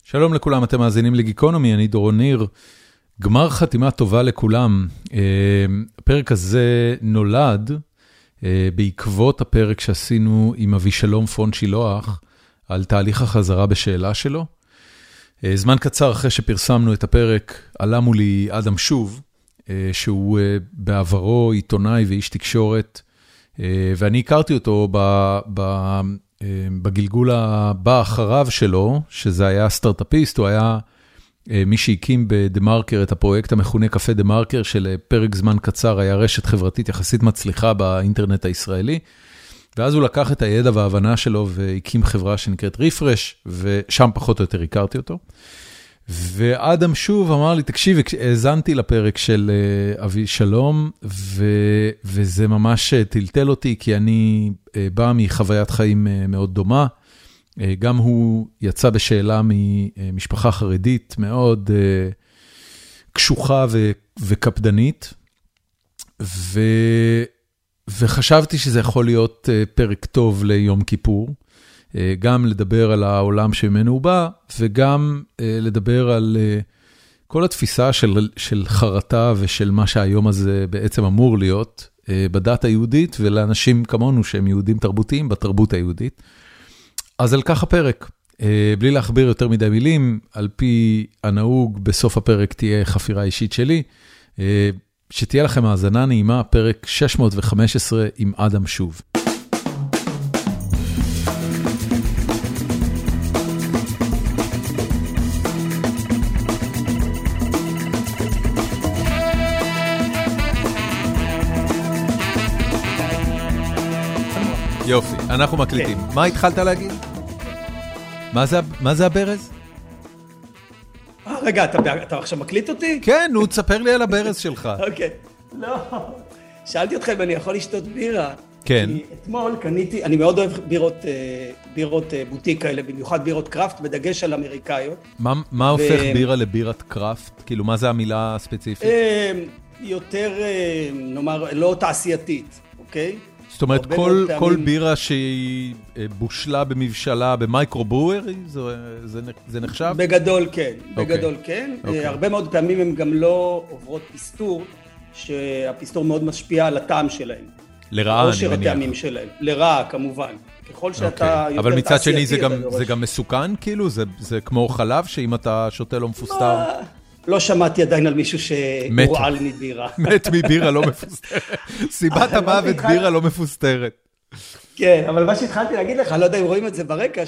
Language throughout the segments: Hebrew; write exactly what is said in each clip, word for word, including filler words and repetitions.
שלום לכולם, אתם מאזינים לגיקונומי, אני דורון ניר. גמר חתימה טובה לכולם. הפרק הזה נולד בעקבות הפרק שעשינו עם אבישלום פון שילוח, על תהליך החזרה בשאלה שלו. זמן קצר אחרי שפרסמנו את הפרק, עלה מולי אדם שוב, שהוא בעברו עיתונאי ואיש תקשורת, ואני הכרתי אותו ב... ב בגלגול הבא אחריו שלו, שזה היה סטארט-אפיסט, הוא היה מי שהקים בדה-מרקר את הפרויקט המכונה קפה דה-מרקר, שלפרק זמן קצר היה רשת חברתית יחסית מצליחה באינטרנט הישראלי, ואז הוא לקח את הידע וההבנה שלו והקים חברה שנקראת ריפרש, ושם פחות או יותר הכרתי אותו. ואדם שוב אמר לי, תקשיב, האזנתי לפרק של אבישלום, ו- וזה ממש טלטל אותי, כי אני בא מחוויית חיים מאוד דומה. גם הוא יצא בשאלה ממשפחה חרדית מאוד קשוחה ו- וקפדנית, ו- וחשבתי שזה יכול להיות פרק טוב ליום כיפור, גם לדבר על העולם שממנו הוא בא, וגם לדבר על כל התפיסה של, של חרטה ושל מה שהיום הזה בעצם אמור להיות בדת היהודית, ולאנשים כמונו שהם יהודים תרבותיים בתרבות היהודית. אז על כך הפרק, בלי להכביר יותר מדי מילים, על פי הנהוג בסוף הפרק תהיה חפירה אישית שלי, שתהיה לכם האזנה נעימה, פרק שש מאות וחמש עשרה עם אדם שוב. יופי, אנחנו מקליטים. מה התחלת להגיד? מה זה הברז? רגע, אתה עכשיו מקליט אותי? כן, נו, תספר לי על הברז שלך. אוקיי. לא, שאלתי אותך אם אני יכול לשתות בירה. כן. כי אתמול קניתי, אני מאוד אוהב בירות בוטיק האלה, במיוחד בירות קראפט, בדגש על אמריקאיות. מה הופך בירה לבירת קראפט? כאילו, מה זה המילה הספציפית? יותר, נאמר, לא תעשייתית, אוקיי? זאת אומרת, כל, כל בירה שהיא בושלה במבשלה במייקרו-ברוארי, זה, זה, זה נחשב? בגדול כן, okay. בגדול כן. Okay. הרבה מאוד פעמים הן גם לא עוברות פיסטור, שהפיסטור מאוד משפיע על הטעם שלהן. לרעה, אני מניח. או שהטעמים שלהן. לרעה, כמובן. ככל שאתה okay. יותר אבל מצד שני זה גם, זה גם מסוכן, כאילו? זה, זה כמו חלב, שאם אתה שותה לא מפוסטר? לא שמעתי עדיין על מישהו שהורעל מבירה. מת מבירה לא מפוסטרת. סיבת המוות בירה לא מפוסטרת. כן, אבל מה שהתחלתי להגיד לך, לא יודע אם רואים את זה ברקע,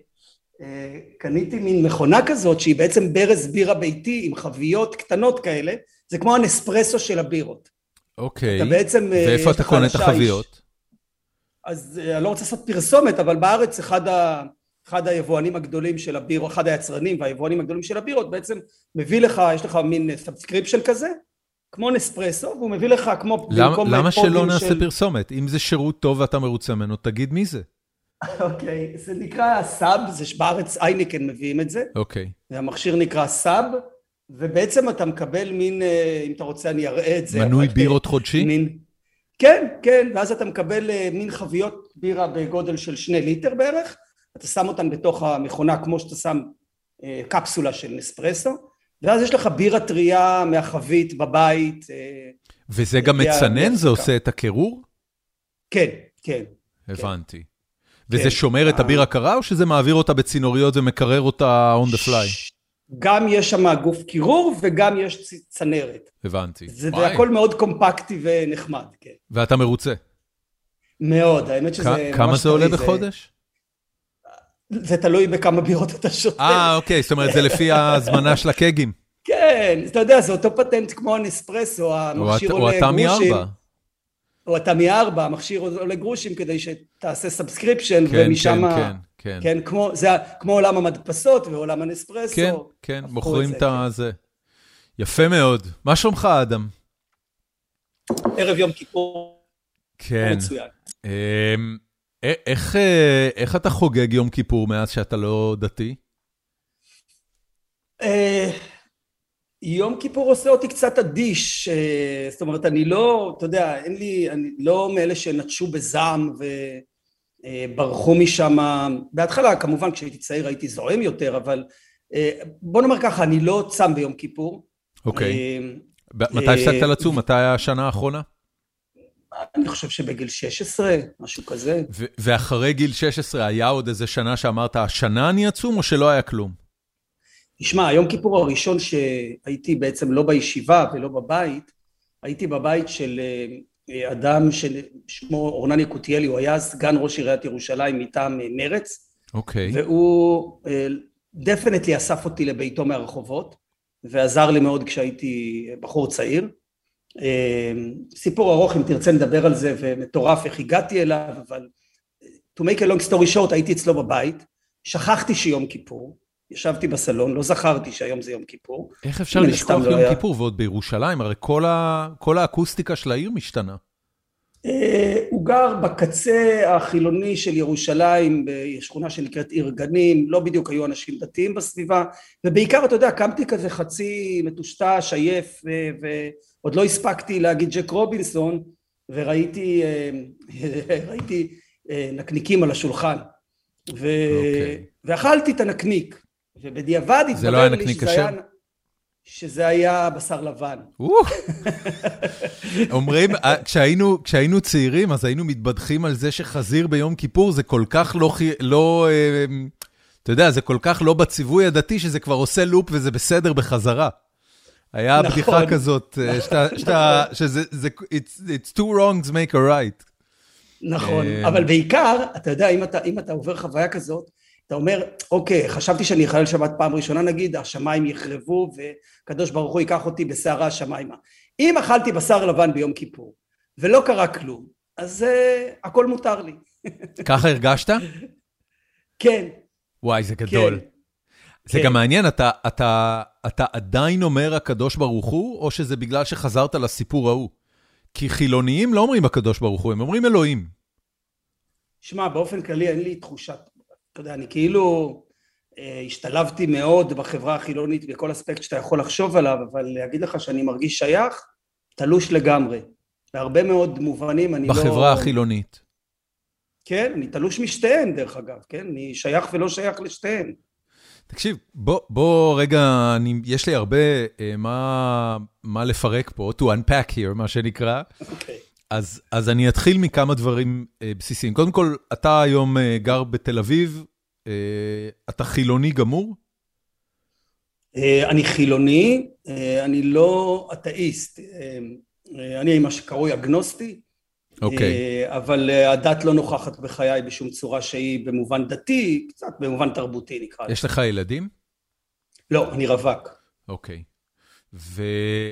שקניתי מין מכונה כזאת, שהיא בעצם ברז בירה ביתי עם חביות קטנות כאלה, זה כמו הנספרסו של הבירות. אוקיי, ואיפה אתה קונה את החביות? אז אני לא רוצה לעשות פרסומת, אבל בארץ אחד ה... אחד היבואנים הגדולים של הבירות, אחד היצרנים והיבואנים הגדולים של הבירות, בעצם מביא לך, יש לך מין סאבסקריפשן כזה, כמו נספרסו, והוא מביא לך כמו... למה, למה שלא נעשה של... פרסומת? אם זה שירות טוב ואתה מרוצה ממנו, תגיד מי זה. אוקיי, זה נקרא סאב, זה שבארץ אייניקן מביאים את זה. אוקיי. והמכשיר נקרא סאב, ובעצם אתה מקבל מין, אם אתה רוצה אני אראה את זה. מנוי בירות חודשי? מין... כן, כן, ואז אתה מקבל מין חביות בירה בגודל של שני ליטר בערך, אתה שם אותן בתוך המכונה כמו שאתה שם אה, קפסולה של נספרסו, ואז יש לך בירה טריה מהחבית בבית. אה, וזה גם מצנן? זה עושה את הקירור? כן, כן. הבנתי. כן. וזה כן. שומר את הבירה קרה, או שזה מעביר אותה בצינוריות ומקרר אותה on the fly? גם יש שם גוף קירור וגם יש צנרת. הבנתי. זה וואי. הכל מאוד קומפקטי ונחמד, כן. ואתה מרוצה? מאוד, האמת שזה... כמה זה עולה בחודש? זה תלוי בכמה בירות אתה שותה. אה, אוקיי, זאת אומרת, זה לפי הזמנה של הקגים. כן, אתה יודע, זה אותו פטנט כמו הנספרסו, המכשיר עולה גרושים. או אתה מי ארבע. או אתה מי ארבע, המכשיר עולה גרושים כדי שתעשה סאבסקריפשן, ומשם... כן, כן, כן. כן, זה כמו עולם המדפסות ועולם הנספרסו. כן, כן, מוכרים את זה. יפה מאוד. מה שלומך, אדם? ערב יום כיפור. כן. מצוין. איך, איך אתה חוגג יום כיפור מאז שאתה לא דתי? יום כיפור עושה אותי קצת אדיש, זאת אומרת, אני לא, אתה יודע, אין לי, אני לא מאלה שנטשו בזעם וברחו משם. בהתחלה, כמובן, כשהייתי צעיר הייתי זועם יותר, אבל בוא נאמר ככה, אני לא צם ביום כיפור. אוקיי. מתי הפסקת לצום? מתי השנה האחרונה? אני חושב שבגיל שש עשרה, משהו כזה. ואחרי גיל שש עשרה, היה עוד איזה שנה שאמרת, השנה אני אצום או שלא היה כלום? תשמע, היום כיפור הראשון שהייתי בעצם לא בישיבה ולא בבית, הייתי בבית של אדם ששמו אורנן יקותיאלי, הוא היה סגן ראש עיריית ירושלים מטעם מרץ. אוקיי. והוא דפנטלי אסף אותי לביתו מהרחובות, ועזר לי מאוד כשהייתי בחור צעיר. סיפור ארוך אם תרצה נדבר על זה, ומטורף איך הגעתי אליו, אבל to make a long story short, הייתי אצלו בבית, שכחתי שיום כיפור, ישבתי בסלון, לא זכרתי שהיום זה יום כיפור. איך אפשר לשכוח יום היה... כיפור ועוד בירושלים? הרי כל, ה... כל האקוסטיקה של העיר משתנה. הוא גר בקצה החילוני של ירושלים, בשכונה שנקראת עיר גנים, לא בדיוק היו אנשים דתיים בסביבה, ובעיקר אתה יודע, קמתי כזה חצי מטושטש, עייף, ועוד לא הספקתי להגיד ג'ק רובינסון, וראיתי ראיתי נקניקים על השולחן, ו... okay. ואכלתי את הנקניק, ובדיעבד התברר לי שזה היה... שזה היה בשר לבן. אומרים, כשהיינו, כשהיינו צעירים, אז היינו מתבדחים על זה שחזיר ביום כיפור, זה כל כך לא, לא, אתה יודע, זה כל כך לא בציווי הדתי, שזה כבר עושה לופ וזה בסדר בחזרה. היה בדיחה כזאת, שזה, it's two wrongs make a right. נכון, אבל בעיקר, אתה יודע, אם אתה, אם אתה עובר חוויה כזאת, אתה אומר, אוקיי, חשבתי שאני אחלל שבת פעם ראשונה, נגיד, השמיים יחרבו, וקדוש ברוך הוא ייקח אותי בסערה השמיימה. אם אכלתי בשר לבן ביום כיפור, ולא קרה כלום, אז uh, הכל מותר לי. ככה הרגשת? כן. וואי, זה גדול. כן. זה כן. גם מעניין, אתה, אתה, אתה עדיין אומר הקדוש ברוך הוא, או שזה בגלל שחזרת לסיפור ההוא? כי חילוניים לא אומרים הקדוש ברוך הוא, הם אומרים אלוהים. שמע, באופן כללי אין לי תחושת, אתה יודע, אני כאילו אה, השתלבתי מאוד בחברה החילונית בכל אספקט שאתה יכול לחשוב עליו, אבל להגיד לך שאני מרגיש שייך, תלוש לגמרי. בהרבה מאוד מובנים אני בחברה לא... בחברה החילונית. כן, אני תלוש משתיהן דרך אגב, כן? אני שייך ולא שייך לשתיהן. תקשיב, בוא, בוא רגע, אני, יש לי הרבה אה, מה, מה לפרק פה, to unpack here, מה שנקרא. אוקיי. Okay. אז, אז אני אתחיל מכמה דברים אה, בסיסיים. קודם כל, אתה היום אה, גר בתל אביב, אה, אתה חילוני גמור? אה, אני חילוני, אה, אני לא אתאיסט. אה, אה, אני מה שקרוי אגנוסטי, אוקיי. אה, אבל אה, הדת לא נוכחת בחיי בשום צורה שהיא במובן דתי, קצת במובן תרבותי נקרא. יש לך ילדים? לא, אני רווק. אוקיי. וב...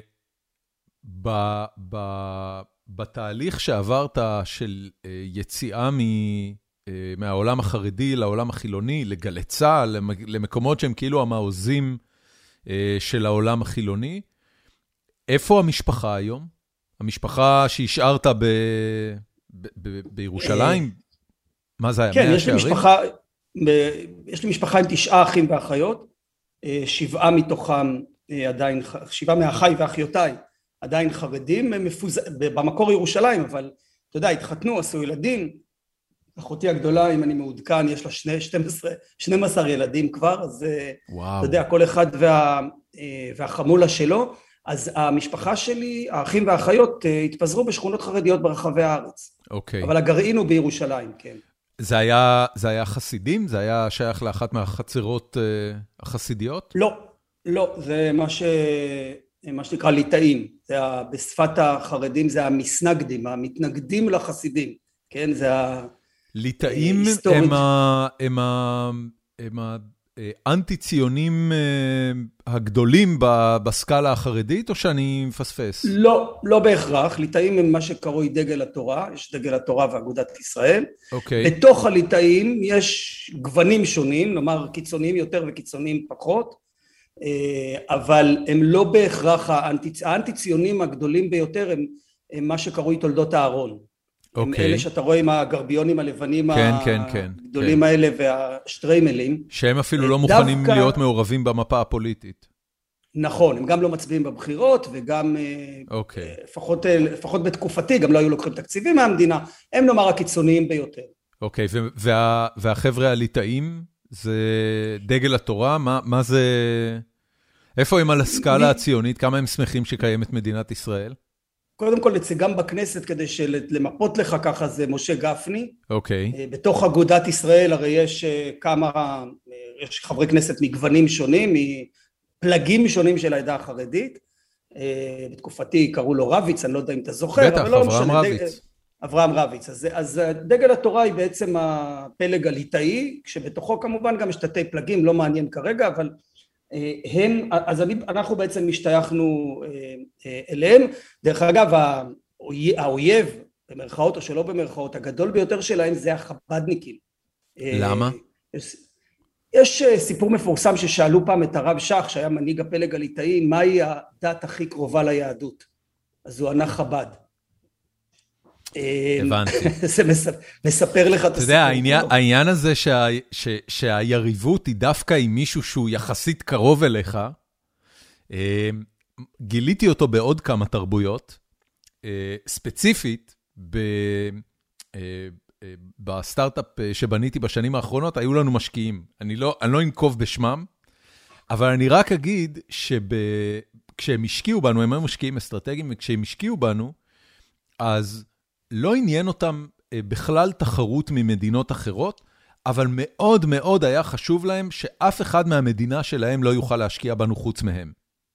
ב... בתהליך שעברת של יציאה מ... מהעולם החרדי לעולם החילוני, לגלי צה"ל, למקומות שהם כאילו המעוזים של העולם החילוני, איפה המשפחה היום? המשפחה שהשארת ב... ב... ב... בירושלים? מה זה היה? כן, יש לי משפחה, ב... יש לי משפחה עם תשעה אחים ואחיות, שבעה מתוכם עדיין, שבעה מאחיי ואחיותיי, עדיין חרדים, מפוז... במקור ירושלים, אבל אתה יודע, התחתנו, עשו ילדים, אחותי הגדולה, אם אני מעודכן, יש לה שני, שתים עשרה, שנים עשר ילדים כבר, אז וואו. אתה יודע, כל אחד וה... והחמולה שלו, אז המשפחה שלי, האחים והאחיות, התפזרו בשכונות חרדיות ברחבי הארץ. אוקיי. אבל הגרעין הוא בירושלים, כן. זה היה, זה היה חסידים? זה היה שייך לאחת מהחצרות uh, החסידיות? לא, לא, זה מה ש... מה שנקרא ליטאים, זה בשפת החרדים זה המסנגדים, המתנגדים לחסידים, כן, זה ליטאים הם ה... הם ה... הם האנטי-ציונים הגדולים בסקאלה החרדית, או שאני מפספס? לא, לא בהכרח, ליטאים הם מה שקרוי דגל התורה, יש דגל התורה ואגודת ישראל, אוקיי. בתוך הליטאים יש גוונים שונים, נאמר קיצוניים יותר וקיצוניים פחות, אבל הם לא בהכרח, האנטי-ציונים הגדולים ביותר הם, הם מה שקרוי תולדות הארון. הם אוקיי. אלה שאתה רואה עם הגרביונים הלבנים כן, כן, כן, הגדולים כן. האלה והשטריימלים. שהם אפילו לא מוכנים דווקא... להיות מעורבים במפה הפוליטית. נכון, הם גם לא מצביעים בבחירות וגם, אוקיי. לפחות, לפחות בתקופתי, גם לא היו לוקחים תקציבים מהמדינה, הם נאמר הקיצוניים ביותר. אוקיי, וה, והחבר'ה הליטאים, זה דגל התורה? מה, מה זה... איפה הם על הסקאלה הציונית? כמה הם שמחים שקיימת מדינת ישראל? קודם כל, נציגם בכנסת, כדי למפות לך ככה, זה משה גפני. אוקיי. בתוך אגודת ישראל, הרי יש כמה, יש חברי כנסת מגוונים שונים, מפלגים שונים של העדה החרדית. בתקופתי קראו לו רביץ, אני לא יודע אם אתה זוכר. בטח, אברהם רביץ. אברהם רביץ. אז, אז דגל התורה היא בעצם הפלג הליטאי, כשבתוכו כמובן גם יש תתי פלגים, לא מעניין כרגע, אבל הם, אז אני, אנחנו בעצם משתייכנו אליהם. דרך אגב, האויב, במרכאות או שלא במרכאות, הגדול ביותר שלהם זה החבדניקים. למה? יש, יש סיפור מפורסם ששאלו פעם את הרב שך, שהיה מנהיג הפלג הליטאי, מהי הדת הכי קרובה ליהדות? אז הוא ענה חב"ד. הבנתי. זה מספר לך את הסיפור. אתה יודע, העניין הזה שהיריבות היא דווקא עם מישהו שהוא יחסית קרוב אליך, גיליתי אותו בעוד כמה תרבויות, ספציפית, בסטארט-אפ שבניתי בשנים האחרונות, היו לנו משקיעים. אני לא, אני לא אנקוב בשמם, אבל אני רק אגיד שכשהם השקיעו בנו, הם היו משקיעים אסטרטגיים, וכשהם השקיעו בנו, אז לא עניין אותם בכלל תחרות ממדינות אחרות, אבל מאוד מאוד היה חשוב להם שאף אחד מהמדינה שלהם לא יוכל להשקיע בנו חוץ מהם.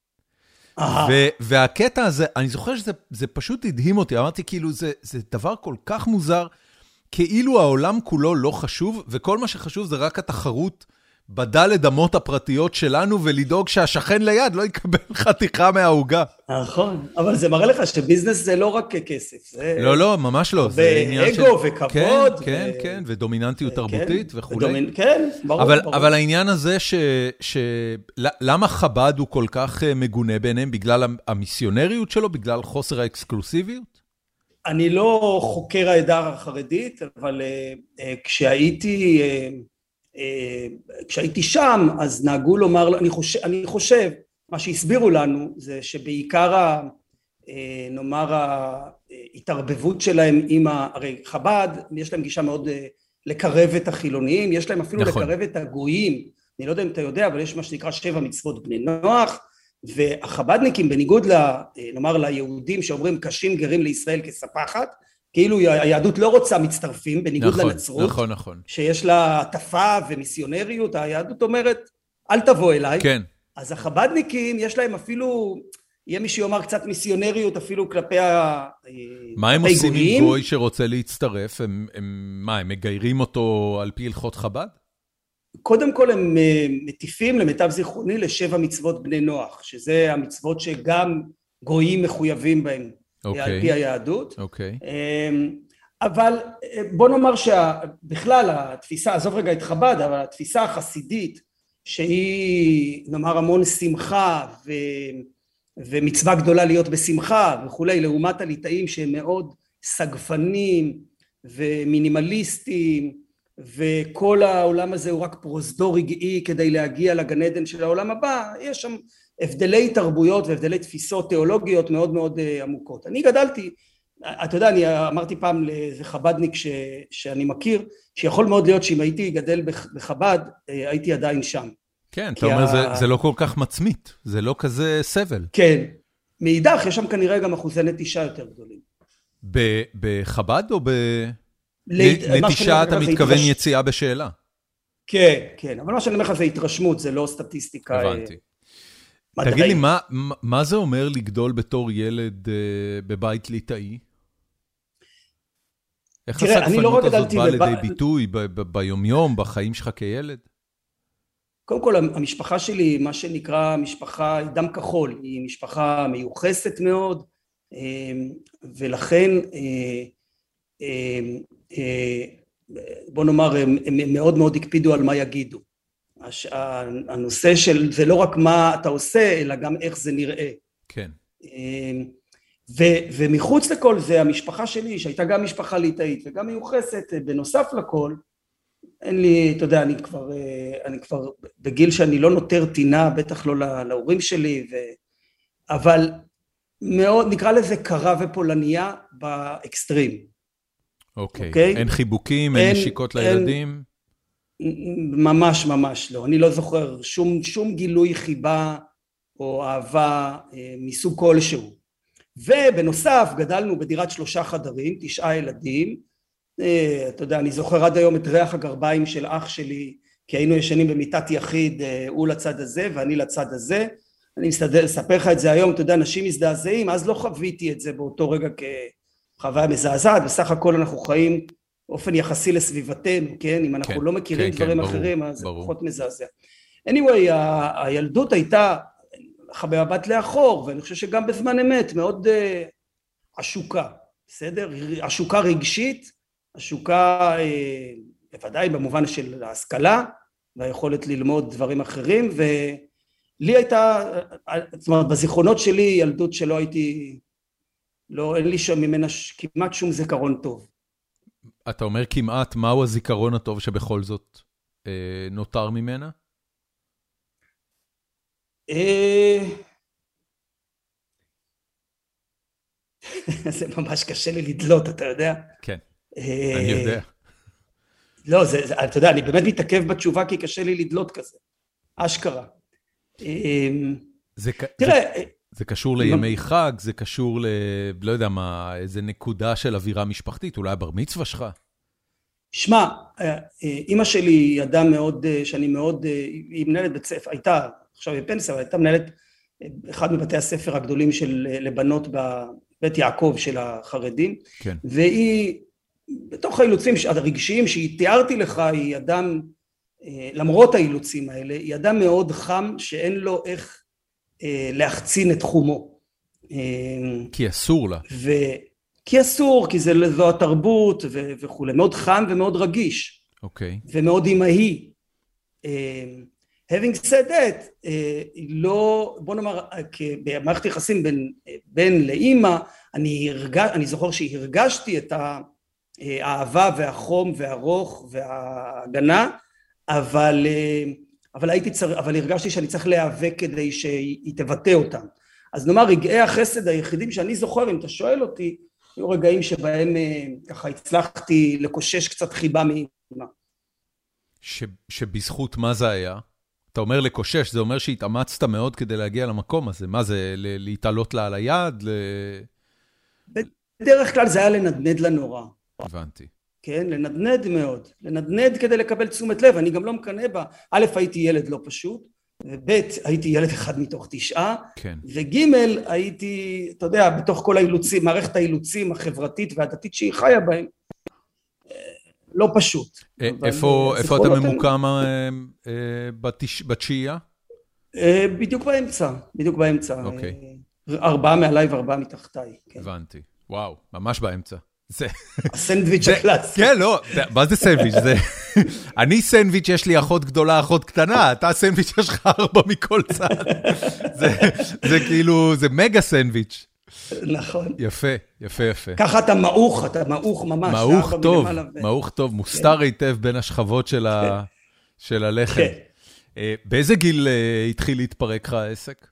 והקטע הזה, אני זוכר שזה פשוט הדהים אותי, אמרתי כאילו זה, זה דבר כל כך מוזר, כאילו העולם כולו לא חשוב, וכל מה שחשוב זה רק התחרות בדלת אמות הפרטיות שלנו, ולדאוג שהשכן ליד לא יקבל חתיכה מההוגה. נכון, אבל זה מראה לך שביזנס זה לא רק כסף. לא, לא, ממש לא. ואגו וכבוד. כן, כן, כן, ודומיננטיות תרבותית וכו'. כן, ברור. אבל העניין הזה למה חב"ד הוא כל כך מגונה ביניהם? בגלל המיסיונריות שלו? בגלל חוסר האקסקלוסיביות? אני לא חוקר העדה החרדית, אבל כשהייתי... כשהייתי שם, אז נהגו לומר, אני חושב, אני חושב, מה שהסבירו לנו, זה שבעיקר, ה, נאמר, ההתערבבות שלהם עם, הרי חב"ד, יש להם גישה מאוד לקרב את החילוניים, יש להם אפילו נכון. לקרב את הגויים, אני לא יודע אם אתה יודע, אבל יש מה שנקרא שבע מצוות בני נוח, והחב"דניקים, בניגוד, נאמר, ליהודים שאומרים קשים גרים לישראל כספחת, כאילו היהדות לא רוצה מצטרפים, בניגוד נכון, לנצרות, נכון, נכון. שיש לה עטפה ומיסיונריות, היהדות אומרת, אל תבוא אליי. כן. אז החב"דניקים, יש להם אפילו, יהיה מי שיאמר קצת מיסיונריות, אפילו כלפי הגויים. מה הם עושים עם גוי שרוצה להצטרף? הם, הם, מה, הם מגיירים אותו על פי הלכות חב"ד? קודם כל הם מטיפים, למיטב זיכרוני, לשבע מצוות בני נוח, שזה המצוות שגם גויים מחויבים בהם. Okay. על פי היהדות. Okay. אבל בוא נאמר שבכלל התפיסה, עזוב רגע את חב"ד, אבל התפיסה החסידית, שהיא נאמר המון שמחה ו... ומצווה גדולה להיות בשמחה וכולי, לעומת הליטאים שהם מאוד סגפנים ומינימליסטים, וכל העולם הזה הוא רק פרוזדור רגעי כדי להגיע לגן עדן של העולם הבא, יש שם הבדלי תרבויות והבדלי תפיסות תיאולוגיות מאוד מאוד עמוקות. אני גדלתי, אתה יודע, אני אמרתי פעם לאיזה חב"דניק ש, שאני מכיר, שיכול מאוד להיות שאם הייתי גדל בחב"ד, הייתי עדיין שם. כן, אתה אומר, ה... זה, זה לא כל כך מצמית, זה לא כזה סבל. כן, מאידך, יש שם כנראה גם אחוזי נטישה יותר גדולים. בחב"ד או ב... נטישה אתה מתכוון יציאה בשאלה? כן, כן, אבל מה שאני אומר לך זה התרשמות, זה לא סטטיסטיקה. הבנתי. תגיד לי, מה, מה זה אומר לגדול בתור ילד בבית ליטאי? איך הסגפנות הזאת באה לידי ביטוי ביומיום, בחיים שלך כילד? קודם כל, המשפחה שלי, מה שנקרא משפחה דם כחול, היא משפחה מיוחסת מאוד, ולכן בוא נאמר, הם מאוד מאוד הקפידו על מה יגידו. הנושא של זה לא רק מה אתה עושה, אלא גם איך זה נראה. כן. ו- ומחוץ לכל זה, המשפחה שלי, שהייתה גם משפחה ליטאית וגם מיוחסת, בנוסף לכל, אין לי, אתה יודע, אני כבר, אני כבר בגיל שאני לא נותר טינה, בטח לא לה, להורים שלי, ו... אבל מאוד, נקרא לזה קרה ופולניה באקסטרים. אוקיי. Okay. Okay? אין חיבוקים, אין, אין נשיקות לילדים? ממש ממש לא, אני לא זוכר שום, שום גילוי חיבה או אהבה מסוג כלשהו. ובנוסף גדלנו בדירת שלושה חדרים, תשעה ילדים, אתה יודע, אני זוכר עד היום את ריח הגרביים של אח שלי, כי היינו ישנים במיטת יחיד, הוא לצד הזה ואני לצד הזה, אני מסתדר, אספר לך את זה היום, אתה יודע, אנשים מזדעזעים, אז לא חוויתי את זה באותו רגע כחוויה מזעזעת, בסך הכל אנחנו חיים באופן יחסי לסביבתנו, כן? אם אנחנו כן, לא מכירים כן, דברים כן, ברור, אחרים, אז זה ברור. פחות מזעזע. anyway, ה- הילדות הייתה במבט לאחור, ואני חושב שגם בזמן אמת, מאוד uh, עשוקה, בסדר? עשוקה רגשית, עשוקה uh, בוודאי במובן של ההשכלה, והיכולת ללמוד דברים אחרים, ולי הייתה, זאת אומרת, בזיכרונות שלי, ילדות שלא הייתי, לא, אין לי שם ממנה כמעט שום זיכרון טוב. אתה אומר כמעט, מהו הזיכרון הטוב שבכל זאת אה, נותר ממנה? אה... זה ממש קשה לי לדלות, אתה יודע? כן, אה... אני יודע. לא, זה, זה, אתה יודע, אני באמת מתעכב בתשובה כי קשה לי לדלות כזה. אשכרה. אה... זה, תראה... זה, זה קשור לימי חג, זה קשור ל... לא יודע מה, איזה נקודה של אווירה משפחתית, אולי הבר מצווה שלך? שמע, אמא שלי ידעה מאוד, שאני מאוד, היא מנהלת בית ספר, הייתה, עכשיו היא פנסיה, הייתה מנהלת אחד מבתי הספר הגדולים של לבנות בבית יעקב של החרדים, כן. והיא, בתוך האילוצים הרגשיים שהיא תיארתי לך, היא אדם, למרות האילוצים האלה, היא אדם מאוד חם שאין לו איך להחצין את תחומו. כי אסור לה. ו... כי אסור, כי זה זו התרבות ו- וכו', מאוד חם ומאוד רגיש. אוקיי. Okay. ומאוד אמהי. Uh, having said that, uh, לא, בוא נאמר, במערכת יחסים בין, בין לאמא, אני, הרגש, אני זוכר שהרגשתי את האהבה והחום והרוך וההגנה, אבל, uh, אבל, הייתי צר, אבל הרגשתי שאני צריך להיאבק כדי שהיא תבטא אותם. אז נאמר, רגעי החסד היחידים שאני זוכר, אם אתה שואל אותי, היו רגעים שבהם ככה הצלחתי לקושש קצת חיבה מאמא. ש, שבזכות מה זה היה? אתה אומר לקושש, זה אומר שהתאמצת מאוד כדי להגיע למקום הזה. מה זה, להתעלות לה על היד? ל... בדרך כלל זה היה לנדנד לנורא. הבנתי. כן, לנדנד מאוד. לנדנד כדי לקבל תשומת לב. אני גם לא מקנא בה. א', הייתי ילד לא פשוט. וב' הייתי ילד אחד מתוך תשעה, כן. וג' הייתי, אתה יודע, בתוך כל האילוצים, מערכת האילוצים החברתית והדתית שהיא חיה בהם, לא פשוט. איפה, איפה אתה ממוקם בתשיעייה? בדיוק באמצע, בדיוק באמצע. אוקיי. ארבעה מעליי וארבעה מתחתיי. הבנתי. וואו, ממש באמצע. הסנדוויץ' הקלאסי. כן, לא, מה זה סנדוויץ'? אני סנדוויץ', יש לי אחות גדולה, אחות קטנה, אתה סנדוויץ', יש לך ארבע מכל צד. זה כאילו, זה מגה סנדוויץ'. נכון. יפה, יפה, יפה. ככה אתה מעוך, אתה מעוך ממש. מעוך טוב, מעוך טוב, מוסתר היטב בין השכבות של הלחם. באיזה גיל התחיל להתפרק לך העסק?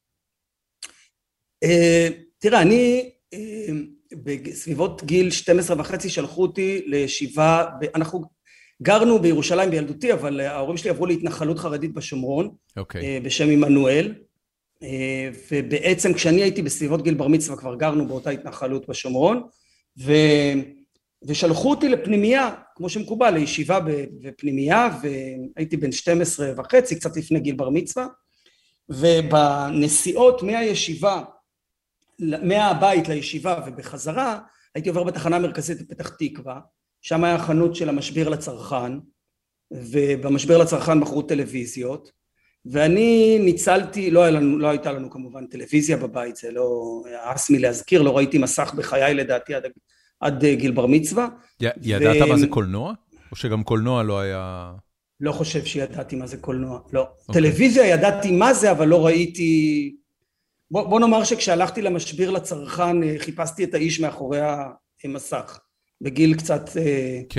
תראה, אני... בסביבות גיל שתים עשרה וחצי שלחו אותי לישיבה, אנחנו גרנו בירושלים בילדותי, אבל ההורים שלי עברו להתנחלות חרדית בשומרון, okay. בשם עמנואל, ובעצם כשאני הייתי בסביבות גיל בר מצווה כבר גרנו באותה התנחלות בשומרון, ו... ושלחו אותי לפנימייה, כמו שמקובל, לישיבה בפנימייה, והייתי בן שתים עשרה וחצי, קצת לפני גיל בר מצווה, ובנסיעות מהישיבה, מהבית לישיבה ובחזרה, הייתי עובר בתחנה המרכזית בפתח תקווה, שם היה חנות של המשביר לצרכן, ובמשביר לצרכן מכרו טלוויזיות, ואני ניצלתי, לא, לנו, לא הייתה לנו כמובן טלוויזיה בבית, זה לא אס מי להזכיר, לא ראיתי מסך בחיי לדעתי עד, עד גיל בר מצווה. י, ידעת ו... מה זה קולנוע? או שגם קולנוע לא היה... לא חושב שידעתי מה זה קולנוע, לא. Okay. טלוויזיה ידעתי מה זה, אבל לא ראיתי... בוא, בוא נאמר שכשהלכתי למשביר לצרכן, חיפשתי את האיש מאחורי המסך, בגיל קצת... כן.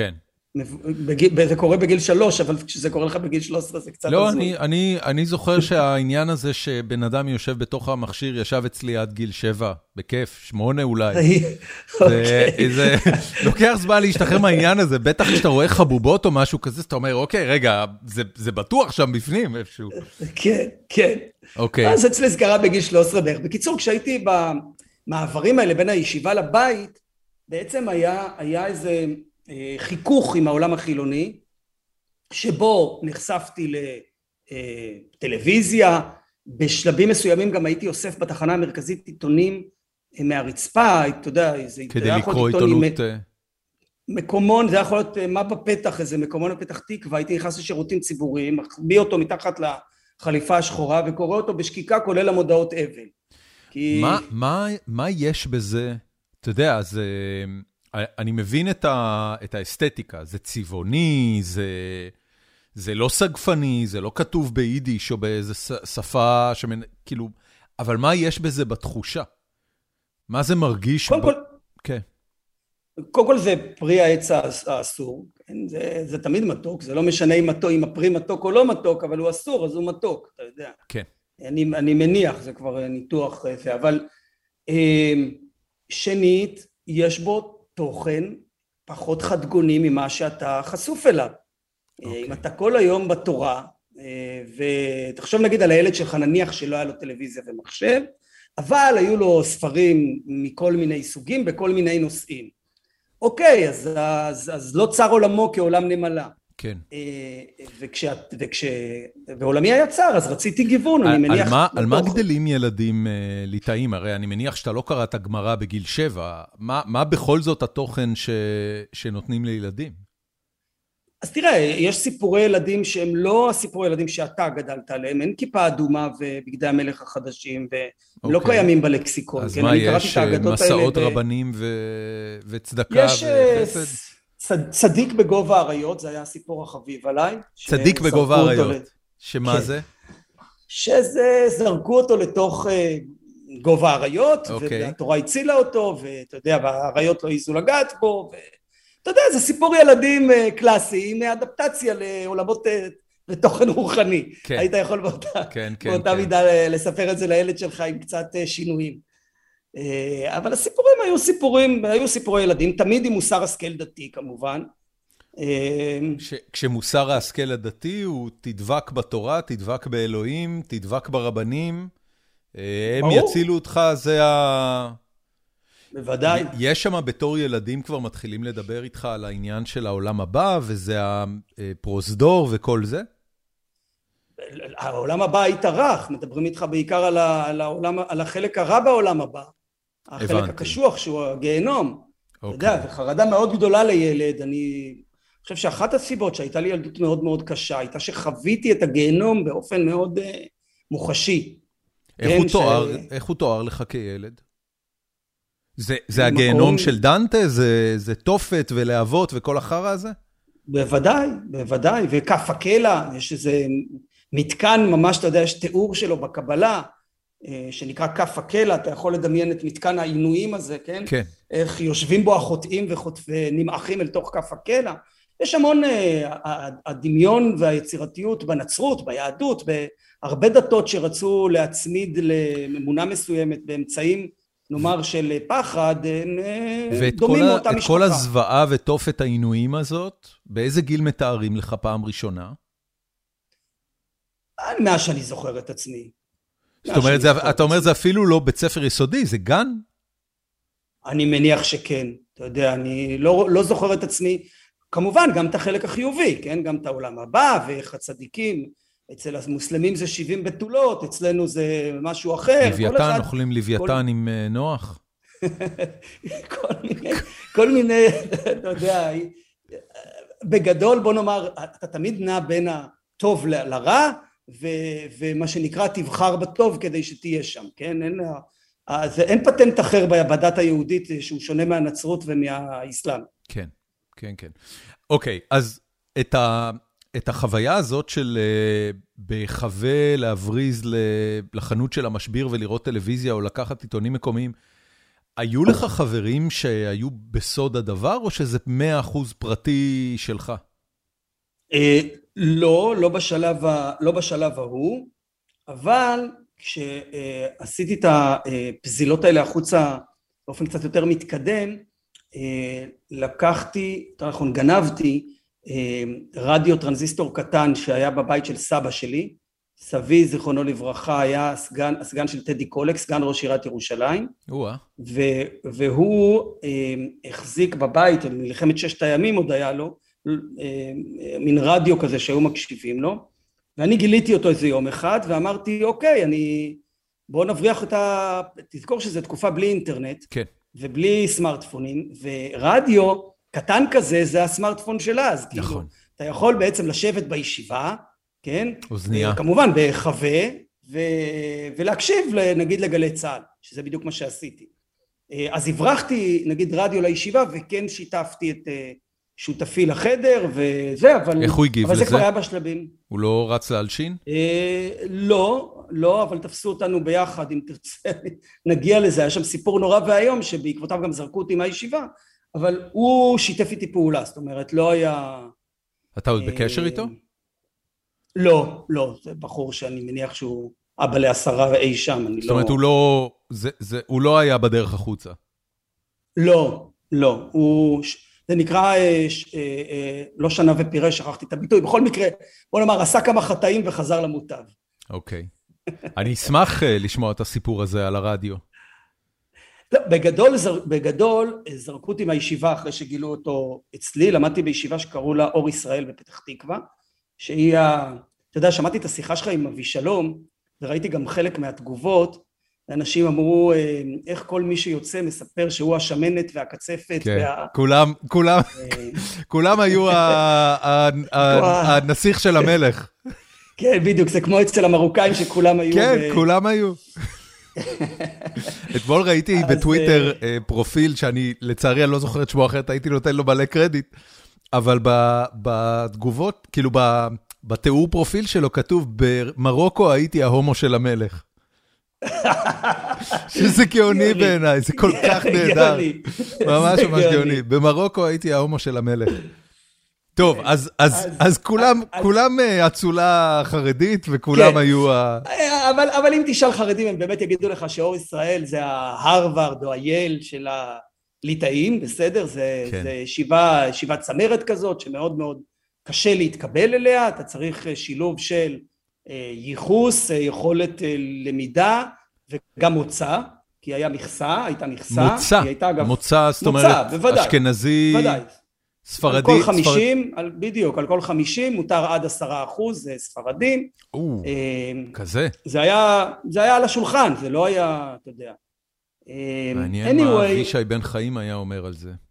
זה קורה בגיל שלוש, אבל כשזה קורה לך בגיל שלוש עשרה זה קצת... לא, אני, אני, אני זוכר שהעניין הזה שבן אדם יושב בתוך המכשיר, ישב אצלי עד גיל שבע, בכיף, שמונה אולי. זה, זה, לוקח זמן להשתחרר מהעניין הזה, בטח כשאתה רואה חבובות או משהו כזה, אתה אומר, אוקיי, רגע, זה, זה בטוח שם בפנים איפשהו. כן, כן. אוקיי. אז אצלי זה קרה בגיל שלוש עשרה בערך. בקיצור, כשהייתי במעברים האלה בין הישיבה לבית, בעצם היה, היה איזה... חיכוך עם העולם החילוני, שבו נחשפתי לטלוויזיה, בשלבים מסוימים גם הייתי אוסף בתחנה המרכזית עיתונים מהרצפה, אתה יודע, איזה... כדי לקרוא עיתונות... מקומון, זה יכול להיות מה בפתח, איזה מקומון בפתח תקווה, הייתי נכנס לשירותים ציבוריים, מחביא אותו מתחת לחליפה השחורה, וקורא אותו בשקיקה, כולל המודעות אבל. כי... מה, מה, מה יש בזה? אתה יודע, זה... אני מבין את, ה, את האסתטיקה, זה צבעוני, זה, זה לא סגפני, זה לא כתוב ביידיש או באיזו שפה, שמנ... כאילו, אבל מה יש בזה בתחושה? מה זה מרגיש? קודם ב... כל, כן. קודם כל זה פרי העץ האסור, כן? זה, זה תמיד מתוק, זה לא משנה אם, מתוק, אם הפרי מתוק או לא מתוק, אבל הוא אסור, אז הוא מתוק, אתה יודע. כן. אני, אני מניח, זה כבר ניתוח זה, אבל שנית, יש בו תוכן פחות חדגוני ממה שאתה חשוף אליו. Okay. אם אתה כל היום בתורה, ותחשוב נגיד על הילד שלך, נניח שלא היה לו טלוויזיה ומחשב, אבל היו לו ספרים מכל מיני סוגים, בכל מיני נושאים. אוקיי, אז, אז, אז לא צר עולמו כעולם נמלה. כן. וכש, וכש, ועולמי היה צר, אז רציתי גיוון, אני מניח... על מה, על מה גדלים ילדים ליטאים? הרי אני מניח שאתה לא קראת גמרא בגיל שבע. מה, מה בכל זאת התוכן ש, שנותנים לילדים? אז תראה, יש סיפורי ילדים שהם לא הסיפורי ילדים שאתה גדלת עליהם, אין כיפה אדומה ובגדי המלך החדשים, והם לא קיימים בלקסיקון. אז מה, יש מסעות רבנים וצדקה וחסד? צדיק בגובה האריות, זה היה הסיפור החביב עליי. צדיק בגובה האריות, שמה זה? שזה, זרקו אותו לתוך גובה האריות, והתורה הצילה אותו, ואתה יודע, והאריות לא העזו לגעת בו, ואתה יודע, זה סיפור ילדים קלאסי, עם אדפטציה לעולמות לתוכן רוחני. היית יכול באותה מידה לספר את זה לילד שלך עם קצת שינויים. אבל הסיפורים היו סיפורים, היו סיפורי ילדים, תמיד עם מוסר השכל דתי כמובן. כשמוסר ההשכל הדתי הוא תדבק בתורה, תדבק באלוהים, תדבק ברבנים, הם יצילו אותך, זה ה... בוודאי. יש שם בתור ילדים כבר מתחילים לדבר איתך על העניין של העולם הבא, וזה הפרוזדור וכל זה? העולם הבא התארך, מדברים איתך בעיקר על, העולם, על החלק הרע בעולם הבא. החלק הבנתי. הקשוח שהוא הגיהנום. Okay. אתה יודע, וחרדה מאוד גדולה לילד. אני חושב שאחת הסיבות שהייתה לי ילדות מאוד מאוד קשה, הייתה שחוויתי את הגיהנום באופן מאוד uh, מוחשי. איך, הוא תואר, ש... איך הוא תואר לך כילד? זה, זה הגיהנום של דנטה? זה, זה תופת ולהבות וכל החרא הזה? בוודאי, בוודאי. וכף הקלע, יש איזה מתקן ממש, אתה יודע, יש תיאור שלו בקבלה, שנקרא כף הקלע, אתה יכול לדמיין את מתקן העינויים הזה, כן? כן. איך יושבים בו החוטאים ונמעכים אל תוך כף הקלע. יש המון הדמיון והיצירתיות בנצרות, ביהדות, בהרבה דתות שרצו להצמיד לאמונה מסוימת באמצעים, נאמר של פחד, דומים מאותה משפחה. ואת כל הזוועה ותופת העינויים הזאת, באיזה גיל מתארים לך פעם ראשונה? מה שאני זוכר את עצמי. זאת אומרת, אתה אומר, זה אפילו לא בית ספר יסודי, זה גן? אני מניח שכן, אתה יודע, אני לא, לא זוכר את עצמי, כמובן גם את החלק החיובי, כן? גם את העולם הבא ואיך הצדיקים, אצל המוסלמים זה שבעים בתולות, אצלנו זה משהו אחר. לוויתן, אוכלים לוויתן עם נוח? כל מיני, כל מיני, אתה יודע, בגדול בוא נאמר, אתה תמיד נע בין הטוב לרע, ומה שנקרא תבחר בטוב כדי שתהיה שם, כן? אין, אז אין פטנט אחר בדת היהודית שהוא שונה מהנצרות ומהאסלאם. כן, כן, כן. אוקיי, אז את ה... את החוויה הזאת של בחווה להבריז לחנות של המשביר ולראות טלוויזיה או לקחת עיתונים מקומיים, היו לך חברים שהיו בסוד הדבר, או שזה מאה אחוז פרטי שלך? לא, לא בשלב, לא בשלב ההוא, אבל כשעשיתי את הפזילות האלה החוצה באופן קצת יותר מתקדם, לקחתי, נכון, גנבתי רדיו טרנזיסטור קטן שהיה בבית של סבא שלי, סבי זיכרונו לברכה היה הסגן, הסגן של טדי קולק, סגן ראש עיריית ירושלים, ו, והוא החזיק בבית, מלחמת ששת הימים עוד היה לו, מין רדיו כזה שהיו מקשיבים לו, ואני גיליתי אותו איזה יום אחד, ואמרתי, אוקיי, אני, בוא נבריח את ה... תזכור שזו תקופה בלי אינטרנט, כן. ובלי סמארטפונים, ורדיו קטן כזה, זה הסמארטפון שלה, אז נכון. כאילו, אתה יכול בעצם לשבת בישיבה, כן? אוזניה. כמובן בחווה, ו... ולהקשיב נגיד לגלי צהל, שזה בדיוק מה שעשיתי. אז הברחתי נגיד רדיו לישיבה, וכן שיתפתי את שותפי לחדר, וזה, אבל... איך הוא הגיב אבל לזה? זה כבר היה בשלבים. הוא לא רץ להלשין? לא, לא, אבל תפסו אותנו ביחד, אם תרצה, נגיע לזה. היה שם סיפור נורא והיום, שבעקבותיו גם זרקו אותי מהישיבה, אבל הוא שיתף איתי פעולה, זאת אומרת, לא היה... אתה עוד בקשר איתו? לא, לא, זה בחור שאני מניח שהוא אבא לעשרה אי שם, אני לא... זאת אומרת, הוא לא, זה, זה, הוא לא היה בדרך החוצה. לא, לא, הוא, זה נקרא, ש, לא שנה ופירה, שכחתי את הביטוי, בכל מקרה, בוא נאמר, עשה כמה חטאים וחזר למוטב. אוקיי. אני אשמח לשמוע את הסיפור הזה על הרדיו. לא, בגדול, בגדול, זרקו אותי מהישיבה אחרי שגילו אותו אצלי, למדתי בישיבה שקראו לה אור ישראל בפתח תקווה, שהיא, אתה יודע, שמעתי את השיחה שלך עם אבישלום, וראיתי גם חלק מהתגובות, אנשים אמרו, איך כל מי שיוצא מספר שהוא השמנת והקצפת. כן, כולם, כולם, כולם היו הנסיך של המלך. כן, בדיוק, זה כמו אצל המרוקאים שכולם היו. כן, כולם היו. אתמול ראיתי בטוויטר פרופיל שאני, לצערי, אני לא זוכר את שמו אחרת, הייתי נותן לו מלא קרדיט, אבל בתגובות, כאילו בתיאור פרופיל שלו כתוב, במרוקו הייתי ההומו של המלך. שזה גאוני בעיניי, זה כל כך נהדר. ממש ממש גאוני. במרוקו הייתי ההומו של המלך. טוב, אז כולם אצולה חרדית, וכולם היו... אבל אם תשאל חרדים, הם באמת יגידו לך שאור ישראל זה ההרווארד או הייל של הליטאים, בסדר? זה ישיבה צמרת כזאת, שמאוד מאוד קשה להתקבל אליה, אתה צריך שילוב של ייחוס, יכולת למידה, וגם מוצא, כי היה מכסה, הייתה מכסה. מוצא, מוצא, זאת אומרת, אשכנזי, ספרדי. על כל חמישים, בדיוק, על כל חמישים, מותר עד עשרה אחוז ספרדים. כזה. זה היה על השולחן, זה לא היה, אתה יודע. מעניין מה אבישי בן חיים היה אומר על זה.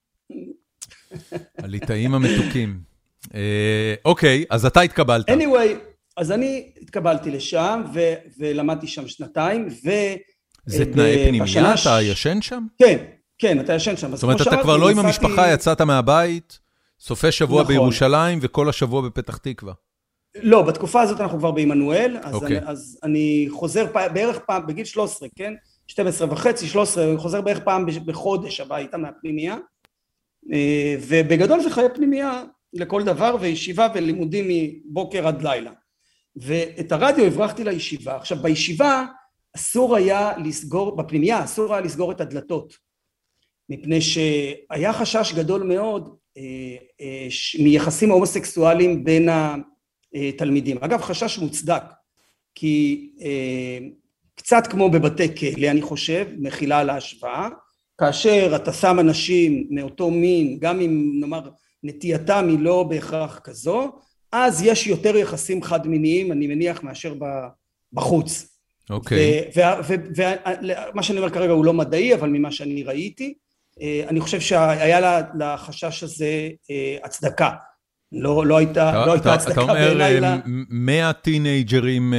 הליטאים המתוקים. אוקיי, אז אתה התקבלת. anyway, אז אני התקבלתי לשם, ולמדתי שם שנתיים, ו... זה תנאי פנימיה? אתה ישן שם? כן, כן, אתה ישן שם. זאת אומרת, אתה כבר לא עם המשפחה, יצאת מהבית, סופי שבוע בירושלים, וכל השבוע בפתח תקווה. לא, בתקופה הזאת אנחנו כבר בעמנואל, אז אני חוזר בערך פעם, בגיל שלוש עשרה, כן? שתים עשרה וחצי, שלוש עשרה, אני חוזר בערך פעם בחודש הביתה מהפנימיה, ובגדול זה חיי פנימיה לכל דבר, וישיבה ולימודים מבוקר עד לילה. ואת הרדיו הברחתי לישיבה. עכשיו, בישיבה אסור היה לסגור, בפנימיה אסור היה לסגור את הדלתות, מפני שהיה חשש גדול מאוד אה, אה, מיחסים הומוסקסואליים בין התלמידים. אגב, חשש מוצדק, כי אה, קצת כמו בבתי כלא, אני חושב, מחילה על ההשוואה, כאשר אתה שם אנשים מאותו מין, גם אם נאמר נטייתם היא לא בהכרח כזו, אז יש יותר יחסים חד מיניים, אני מניח, מאשר בחוץ. אוקיי. ומה שאני אומר כרגע הוא לא מדעי, אבל ממה שאני ראיתי, אני חושב שהיה לחשש הזה הצדקה. לא הייתה הצדקה בעיניי. אתה אומר, מאה טינאג'רים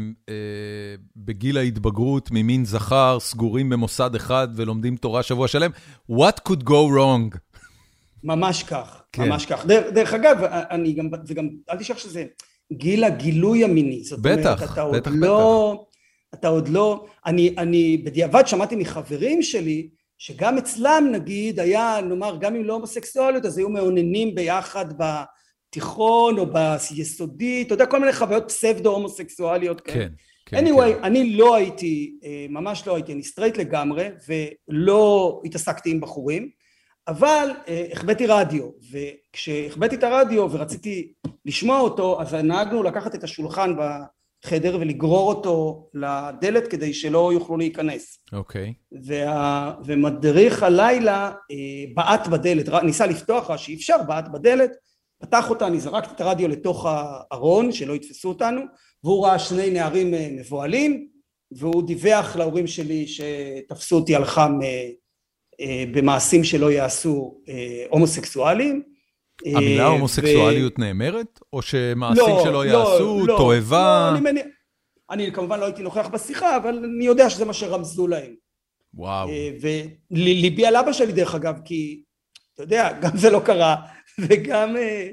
בגיל ההתבגרות, ממין זכר, סגורים במוסד אחד, ולומדים תורה שבוע שלם. What could go wrong? ממש כך, ממש כך. דרך אגב, אני גם, וגם, אל תשכח שזה גיל הגילוי המיני. בטח, בטח, בטח. אתה עוד לא, אני, אני בדיעבד שמעתי מחברים שלי, שגם אצלם נגיד היה, נאמר, גם אם לא הומוסקסואליות, אז היו מעוננים ביחד בתיכון או ביסודי, אתה יודע, כל מיני חוויות פסבדו-הומוסקסואליות. כן, כן. anyway, כן. אני לא הייתי, ממש לא הייתי, אני סטרייט לגמרי, ולא התעסקתי עם בחורים, אבל החבאתי רדיו, וכשהחבאתי את הרדיו ורציתי לשמוע אותו, אז נהגנו לקחת את השולחן בחדר ולגרור אותו לדלת כדי שלא יוכלו להיכנס. אוקיי. וה, ומדריך הלילה בעט בדלת, ניסה לפתוח שאי אפשר, בעט בדלת, פתח אותה, אני זרקתי את הרדיו לתוך הארון שלא יתפסו אותנו, והוא ראה שני נערים מבועלים, והוא דיווח להורים שלי שתפסו אותי על חם במעשים שלא יעשו הומוסקסואלים. המילה הומוסקסואליות נאמרת? או שמעשים שלא יעשו, תועבה? לא, אני כמובן לא הייתי נוכח בשיחה, אבל אני יודע שזה מה שרמזו להם. וואו. וליבי על אבא שלי דרך אגב, כי אתה יודע, גם זה לא קרה, וגם...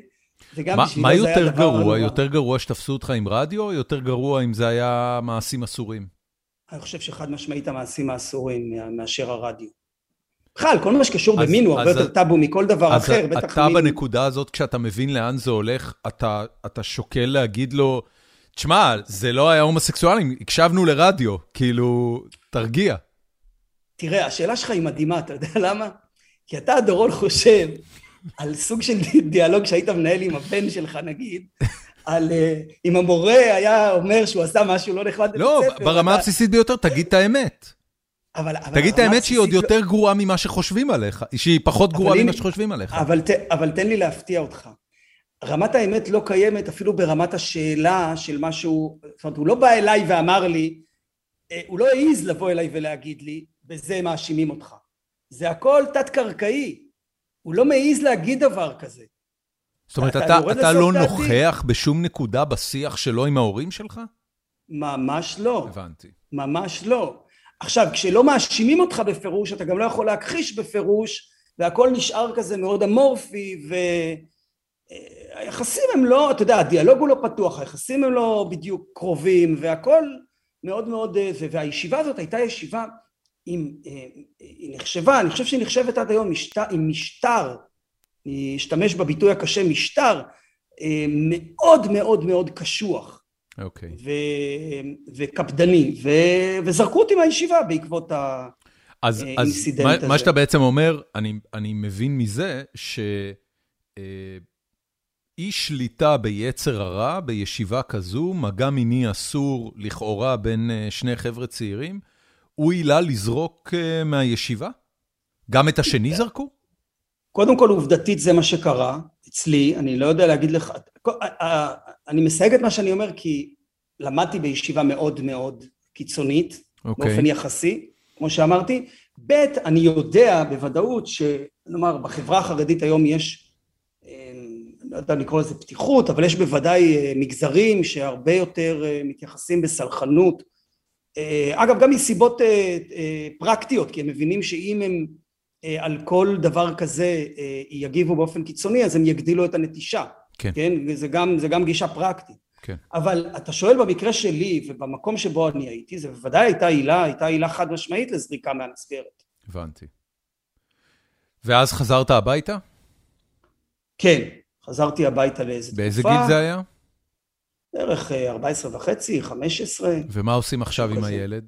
מה יותר גרוע? יותר גרוע שתפסו אותך עם רדיו, או יותר גרוע אם זה היה מעשים אסורים? אני חושב שחד משמעית המעשים האסורים מאשר הרדיו. בכלל, כל מה שקשור במין הוא הרבה יותר טאבו מכל דבר אחר. אז אתה בנקודה הזאת, כשאתה מבין לאן זה הולך, אתה שוקל להגיד לו, תשמע, זה לא היה הומוסקסואלים, הקשבנו לרדיו, כאילו, תרגיע. תראה, השאלה שלך היא מדהימה, אתה יודע למה? כי אתה, דורון, חושב על סוג של דיאלוג שהיית מנהל עם הבן שלך, נגיד, על אם המורה היה אומר שהוא עשה משהו לא נחמד לא, ברמה הבסיסית ביותר, תגיד את האמת. תגיד את האמת שהיא עוד יותר גרועה ממה שחושבים עליך, שהיא פחות גרועה ממה שחושבים עליך. אבל תן לי להפתיע אותך. רמת האמת לא קיימת אפילו ברמת השאלה של משהו, זאת אומרת, הוא לא בא אליי ואמר לי, הוא לא העיז לבוא אליי ולהגיד לי, בזה מאשימים אותך. זה הכל תת-קרקעי. הוא לא מעיז להגיד דבר כזה. זאת אומרת, אתה לא נוכח בשום נקודה בשיח שלו עם ההורים שלך? ממש לא. הבנתי. ממש לא. עכשיו, כשלא מאשימים אותך בפירוש, אתה גם לא יכול להכחיש בפירוש, והכל נשאר כזה מאוד אמורפי, והיחסים הם לא, אתה יודע, הדיאלוג הוא לא פתוח, היחסים הם לא בדיוק קרובים, והכל מאוד מאוד, והישיבה הזאת הייתה ישיבה עם, היא נחשבה, אני חושב שהיא נחשבת עד היום משטר, עם משטר, אני אשתמש בביטוי הקשה, משטר מאוד מאוד מאוד קשוח. אוקיי. וקפדני, וזרקו אותי מהישיבה בעקבות האינסידנט הזה. אז מה שאתה בעצם אומר, אני מבין מזה, שאי שליטה ביצר הרע, בישיבה כזו, מגע מיני אסור לכאורה בין שני חבר'ה צעירים, הוא עילה לזרוק מהישיבה? גם את השני זרקו? קודם כל, עובדתית זה מה שקרה אצלי, אני לא יודע להגיד לך, אני מסייג את מה שאני אומר, כי למדתי בישיבה מאוד מאוד קיצונית, okay. באופן יחסי, כמו שאמרתי, ב' אני יודע בוודאות, שנאמר, בחברה החרדית היום יש, לא יודע לקרוא לזה פתיחות, אבל יש בוודאי מגזרים שהרבה יותר מתייחסים בסלחנות, אגב, גם מסיבות פרקטיות, כי הם מבינים שאם הם על כל דבר כזה יגיבו באופן קיצוני, אז הם יגדילו את הנטישה. כן. כן? זה גם, זה גם גישה פרקטית. כן. אבל אתה שואל במקרה שלי, ובמקום שבו אני הייתי, זה בוודאי הייתה עילה, הייתה עילה חד משמעית לזריקה מהמסגרת. הבנתי. ואז חזרת הביתה? כן, חזרתי הביתה לאיזה תקופה. באיזה גיל זה היה? בערך ארבע עשרה וחצי, חמש עשרה. ומה עושים עכשיו עם הילד?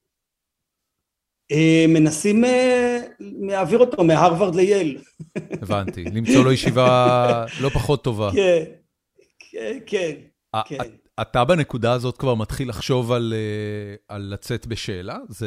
מנסים להעביר אותו מהרווארד לייל. הבנתי, למצוא לו ישיבה לא פחות טובה. כן, כן, כן, כן. אתה בנקודה הזאת כבר מתחיל לחשוב על לצאת בשאלה? זה...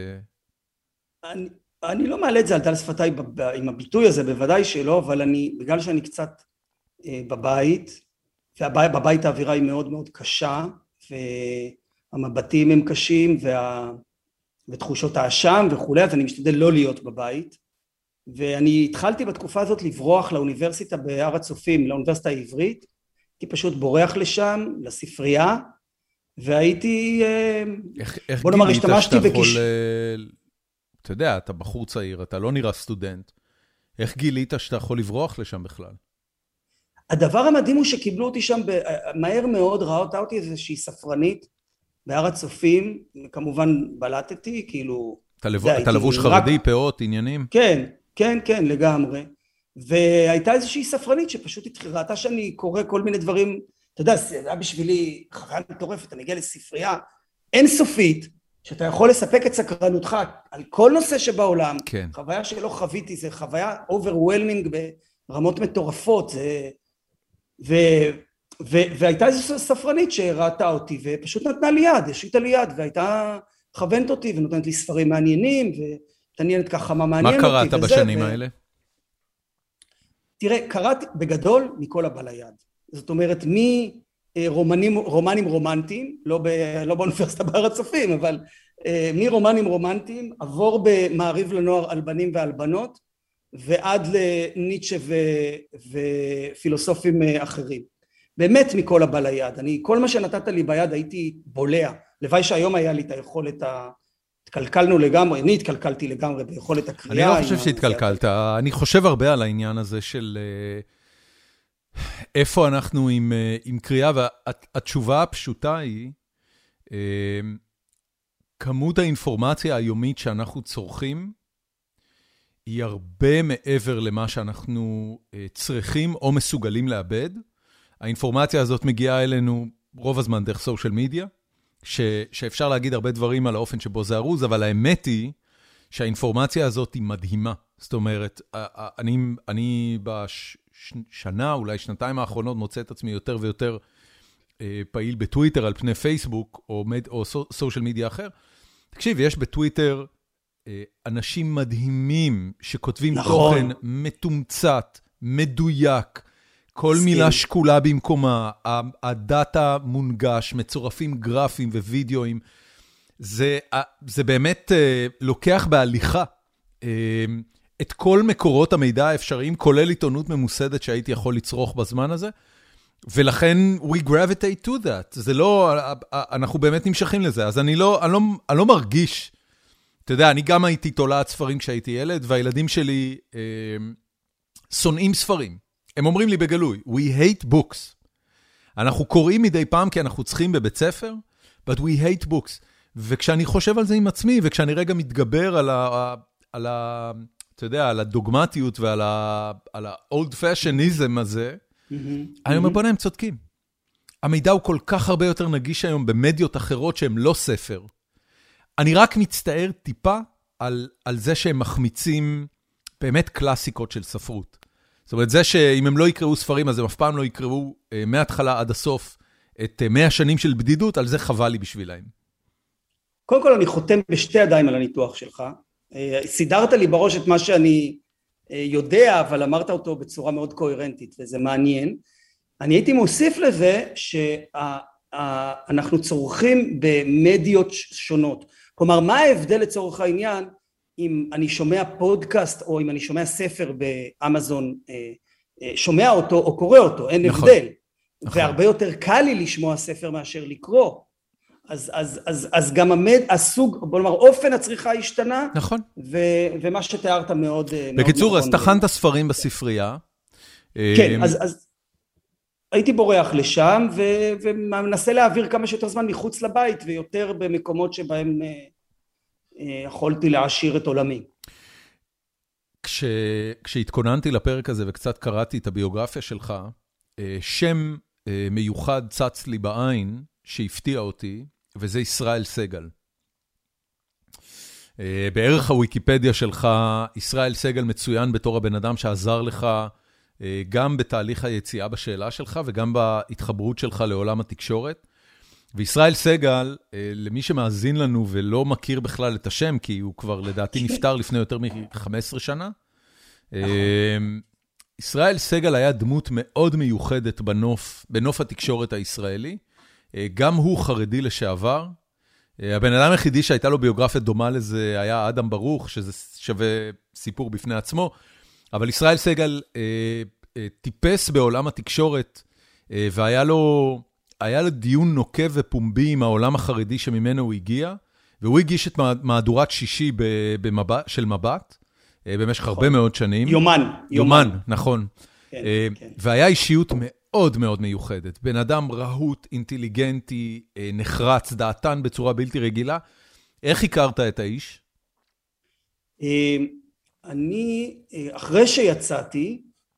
אני לא מעלה את זה על דל שפתיי עם הביטוי הזה, בוודאי שלא, אבל אני, בגלל שאני קצת בבית, ובבית האווירה היא מאוד מאוד קשה, והמבטים הם קשים, וה... ותחושות האשם וכו', אז אני משתדל לא להיות בבית, ואני התחלתי בתקופה הזאת לברוח לאוניברסיטה בהר הצופים, לאוניברסיטה העברית, הייתי פשוט בורח לשם, לספרייה, והייתי, איך, איך בוא נאמר, השתמשתי בקיש... יכול, אתה יודע, אתה בחור צעיר, אתה לא נראה סטודנט, איך גילית שאתה יכול לברוח לשם בכלל? הדבר המדהים הוא שקיבלו אותי שם, מהר מאוד ראה אותה אותי איזושהי ספרנית, בהר הצופים, כמובן בלטתי, כאילו... אתה לבוש חרדי, פאות, עניינים? כן, כן, כן, לגמרי. והייתה איזושהי ספרנית שפשוט ראתה שאני קורא כל מיני דברים, אתה יודע, זה היה בשבילי חוויה מטורפת, אני אגיע לספרייה אינסופית, שאתה יכול לספק את סקרנותך על כל נושא שבעולם, כן. חוויה שלא חוויתי, זה חוויה overwhelming ברמות מטורפות, זה... ו... ו... והייתה איזו ספרנית שראתה אותי, ופשוט נתנה לי יד, השיטה לי יד, והייתה מכוונת אותי, ונותנת לי ספרים מעניינים, ותעניינת ככה מה מעניין אותי. מה קראת בשנים ו... האלה? תראה, קראתי בגדול מכל הבא ליד. זאת אומרת, מרומנים, רומנים רומנטיים, לא, ב, לא באוניברסיטה בהר הצופים, אבל מרומנים רומנטיים, עבור במעריב לנוער על בנים ועל בנות, ועד לניטשה ו, ופילוסופים אחרים. באמת מכל הבא ליד. אני, כל מה שנתת לי ביד הייתי בולע. לוואי שהיום היה לי את היכולת ה... התקלקלנו לגמרי, אני התקלקלתי לגמרי ביכולת הקריאה. אני לא חושב שהתקלקלת, אני חושב הרבה על העניין הזה של איפה אנחנו עם, עם קריאה, והתשובה הפשוטה היא, כמות האינפורמציה היומית שאנחנו צורכים, היא הרבה מעבר למה שאנחנו צריכים או מסוגלים לאבד. האינפורמציה הזאת מגיעה אלינו רוב הזמן דרך סושיאל מדיה, ש, שאפשר להגיד הרבה דברים על האופן שבו זה ארוז, אבל האמת היא שהאינפורמציה הזאת היא מדהימה. זאת אומרת, אני, אני בשנה, אולי שנתיים האחרונות, מוצא את עצמי יותר ויותר פעיל בטוויטר על פני פייסבוק, או, או סושיאל מדיה אחר. תקשיב, יש בטוויטר אנשים מדהימים שכותבים נכון. תוכן מתומצת, מדויק, כל מילה שקולה במקומה, הדאטה מונגש, מצורפים גרפים ווידאוים, זה, זה באמת לוקח בהליכה את כל מקורות המידע האפשריים, כולל עיתונות ממוסדת שהייתי יכול לצרוך בזמן הזה, ולכן we gravitate to that, זה לא, אנחנו באמת נמשכים לזה, אז אני לא, אני לא, אני לא מרגיש, אתה יודע, אני גם הייתי תולעת ספרים כשהייתי ילד, והילדים שלי אה, שונאים ספרים. הם אומרים לי בגלוי, we hate books. אנחנו קוראים מדי פעם כי אנחנו צריכים בבית ספר, but we hate books. וכשאני חושב על זה עם עצמי, וכשאני רגע מתגבר על ה, על ה, אתה יודע, על הדוגמטיות ועל ה, על ה-old fashionism הזה, mm-hmm. אני אומר, בוא נהם צודקים. המידע הוא כל כך הרבה יותר נגיש היום במדיות אחרות שהן לא ספר. אני רק מצטער טיפה על, על זה שהם מחמיצים באמת קלאסיקות של ספרות. זאת אומרת, זה שאם הם לא יקראו ספרים, אז הם אף פעם לא יקראו אה, מההתחלה עד הסוף את אה, מאה שנים של בדידות, על זה חבל לי בשבילהם. קודם כל אני חותם בשתי ידיים על הניתוח שלך. אה, סידרת לי בראש את מה שאני אה, יודע, אבל אמרת אותו בצורה מאוד קוהרנטית, וזה מעניין. אני הייתי מוסיף לזה שאנחנו צורכים במדיות שונות. כלומר, מה ההבדל לצורך העניין, אם אני שומע פודקאסט או אם אני שומע ספר באמזון, שומע אותו או קורא אותו, אין נכון, הבדל. נכון. והרבה יותר קל לי לשמוע ספר מאשר לקרוא. אז, אז, אז, אז גם המד, הסוג, בוא נאמר, אופן הצריכה השתנה. נכון. ו, ומה שתיארת מאוד, בקיצור, מאוד אז נכון. תחנת ספרים בספרייה. כן, אז, אז הייתי בורח לשם ו, ומנסה להעביר כמה שיותר זמן מחוץ לבית ויותר במקומות שבהם יכולתי להעשיר את עולמי. כש, כשהתכוננתי לפרק הזה וקצת קראתי את הביוגרפיה שלך, שם מיוחד צץ לי בעין שהפתיע אותי, וזה ישראל סגל. בערך הוויקיפדיה שלך, ישראל סגל מצוין בתור הבן אדם שעזר לך גם בתהליך היציאה בשאלה שלך וגם בהתחברות שלך לעולם התקשורת. וישראל סגל, למי שמאזין לנו ולא מכיר בכלל את השם, כי הוא כבר לדעתי נפטר לפני יותר מ-חמש עשרה שנה, ישראל סגל היה דמות מאוד מיוחדת בנוף, בנוף התקשורת הישראלי, גם הוא חרדי לשעבר, הבן אדם היחידי שהייתה לו ביוגרפיה דומה לזה היה אדם ברוך, שזה שווה סיפור בפני עצמו, אבל ישראל סגל טיפס בעולם התקשורת, והיה לו... היה לו דיון נוקב ופומבי עם העולם החרדי שממנו הוא הגיע, והוא הגיש את מהדורת שישי במבט, של מבט, במשך הרבה מאוד שנים. יומן. יומן, נכון. כן, כן. והיה אישיות מאוד מאוד מיוחדת. בן אדם רהוט, אינטליגנטי, נחרץ, דעתן בצורה בלתי רגילה. איך הכרת את האיש? אני, אחרי שיצאתי,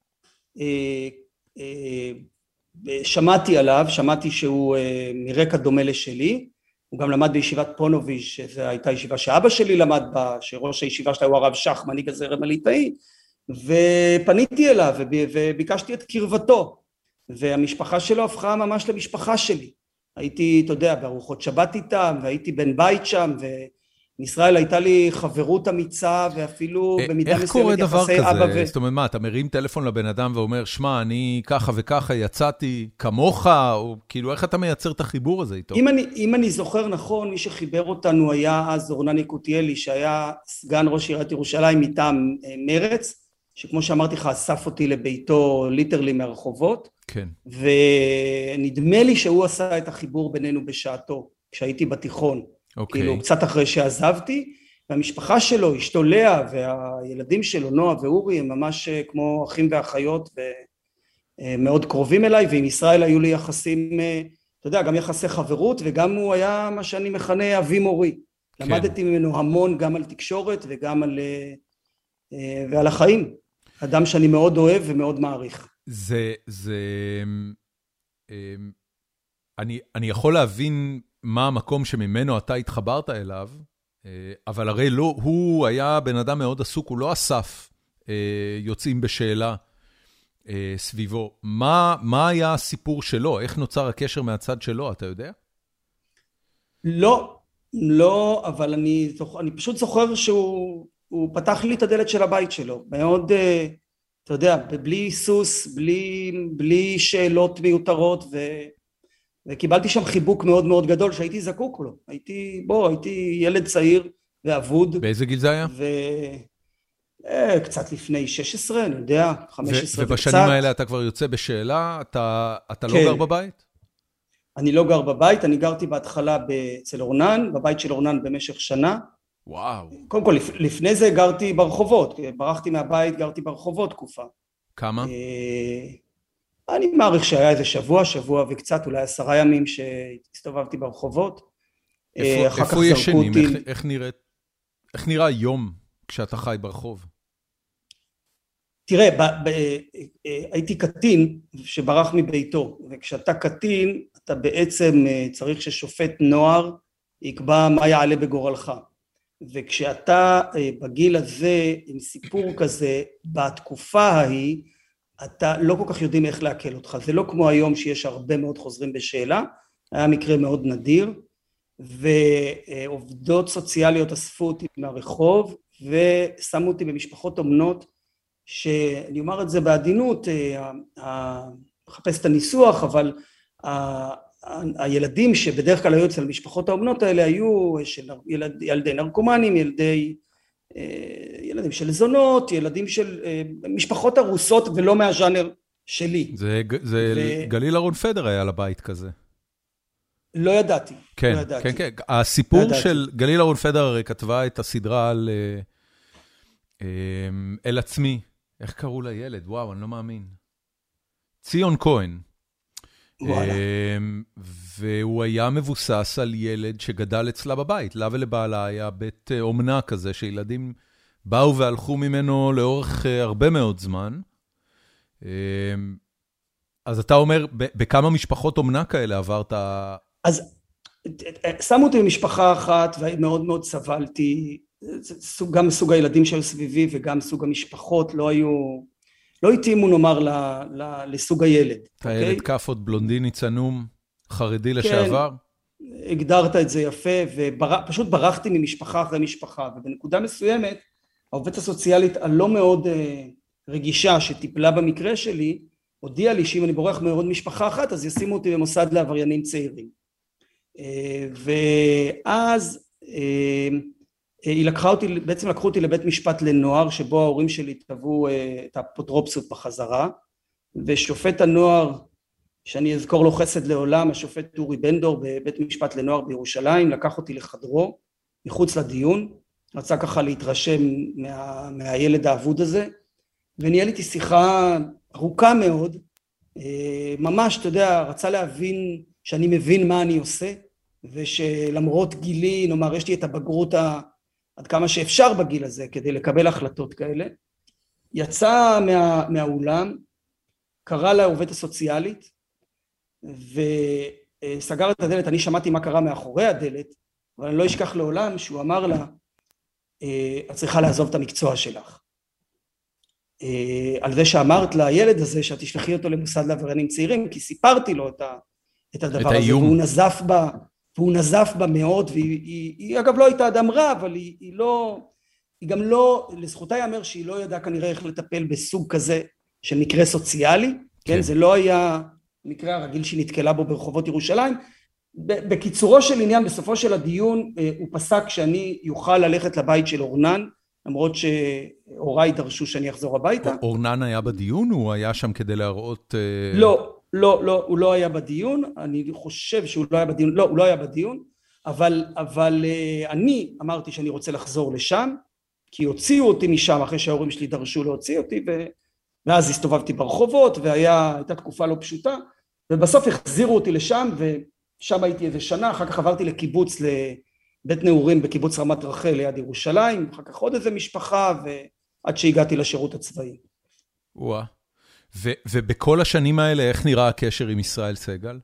שמעתי עליו, שמעתי שהוא מרקע דומה לשלי, הוא גם למד בישיבת פונוביץ', שזו הייתה ישיבה שאבא שלי למד בה, שראש הישיבה שלה הוא הרב שח, מנהיג הזרם הליטאי, ופניתי אליו וביקשתי את קרבתו, והמשפחה שלו הפכה ממש למשפחה שלי. הייתי, אתה יודע, בארוחות שבת איתם, והייתי בן בית שם, ומישראל הייתה לי חברות אמיצה, ואפילו במידה מסוימת יחסי אבא ו... איך קורה דבר כזה? זאת אומרת, מה, אתה מרים טלפון לבן אדם ואומר, שמע, אני ככה וככה יצאתי כמוך, או כאילו, איך אתה מייצר את החיבור הזה איתו? אם אני, אם אני זוכר נכון, מי שחיבר אותנו היה אז אורנן יקותיאלי, שהיה סגן ראש עיריית ירושלים מטעם מרץ, שכמו שאמרתי לך, אסף אותי לביתו ליטרלי מהרחובות, כן. ונדמה לי שהוא עשה את החיבור בינינו בשעתו, כשהייתי בתיכון, אוקיי. כאילו קצת אחרי שעזבתי, והמשפחה שלו, אשתו לאה, והילדים שלו, נועה ואורי, הם ממש כמו אחים ואחיות, ומאוד קרובים אליי, ועם ישראל היו לי יחסים, אתה יודע, גם יחסי חברות, וגם הוא היה מה שאני מכנה אבי מורי. כן. למדתי ממנו המון, גם על תקשורת, וגם על, ועל החיים. אדם שאני מאוד אוהב ומאוד מעריך. זה, זה, אני, אני יכול להבין מה המקום שממנו אתה התחברת אליו, אבל הרי לא, הוא היה בן אדם מאוד עסוק, הוא לא אסף יוצאים בשאלה סביבו. מה, מה היה הסיפור שלו? איך נוצר הקשר מהצד שלו, אתה יודע? לא, לא, אבל אני, אני פשוט זוכר שהוא, הוא פתח לי את הדלת של הבית שלו, מאוד, אתה יודע, בלי סוס, בלי, בלי שאלות מיותרות, ו, וקיבלתי שם חיבוק מאוד מאוד גדול שהייתי זקוק לו. הייתי, בוא, הייתי ילד צעיר ואבוד. באיזה גיל זה היה? ו... קצת לפני שש עשרה, אני יודע, חמש עשרה וקצת. ובשנים האלה אתה כבר יוצא בשאלה, אתה, אתה לא גר בבית? אני לא גר בבית, אני גרתי בהתחלה אצל אורנן, בבית של אורנן במשך שנה. וואו. קודם כל, לפני זה גרתי ברחובות, ברחתי מהבית, גרתי ברחובות תקופה. כמה? אני מעריך שהיה איזה שבוע, שבוע וקצת, אולי עשרה ימים שהסתובבתי ברחובות. איפה, איפה ישנים? איך, איך נראית, איך נראה יום כשאתה חי ברחוב? תראה, ב, ב, הייתי קטין שברח מביתו, וכשאתה קטין, אתה בעצם צריך ששופט נוער יקבע מה יעלה בגורלך. וכשאתה בגיל הזה, עם סיפור כזה, בתקופה ההיא, אתה לא כל כך יודעים איך להקל אותך. זה לא כמו היום שיש הרבה מאוד חוזרים בשאלה, היה מקרה מאוד נדיר, ועובדות סוציאליות אספו אותי מהרחוב, ושמו אותי במשפחות אומנות, שאני אומר את זה בעדינות, מחפש את הניסוח, אבל הילדים שבדרך כלל היו אצל משפחות האומנות האלה, היו של ילד, ילדי נרקומנים, ילדי, ילדים של זונות, ילדים של משפחות הרוסות ולא מהז'אנר שלי. זה, זה ו... גליל אהרון פדר היה לבית כזה. לא ידעתי. כן, לא ידעתי. כן, כן. הסיפור לא של גליל אהרון פדר הרי כתבה את הסדרה על אל עצמי. איך קראו לילד? וואו, אני לא מאמין. ציון כהן. וואלה. והוא היה מבוסס על ילד שגדל אצלה בבית. לה ולבעלה היה בית אומנה כזה, שילדים באו והלכו ממנו לאורך הרבה מאוד זמן. אז אתה אומר, בכמה משפחות אומנה כאלה עברת? אז שמו אותי במשפחה אחת, ומאוד מאוד סבלתי, גם סוג הילדים שהיו סביבי, וגם סוג המשפחות, לא היו, לא התאימו נאמר ל, ל, לסוג הילד. אתה ילד כפות, בלונדיני צנום, חרדי לשעבר? כן, הגדרת את זה יפה, ופשוט ברחתי ממשפחה אחרי משפחה, ובנקודה מסוימת, העובדת הסוציאלית הלא מאוד רגישה, שטיפלה במקרה שלי, הודיע לי שאם אני בורח מעוד משפחה אחת, אז ישימו אותי במוסד לעבריינים צעירים. ואז היא לקחה אותי, בעצם לקחו אותי לבית משפט לנוער, שבו ההורים שלי תבעו את האפוטרופסות בחזרה, ושופט הנוער, שאני אזכור לו חסד לעולם, השופט אורי בנדור בבית משפט לנוער בירושלים, לקח אותי לחדרו, מחוץ לדיון, רצה ככה להתרשם מה, מהילד האבוד הזה, וניהל איתי שיחה ארוכה מאוד, ממש, אתה יודע, רצה להבין שאני מבין מה אני עושה, ושלמרות גילי, נאמר, יש לי את הבגרות עד כמה שאפשר בגיל הזה, כדי לקבל החלטות כאלה. יצא מה, מהאולם, קרא לעובדת הסוציאלית, וסגר את הדלת. אני שמעתי מה קרה מאחורי הדלת, אבל אני לא אשכח לעולם שהוא אמר לה, את צריכה לעזוב את המקצוע שלך. על זה שאמרת לילד הזה שאת תשלחי אותו למוסד לעבריינים צעירים, כי סיפרתי לו את, ה, את הדבר את הזה, והוא נזף בה, והוא נזף בה מאוד, והיא היא, היא, אגב לא הייתה אדם רע, אבל היא, היא לא, היא גם לא, לזכותה יאמר שהיא לא ידעה כנראה איך לטפל בסוג כזה של מקרה סוציאלי, כן, כן זה לא היה מקרה הרגיל שהיא נתקלה בו ברחובות ירושלים. בקיצורו של עניין, בסופו של הדיון, הוא פסק שאני יוכל ללכת לבית של אורנן, למרות שהוריי דרשו שאני אחזור הביתה. אורנן היה בדיון? הוא היה שם כדי להראות... לא, לא, לא, הוא לא היה בדיון. אני חושב שהוא לא היה בדיון. לא, הוא לא היה בדיון. אבל, אבל אני אמרתי שאני רוצה לחזור לשם, כי הוציאו אותי משם אחרי שההורים שלי דרשו להוציא אותי, ואז הסתובבתי ברחובות, והייתה תקופה לא פשוטה, ובסוף החזירו אותי לשם, ושם הייתי איזה שנה, אחר כך עברתי לקיבוץ, לבית נעורים בקיבוץ רמת רחל ליד ירושלים, אחר כך עוד איזה משפחה, ועד שהגעתי לשירות הצבאי. וואה. ובכל השנים האלה, איך נראה הקשר עם ישראל סגל?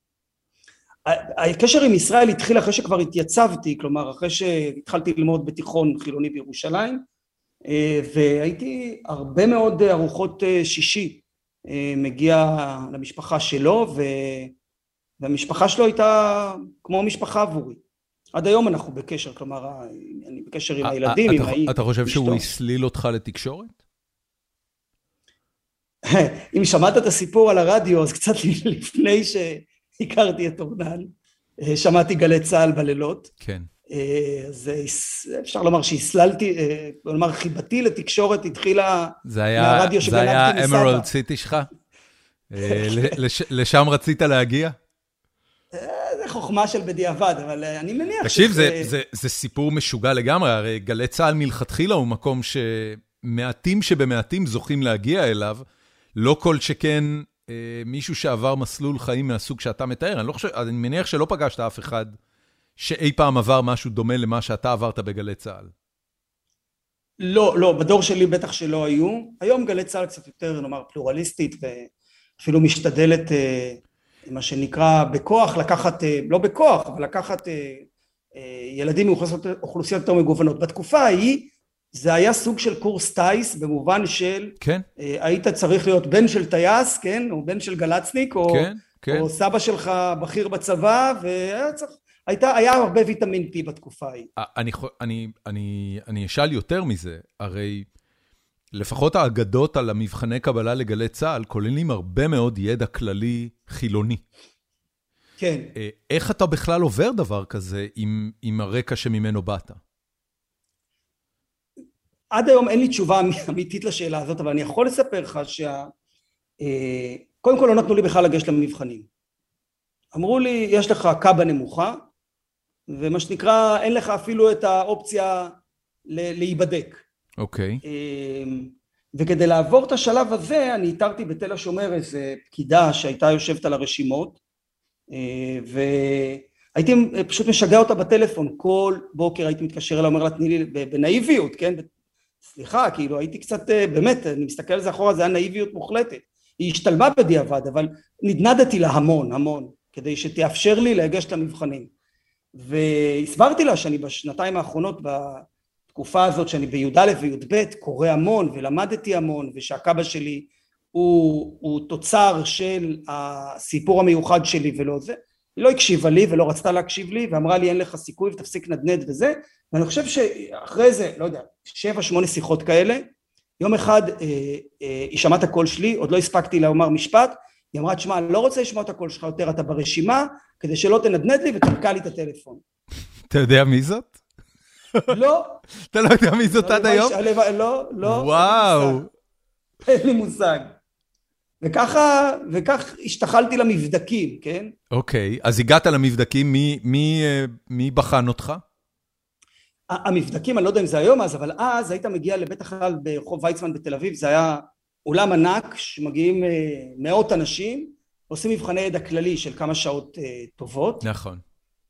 הקשר עם ישראל התחיל אחרי שכבר התייצבתי, כלומר, אחרי שהתחלתי ללמוד בתיכון חילוני בירושלים, והייתי הרבה מאוד ארוחות שישי, מגיע למשפחה שלו, והמשפחה שלו הייתה כמו משפחה עבורי. עד היום אנחנו בקשר, כלומר, אני בקשר עם הילדים, עם האי. אתה חושב שהוא הסליל אותך לתקשורת? אם שמעת את הסיפור על הרדיו, אז קצת לפני שהכרתי את אורנן, שמעתי גלי צהל בלילות. כן. אז אפשר לומר שהסללתי, כלומר חיבתי לתקשורת התחילה מהרדיו שגנבתי מסבא. זה היה אמרלד סיטי שלך? לשם רצית להגיע? זה חוכמה של בדיעבד, אבל אני מניח... תקשיב, זה סיפור משוגע לגמרי, הרי גלי צהל מלכתחילה הוא מקום שמעטים שבמעטים זוכים להגיע אליו, לא כל שכן מישהו שעבר מסלול חיים מהסוג שאתה מתאר, אני, לא חושב, אני מניח שלא פגשת אף אחד שאי פעם עבר משהו דומה למה שאתה עברת בגלי צהל. לא, לא, בדור שלי בטח שלא היו. היום גלי צהל קצת יותר, נאמר, פלורליסטית, ואפילו משתדלת, מה שנקרא, בכוח, לקחת, לא בכוח, אבל לקחת ילדים מאוכלוסיות יותר מגוונות. בתקופה ההיא, זה היה סוג של קורס טייס, במובן של, כן. היית צריך להיות בן של טייס, כן, או בן של גלצניק, או, כן, כן. או סבא שלך בכיר בצבא, והיה צריך... הייתה, היה הרבה ויטמין פי בתקופה ההיא. אני, אני, אני, אני אשאל יותר מזה, הרי לפחות האגדות על המבחני קבלה לגלי צהל, כוללים הרבה מאוד ידע כללי חילוני. כן. איך אתה בכלל עובר דבר כזה עם, עם הרקע שממנו באת? עד היום אין לי תשובה אמיתית לשאלה הזאת, אבל אני יכול לספר לך שה... קודם כל לא נתנו לי בכלל לגשת למבחנים. אמרו לי, יש לך קב"א נמוכה, ומה שנקרא, אין לך אפילו את האופציה להיבדק. אוקיי. וכדי לעבור את השלב הזה, אני איתרתי בתל השומר איזו פקידה שהייתה יושבת על הרשימות, והייתי פשוט משגע אותה בטלפון, כל בוקר הייתי מתקשר אליה, אומר לה, תני לי בנאיביות, כן? סליחה, כאילו הייתי קצת, באמת, אני מסתכל על זה אחורה, זה היה נאיביות מוחלטת. היא השתלמה בדיעבד, אבל נדנדתי לה המון, המון, כדי שתאפשר לי להגשת למבחנים. והסברתי לה שאני בשנתיים האחרונות, בתקופה הזאת שאני בי"א וי"ב, קורא המון ולמדתי המון, ושהקב"א שלי הוא, הוא תוצר של הסיפור המיוחד שלי ולא זה. היא לא הקשיבה לי ולא רצתה להקשיב לי, ואמרה לי אין לך סיכוי ותפסיק נדנד וזה, ואני חושב שאחרי זה, לא יודע, שבע, שמונה שיחות כאלה, יום אחד אה, אה, היא שמעה את הקול שלי, עוד לא הספקתי לומר משפט, היא אמרה, תשמע, אני לא רוצה לשמוע את הקול שלך יותר, אתה ברשימה, כדי שלא תנדנד לי ותרקע לי את הטלפון. אתה יודע מי זאת? לא. אתה לא יודע מי זאת עד היום? לא, לא. וואו. אין לי מושג. וככה, וכך השתחלתי למבדקים, כן? אוקיי, אז הגעת למבדקים, מי, מי, מי בחן אותך? המבדקים, אני לא יודע אם זה היום אז, אבל אז היית מגיע לבית החלל ברחוב ויצמן בתל אביב, זה היה אולם ענק שמגיעים מאות אנשים, עושים מבחני ידע כללי של כמה שעות טובות. נכון.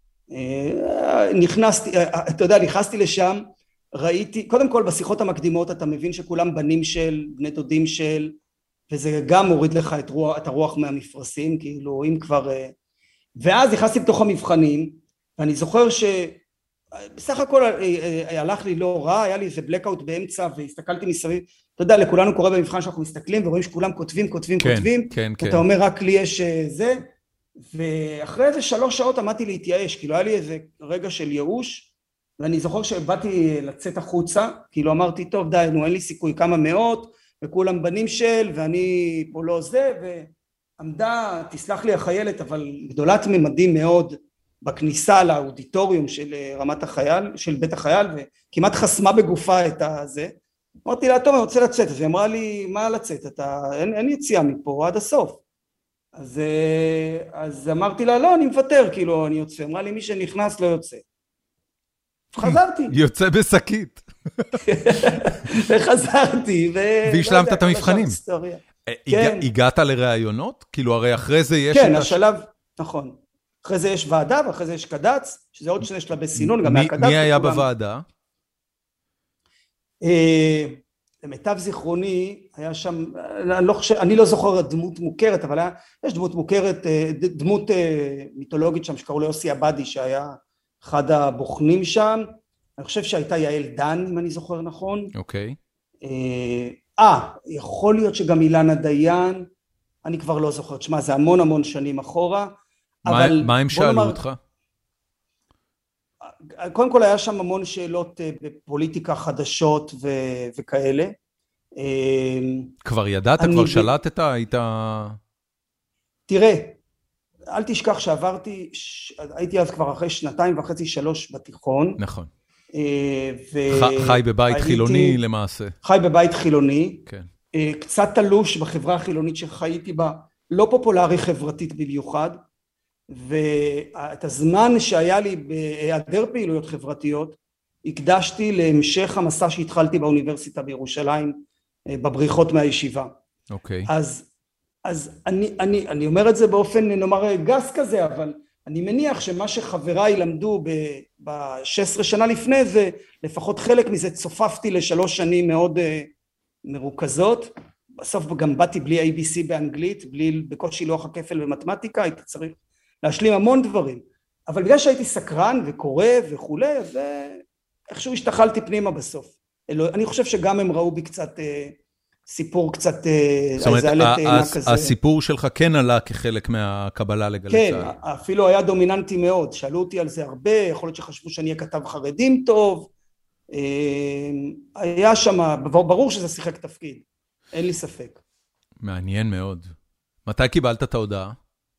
נכנסתי, אתה יודע, נכנסתי לשם, ראיתי, קודם כל בשיחות המקדימות אתה מבין שכולם בנים של, בני דודים של, וזה גם מוריד לך את רוח, את הרוח מהמפרשים, כאילו אם כבר, ואז נכנסתי בתוך המבחנים, ואני זוכר שבסך הכל הלך לי לא רע, היה לי איזה בלקאוט באמצע, והסתכלתי מסביב, אתה יודע, לכולנו קורה במבחן שאנחנו מסתכלים, ורואים שכולם כותבים, כותבים, כן, כותבים, כן, ואתה כן. אומר רק לי יש זה, ואחרי איזה שלוש שעות עמדתי להתייאש, כאילו היה לי איזה רגע של ייאוש, ואני זוכר שבאתי לצאת החוצה, כאילו אמרתי, טוב די, נו אין לי סיכוי, כמה מאות, וכולם בנים של, ואני פה לא זה, ועמדה, תסלח לי החיילת, אבל גדולת ממדים מאוד, בכניסה לאודיטוריום של רמת החייל, של בית החייל, וכמעט חסמה בגופה את הזה, אמרתי לה, טוב, אני רוצה לצאת, אז היא אמרה לי, מה לצאת? אתה, אין, אין יציאה מפה עד הסוף. אז, אז אמרתי לה, לא, אני מוותר, כאילו, אני יוצא. אמרה לי, מי שנכנס לא יוצא. חזרתי. יוצא בשקית. וחזרתי. והשלמת את המבחנים. הגעת לראיונות? כאילו, הרי אחרי זה יש... כן, השלב, נכון. אחרי זה יש ועדה, ואחרי זה יש קדץ, שזה עוד שני שלבי סינון, גם מהקדץ. מי היה בוועדה? למיטב זיכרוני, היה שם, אני לא חושב, אני לא זוכר דמות מוכרת, אבל היה, יש דמות מוכרת, דמות מיתולוגית שם, שקראו לו יוסי עבדי, שהיה אחד הבוחנים שם, אני חושב שהייתה יעל דן, אם אני זוכר נכון. אוקיי. אה, יכול להיות שגם אילנה דיין, אני כבר לא זוכר, תשמע, זה המון המון שנים אחורה, אבל... מה הם שאלו אותך? קודם כל היה שם המון שאלות בפוליטיקה חדשות ו- וכאלה. כבר ידעת, כבר שלטת, היית... תראה, אל תשכח שעברתי, הייתי אז כבר אחרי שנתיים וחצי שלוש בתיכון. נכון. ו- חי בבית חילוני למעשה. חי בבית חילוני. כן. קצת תלוש בחברה החילונית שחייתי בה, לא פופולרי חברתית במיוחד. ואת הזמן שהיה לי בהיעדר פעילויות חברתיות הקדשתי להמשך המסע שהתחלתי באוניברסיטה בירושלים בבריחות מהישיבה. אוקיי. אז אז אני אני אני אומר את זה באופן נאמר גס כזה, אבל אני מניח שמה שחבריי למדו ב-שש עשרה שנה לפני זה, לפחות חלק מזה צופפתי לשלוש שנים מאוד מרוכזות. בסוף גם באתי בלי איי בי סי באנגלית, בלי בקושי לוח הכפל במתמטיקה, הייתי צריך להשלים המון דברים, אבל בגלל שהייתי סקרן וקורא וכולי, אז איכשהו השתחלתי פנימה בסוף. אני חושב שגם הם ראו בי קצת סיפור קצת... זאת אומרת, הסיפור שלך כן עלה כחלק מהקבלה לגלי צה"ל. כן, אפילו היה דומיננטי מאוד, שאלו אותי על זה הרבה, יכול להיות שחשבו שאני אהיה כתב חרדים טוב, היה שם, ברור שזה שיחק תפקיד, אין לי ספק. מעניין מאוד. מתי קיבלת את ההודעה?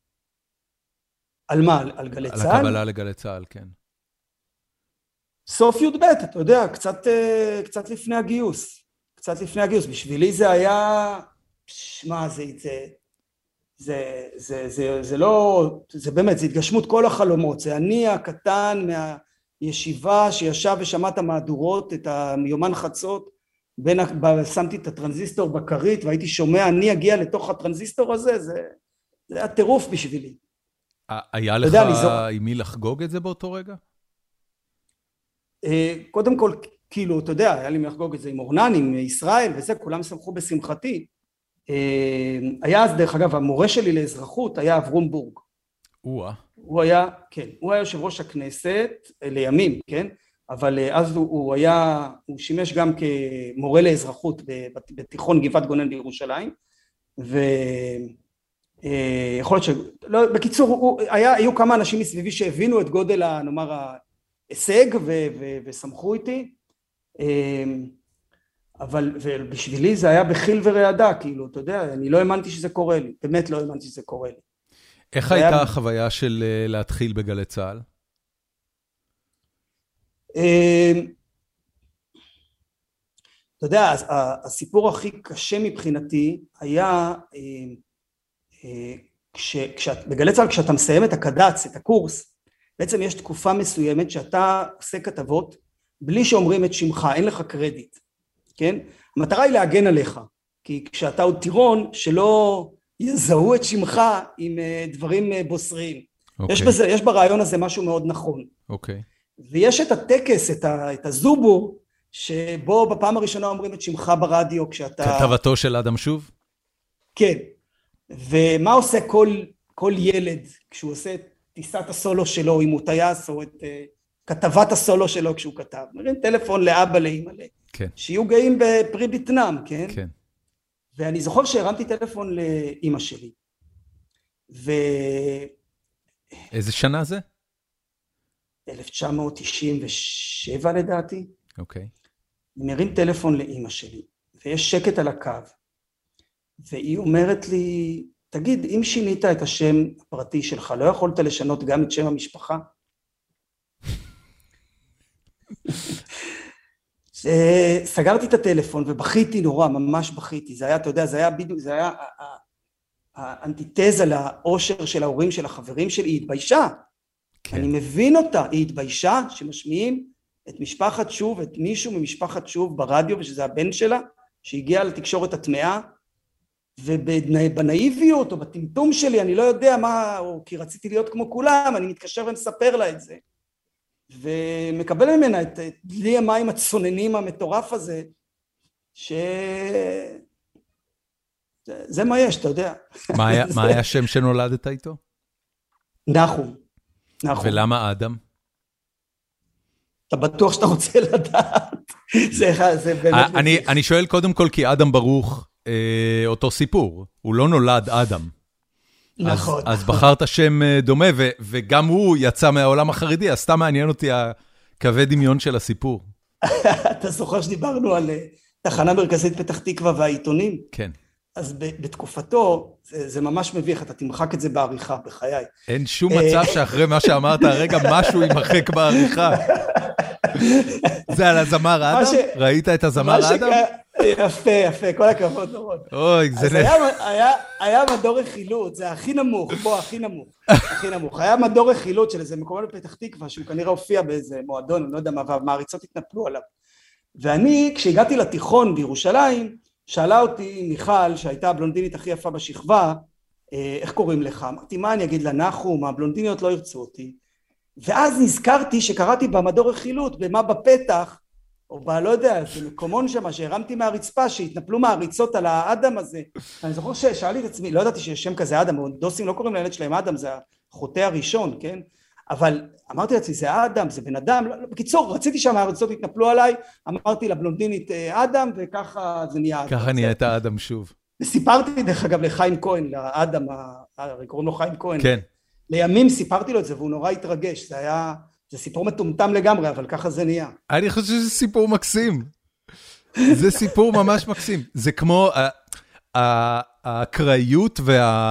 על מה? על גלי צה"ל? על הקבלה לגלי צה"ל, כן. סוף י"ב, אתה יודע, קצת, קצת לפני הגיוס. קצת לפני הגיוס. בשבילי זה היה, שמה, זה, זה, זה, זה, זה, זה לא, זה באמת, זה התגשמות כל החלומות. זה אני הקטן מהישיבה שישב ושמע את המהדורות, את היומן חצות, בין, שמתי את הטרנזיסטור בקרית, והייתי שומע, אני אגיע לתוך הטרנזיסטור הזה, זה, זה היה טירוף בשבילי. היה לך עם מי לחגוג את זה באותו רגע? קודם כל, כאילו, אתה יודע, היה לי מי לחגוג את זה עם אורנן, עם ישראל וזה, כולם שמחו בשמחתי. היה אז, דרך אגב, המורה שלי לאזרחות היה אברום בורג. וואה. הוא היה, כן, הוא היה יושב ראש הכנסת לימים, כן? אבל אז הוא, הוא היה, הוא שימש גם כמורה לאזרחות בתיכון גבעת גונן בירושלים, ו... יכול להיות ש... לא, בקיצור, הוא, היה, היו כמה אנשים מסביבי שהבינו את גודל, נאמר, ההישג ו, ו, ושמחו איתי, אבל בשבילי זה היה בחיל ורעדה, כאילו, אתה יודע, אני לא האמנתי שזה קורה לי, באמת לא האמנתי שזה קורה לי. איך הייתה היה... החוויה של להתחיל בגלי צה"ל? אתה יודע, הסיפור הכי קשה מבחינתי היה... כש, כשאת, בגלי צה"ל, כשאתה מסיים את הקד"צ, את הקורס, בעצם יש תקופה מסוימת שאתה עושה כתבות בלי שאומרים את שמך, אין לך קרדיט, כן? המטרה היא להגן עליך, כי כשאתה עוד טירון, שלא יזהו את שמך עם דברים בוסריים. Okay. יש בזה, יש ברעיון הזה משהו מאוד נכון. אוקיי. Okay. ויש את הטקס, את, ה, את הזובור, שבו בפעם הראשונה אומרים את שמך ברדיו כשאתה... כתבתו של אדם שוב? כן. ומה עושה כל, כל ילד כשהוא עושה את טיסת הסולו שלו, אם הוא טייס, או את uh, כתבת הסולו שלו כשהוא כתב? מרים טלפון לאבא, לאמא, כן. שיהיו גאים בפרי בטנם, כן? כן. ואני זוכר שהרמתי טלפון לאמא שלי. ו... איזה שנה זה? אלף תשע מאות תשעים ושבע לדעתי. אוקיי. אני מרים טלפון לאמא שלי, ויש שקט על הקו, והיא אומרת לי, תגיד, אם שינית את השם הפרטי שלך, לא יכולת לשנות גם את שם המשפחה? סגרתי את הטלפון ובכיתי נורא, ממש בכיתי. זה היה, אתה יודע, זה היה בדיוק, זה היה האנטיתזה לאושר של ההורים של החברים שלי, היא התביישה. כן. אני מבין אותה, היא התביישה שמשמיעים את משפחת שוב, את מישהו ממשפחת שוב ברדיו, ושזה הבן שלה, שהגיע לתקשורת התמאה, ובנאיביות או בטמטום שלי, אני לא יודע מה, או כי רציתי להיות כמו כולם, אני מתקשר ומספר לה את זה. ומקבל ממנה את דלי המים הצוננים המטורף הזה, ש... זה מה יש, אתה יודע. מה היה, מה היה השם שנולדת איתו? נחום. נחום. ולמה אדם? אתה בטוח שאתה רוצה לדעת. זה, זה באמת... אני, אני שואל קודם כל, כי אדם ברוך, אה, אותו סיפור. הוא לא נולד אדם. נכון. אז, אז בחרת שם דומה, ו, וגם הוא יצא מהעולם החרדי, אז סתם מעניין אותי הקווי דמיון של הסיפור. אתה זוכר שדיברנו על תחנה מרכזית פתח תקווה והעיתונים? כן. אז בתקופתו, זה, זה ממש מביך, אתה תמחק את זה בעריכה, בחיי. אין שום מצב שאחרי מה שאמרת, הרגע משהו ימחק בעריכה. זה על הזמר אדם? ש... ראית את הזמר אדם? יפה, יפה, כל הכבוד נורוד. אוי, זה... אז היה, היה, היה מדור רכילות, זה הכי נמוך, בוא, הכי נמוך, הכי נמוך. היה מדור רכילות של איזה מקום בפתח תקווה, שהוא כנראה הופיע באיזה מועדון, אני לא יודע מה, והמעריצות התנפלו עליו. ואני, כשהגעתי לתיכון בירושלים, שאלה אותי מיכל, שהייתה הבלונדינית הכי יפה בשכבה, איך קוראים לך? אמרתי, מה אני אגיד לה, נחום, הבלונדיניות לא ירצו אותי. ואז נזכרתי שקראתי במדור רכילות, במה בפתח, או ב, לא יודע, זה מקומון שם, שהרמתי מהרצפה, שהתנפלו מהריצות על האדם הזה. אני זוכר ששאלתי את עצמי, לא ידעתי שיש שם כזה אדם, דוסים לא קוראים לילד שלהם אדם, זה החוטא הראשון, כן? אבל אמרתי לעצמי, זה האדם, זה בן אדם, לא, בקיצור, רציתי שהמהריצות התנפלו עליי, אמרתי לבלונדינית אדם, וככה זה נהיה אדם. ככה נהיית האדם שוב. וסיפרתי דרך אגב לחיים כהן, לאדם, קוראים לו חיים כהן. כן. לימים סיפרתי לו את זה, והוא נורא התרגש, זה היה, זה סיפור מטומטם לגמרי, אבל ככה זה נהיה. אני חושב שזה סיפור מקסים. זה סיפור ממש מקסים. זה כמו האקראיות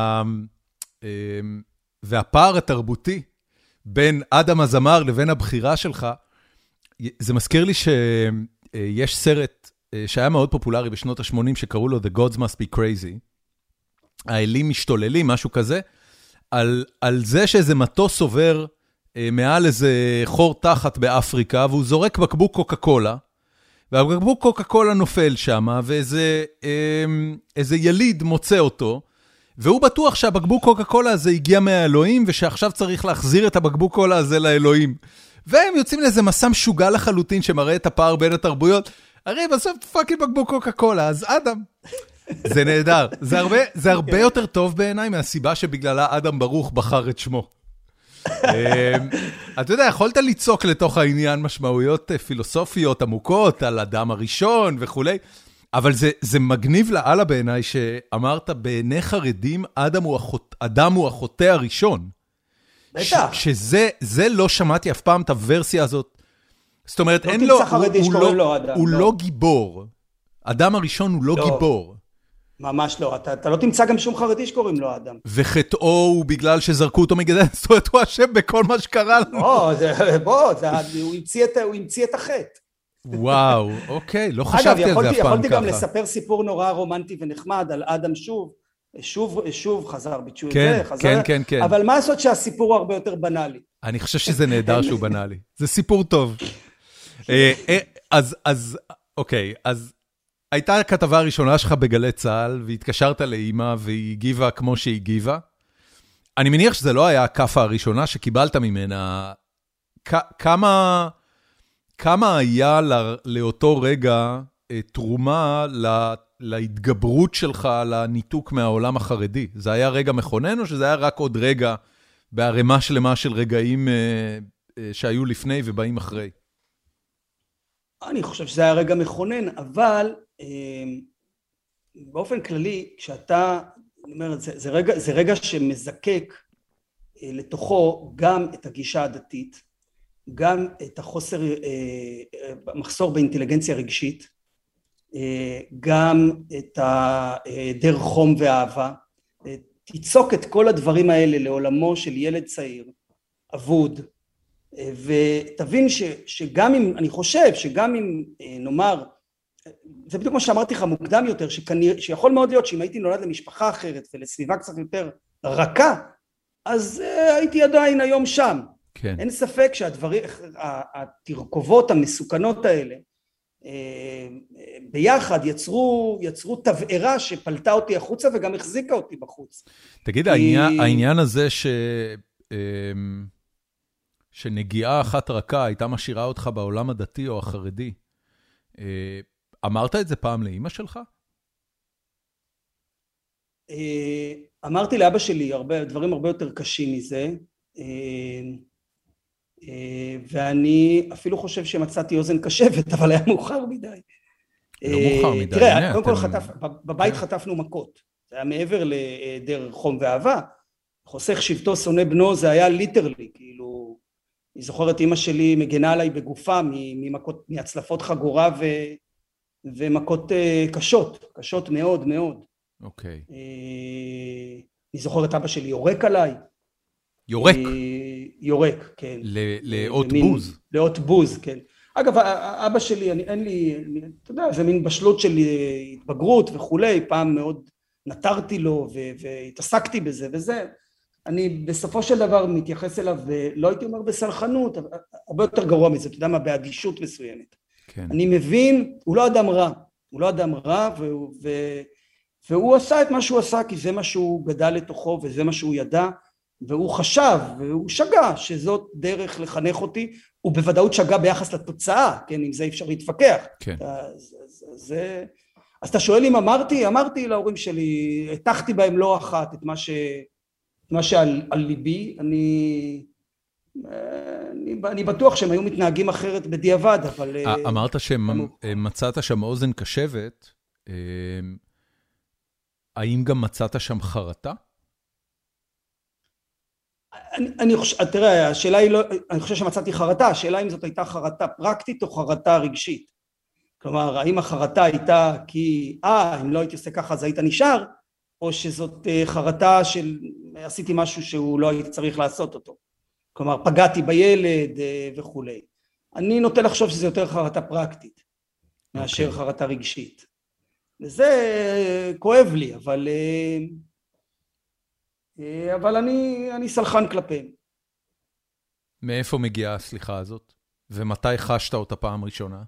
והפער התרבותי, בין אדם הזמר לבין הבחירה שלך. זה מזכיר לי שיש סרט שהיה מאוד פופולרי בשנות ה-שמונים, שקראו לו The Gods Must Be Crazy. האלים משתוללים, משהו כזה. על, על זה שאיזה מטוס עובר אה, מעל איזה חור תחת באפריקה, והוא זורק בקבוק קוקה קולה, והבקבוק קוקה קולה נופל שם, ואיזה אה, איזה יליד מוצא אותו, והוא בטוח שהבקבוק קוקה קולה הזה הגיע מהאלוהים, ושעכשיו צריך להחזיר את הבקבוק קולה הזה לאלוהים. והם יוצאים לאיזה מסע משוגע לחלוטין, שמראה את הפער בין התרבויות. הרי בסוף פאקינג בקבוק קוקה קולה, אז אדם... זה נהדר, זה הרבה, זה הרבה יותר טוב בעיניי מהסיבה שבגללה אדם ברוך בחר את שמו. אתה יודע, יכולת ליצוק לתוך העניין משמעויות פילוסופיות עמוקות על אדם הראשון וכולי, אבל זה, זה מגניב לאללה בעיניי שאמרת בעיני חרדים, אדם הוא, החוט, אדם הוא החוטא הראשון. בטח. ש, שזה, זה לא שמעתי אף פעם את הוורסיה הזאת. זאת אומרת, לא אין לו, הוא, הוא, לא, לא, אדם, הוא לא. לא גיבור. אדם הראשון הוא לא, לא. גיבור. ממש לא, אתה, אתה לא תמצא גם שום חרדי שקוראים לו אדם. וחטאו הוא בגלל שזרקו אותו מגדל, זאת אומרת, הוא אשם בכל מה שקרה לנו. בוא, זה, בוא זה, הוא, המציא את, הוא המציא את החטא. וואו, אוקיי, לא חשבתי על זה אף פעם ככה. יכולתי גם לספר סיפור נורא רומנטי ונחמד על אדם שוב, שוב, שוב חזר ביטשו את זה, חזר, כן, כן, כן. אבל מה לעשות שהסיפור הרבה יותר בנאלי? אני חושב שזה נהדר שהוא בנאלי. זה סיפור טוב. אז, אז, אוקיי, אז הייתה הכתבה הראשונה שלך בגלי צהל, והתקשרת לאמא, והיא הגיבה כמו שהיא הגיבה. אני מניח שזה לא היה הכפה הראשונה שקיבלת ממנה. כמה, כמה היה לאותו רגע תרומה להתגברות שלך, לניתוק מהעולם החרדי? זה היה רגע מכונן, או שזה היה רק עוד רגע בהרמה שלמה של רגעים שהיו לפני ובאים אחרי? אני חושב שזה היה רגע מכונן, אבל באופן כללי, כשאתה, אני אומר, זה, זה רגע, זה רגע שמזקק לתוכו גם את הגישה הדתית, גם את החוסר, מחסור באינטליגנציה רגשית, גם את היעדר חום ואהבה, תיצוק את כל הדברים האלה לעולמו של ילד צעיר, אבוד, ותבין ש, שגם אם, אני חושב שגם אם נאמר, זה בדיוק מה שאמרתי לך מוקדם יותר, שכנראה, שיכול מאוד להיות שאם הייתי נולד למשפחה אחרת ולסביבה קצת יותר רכה, אז הייתי עדיין היום שם. כן. אין ספק שהדברים, התרכובות המסוכנות האלה, ביחד יצרו, יצרו תבערה שפלטה אותי החוצה וגם החזיקה אותי בחוץ. תגיד, כי... העניין, העניין הזה ש... שנגיעה אחת רכה הייתה משאירה אותך בעולם הדתי או החרדי, אמרת את זה פעם לאמא שלך? אמרתי לאבא שלי הרבה, דברים הרבה יותר קשים מזה, ואני אפילו חושב שמצאתי אוזן קשבת, אבל היה מאוחר מדי. לא מאוחר מדי. תראה, קודם כל חטף, בבית חטפנו מכות, זה היה מעבר להיעדר חום ואהבה, חוסך שבטו שונא בנו, זה היה ליטרלי, כאילו, אני זוכרת אמא שלי מגנה עליי בגופה, ממכות, מהצלפות חגורה ו, ומכות קשות, קשות מאוד מאוד. אוקיי. אני זוכרת אבא שלי יורק עליי. יורק? יורק, כן. לאות בוז? לאות בוז, כן. אגב, אבא שלי, אני, אין לי, אני, אתה יודע, זה מין בשלות של התבגרות וכולי, פעם מאוד נטרתי לו והתעסקתי בזה וזה. אני בסופו של דבר מתייחס אליו, ולא הייתי אומר בסלחנות, הרבה יותר גרוע מזה, אתה יודע מה, באדישות מסוימת. כן. אני מבין, הוא לא אדם רע, הוא לא אדם רע, והוא, ו, והוא עשה את מה שהוא עשה, כי זה מה שהוא גדל לתוכו, וזה מה שהוא ידע, והוא חשב, והוא שגה, שזאת דרך לחנך אותי, הוא בוודאות שגה ביחס לתוצאה, כן, עם זה אפשר להתווכח. כן. אז, אז, זה... אז אתה שואל אם אמרתי, אמרתי להורים שלי, התחתי בהם לא אחת את מה ש... מה שעל על ליבי, אני, אני, אני בטוח שהם היו מתנהגים אחרת בדיעבד, אבל... אמרת שמצאת שם אוזן קשבת, האם גם מצאת שם חרטה? אני, אני חושב, תראה, השאלה היא לא, אני חושב שמצאתי חרטה, השאלה אם זאת הייתה חרטה פרקטית או חרטה רגשית. כלומר, האם החרטה הייתה כי, אה, אם לא הייתי עושה ככה אז היית נשאר, או שזאת חרטה של עשיתי משהו שהוא לא הייתי צריך לעשות אותו. כלומר, פגעתי בילד וכולי. אני נוטה לחשוב שזה יותר חרטה פרקטית, מאשר okay. חרטה רגשית. וזה כואב לי, אבל, אבל אני, אני סלחן כלפיהם. מאיפה מגיעה הסליחה הזאת? ומתי חשת אותה פעם ראשונה?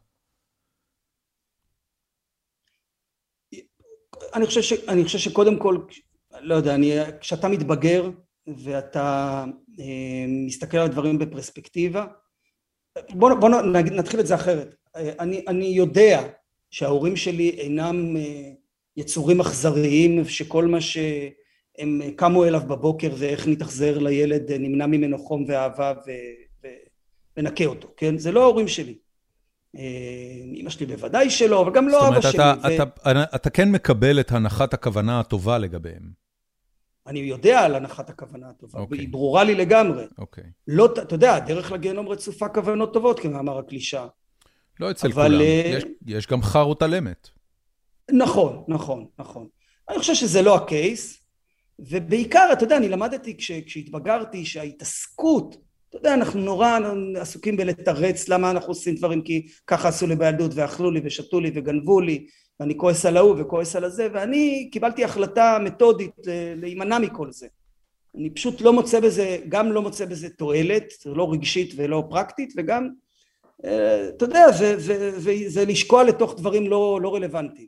אני חושב ש, אני חושב שקודם כל, לא יודע, אני, כשאתה מתבגר ואתה אה, מסתכל על הדברים בפרספקטיבה, בוא, בוא נתחיל את זה אחרת. אני, אני יודע שההורים שלי אינם אה, יצורים אכזריים, שכל מה שהם קמו אליו בבוקר זה איך נתאכזר לילד, נמנע ממנו חום ואהבה ו, ו, ונקה אותו, כן? זה לא ההורים שלי. אמא שלי בוודאי שלא, אבל גם לא אבא שלי. זאת אומרת, אתה כן מקבל את הנחת הכוונה הטובה לגביהם. אני יודע על הנחת הכוונה הטובה, היא ברורה לי לגמרי. לא, אתה יודע, הדרך לגיהנום רצופה כוונות טובות, כמאמר הקלישאה. לא אצל כולם, יש גם חרוט על אמת. נכון, נכון, נכון. אני חושב שזה לא הקייס, ובעיקר, אתה יודע, אני למדתי כשהתבגרתי שההתעסקות, אתה יודע, אנחנו נורא עסוקים בלתרץ למה אנחנו עושים דברים, כי ככה עשו לי בילדות ואכלו לי ושתו לי וגנבו לי, ואני כועס על ההוא וכועס על הזה, ואני קיבלתי החלטה מתודית להימנע מכל זה. אני פשוט לא מוצא בזה, גם לא מוצא בזה תועלת, לא רגשית ולא פרקטית, וגם אתה יודע, זה, זה, זה, זה לשקוע לתוך דברים לא, לא רלוונטיים.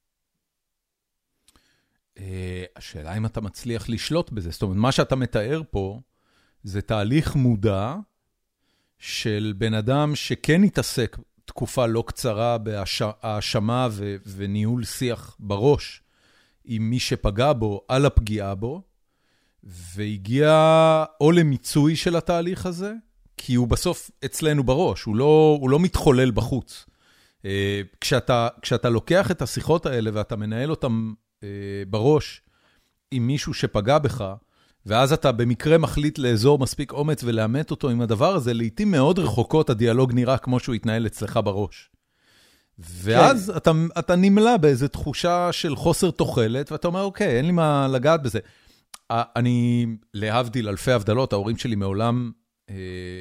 השאלה אם אתה מצליח לשלוט בזה, זאת אומרת, מה שאתה מתאר פה, זה תהליך מודע של בן אדם שכן התעסק תקופה לא קצרה בהאשמה ו- וניהול שיח בראש עם מי שפגע בו על הפגיעה בו, והגיע או למיצוי של התהליך הזה, כי הוא בסוף אצלנו בראש, הוא לא, הוא לא מתחולל בחוץ. כשאתה, כשאתה לוקח את השיחות האלה ואתה מנהל אותם בראש עם מישהו שפגע בך, ואז אתה במקרה מחליט לאזור מספיק אומץ ולאמת אותו עם הדבר הזה, לעתים מאוד רחוקות הדיאלוג נראה כמו שהוא יתנהל אצלך בראש. ואז כן. אתה, אתה נמלא באיזו תחושה של חוסר תוחלת, ואתה אומר, אוקיי, אין לי מה לגעת בזה. אני, להבדיל אלפי הבדלות, ההורים שלי מעולם אה,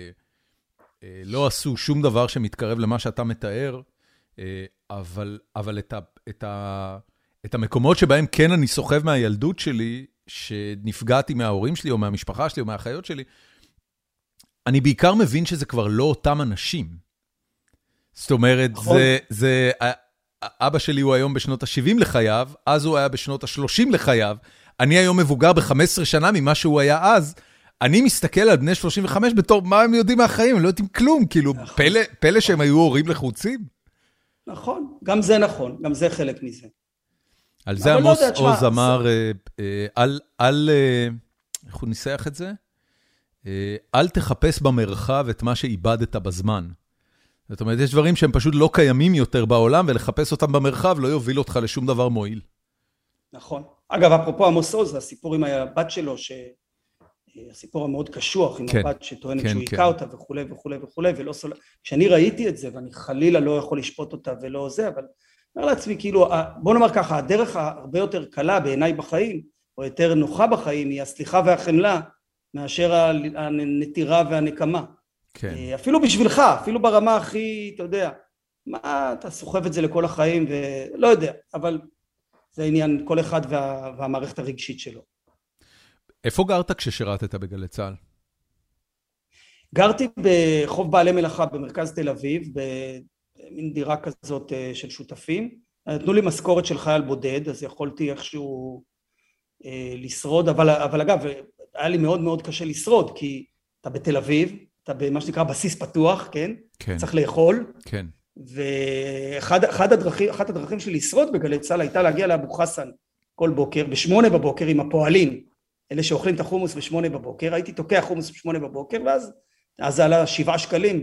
אה, לא עשו שום דבר שמתקרב למה שאתה מתאר, אה, אבל, אבל את, ה, את, ה, את המקומות שבהם כן אני סוחב מהילדות שלי, שנפגעתי מההורים שלי, או מהמשפחה שלי, או מהאחיות שלי, אני בעיקר מבין שזה כבר לא אותם אנשים. זאת אומרת, זה, זה, אבא שלי הוא היום בשנות ה-שבעים לחייו, אז הוא היה בשנות ה-שלושים לחייו, אני היום מבוגר ב-חמש עשרה שנה ממה שהוא היה אז, אני מסתכל על בני שלושים וחמש בתור, מה הם יודעים מהחיים? הם לא יודעים כלום, כאילו, פלא, פלא שהם היו הורים לחוצים. נכון, גם זה נכון, גם זה חלק מזה. על זה עמוס עוז אמר, אל, איך הוא ניסח את זה? אל תחפש במרחב את מה שאיבדת בזמן. זאת אומרת, יש דברים שהם פשוט לא קיימים יותר בעולם, ולחפש אותם במרחב לא יוביל אותך לשום דבר מועיל. נכון. אגב, אפרופו עמוס עוז, הסיפור עם הבת שלו, הסיפור המאוד קשוח עם הבת שטוענת שהוא עיקה אותה וכו' וכו' וכו', ולא סול... כשאני ראיתי את זה, ואני חלילה לא יכול לשפוט אותה ולא זה, אבל אומר לעצמי, כאילו, בוא נאמר ככה, הדרך הרבה יותר קלה בעיניי בחיים, או יותר נוחה בחיים, היא הסליחה והחמלה, מאשר הנטירה והנקמה. כן. אפילו בשבילך, אפילו ברמה הכי, אתה יודע, מה, אתה סוחב את זה לכל החיים, ולא יודע, אבל זה עניין כל אחד וה, והמערכת הרגשית שלו. איפה גרת כששירתת בגלי צה"ל? גרתי בחוב בעלי מלאכה במרכז תל אביב, במין דירה כזאת של שותפים. נתנו לי משכורת של חייל בודד, אז יכולתי איכשהו אה, לשרוד, אבל, אבל אגב, היה לי מאוד מאוד קשה לשרוד, כי אתה בתל אביב, אתה במה שנקרא בסיס פתוח, כן? כן. צריך לאכול. כן. ואחד אחד הדרכים, אחת הדרכים שלי לשרוד בגלי צה"ל הייתה להגיע לאבו חסן כל בוקר, בשמונה בבוקר עם הפועלים, אלה שאוכלים את החומוס בשמונה בבוקר, הייתי תוקע חומוס בשמונה בבוקר, ואז אז זה עלה שבעה שקלים, ב...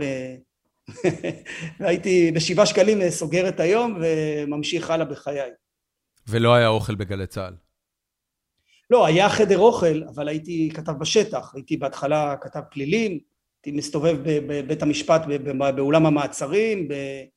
והייתי בשבעה שקלים סוגר את היום וממשיך הלאה בחיי. ולא היה אוכל בגלי צה"ל? לא, היה חדר אוכל, אבל הייתי כתב בשטח, הייתי בהתחלה כתב פלילים, הייתי מסתובב בבית המשפט, באולם המעצרים,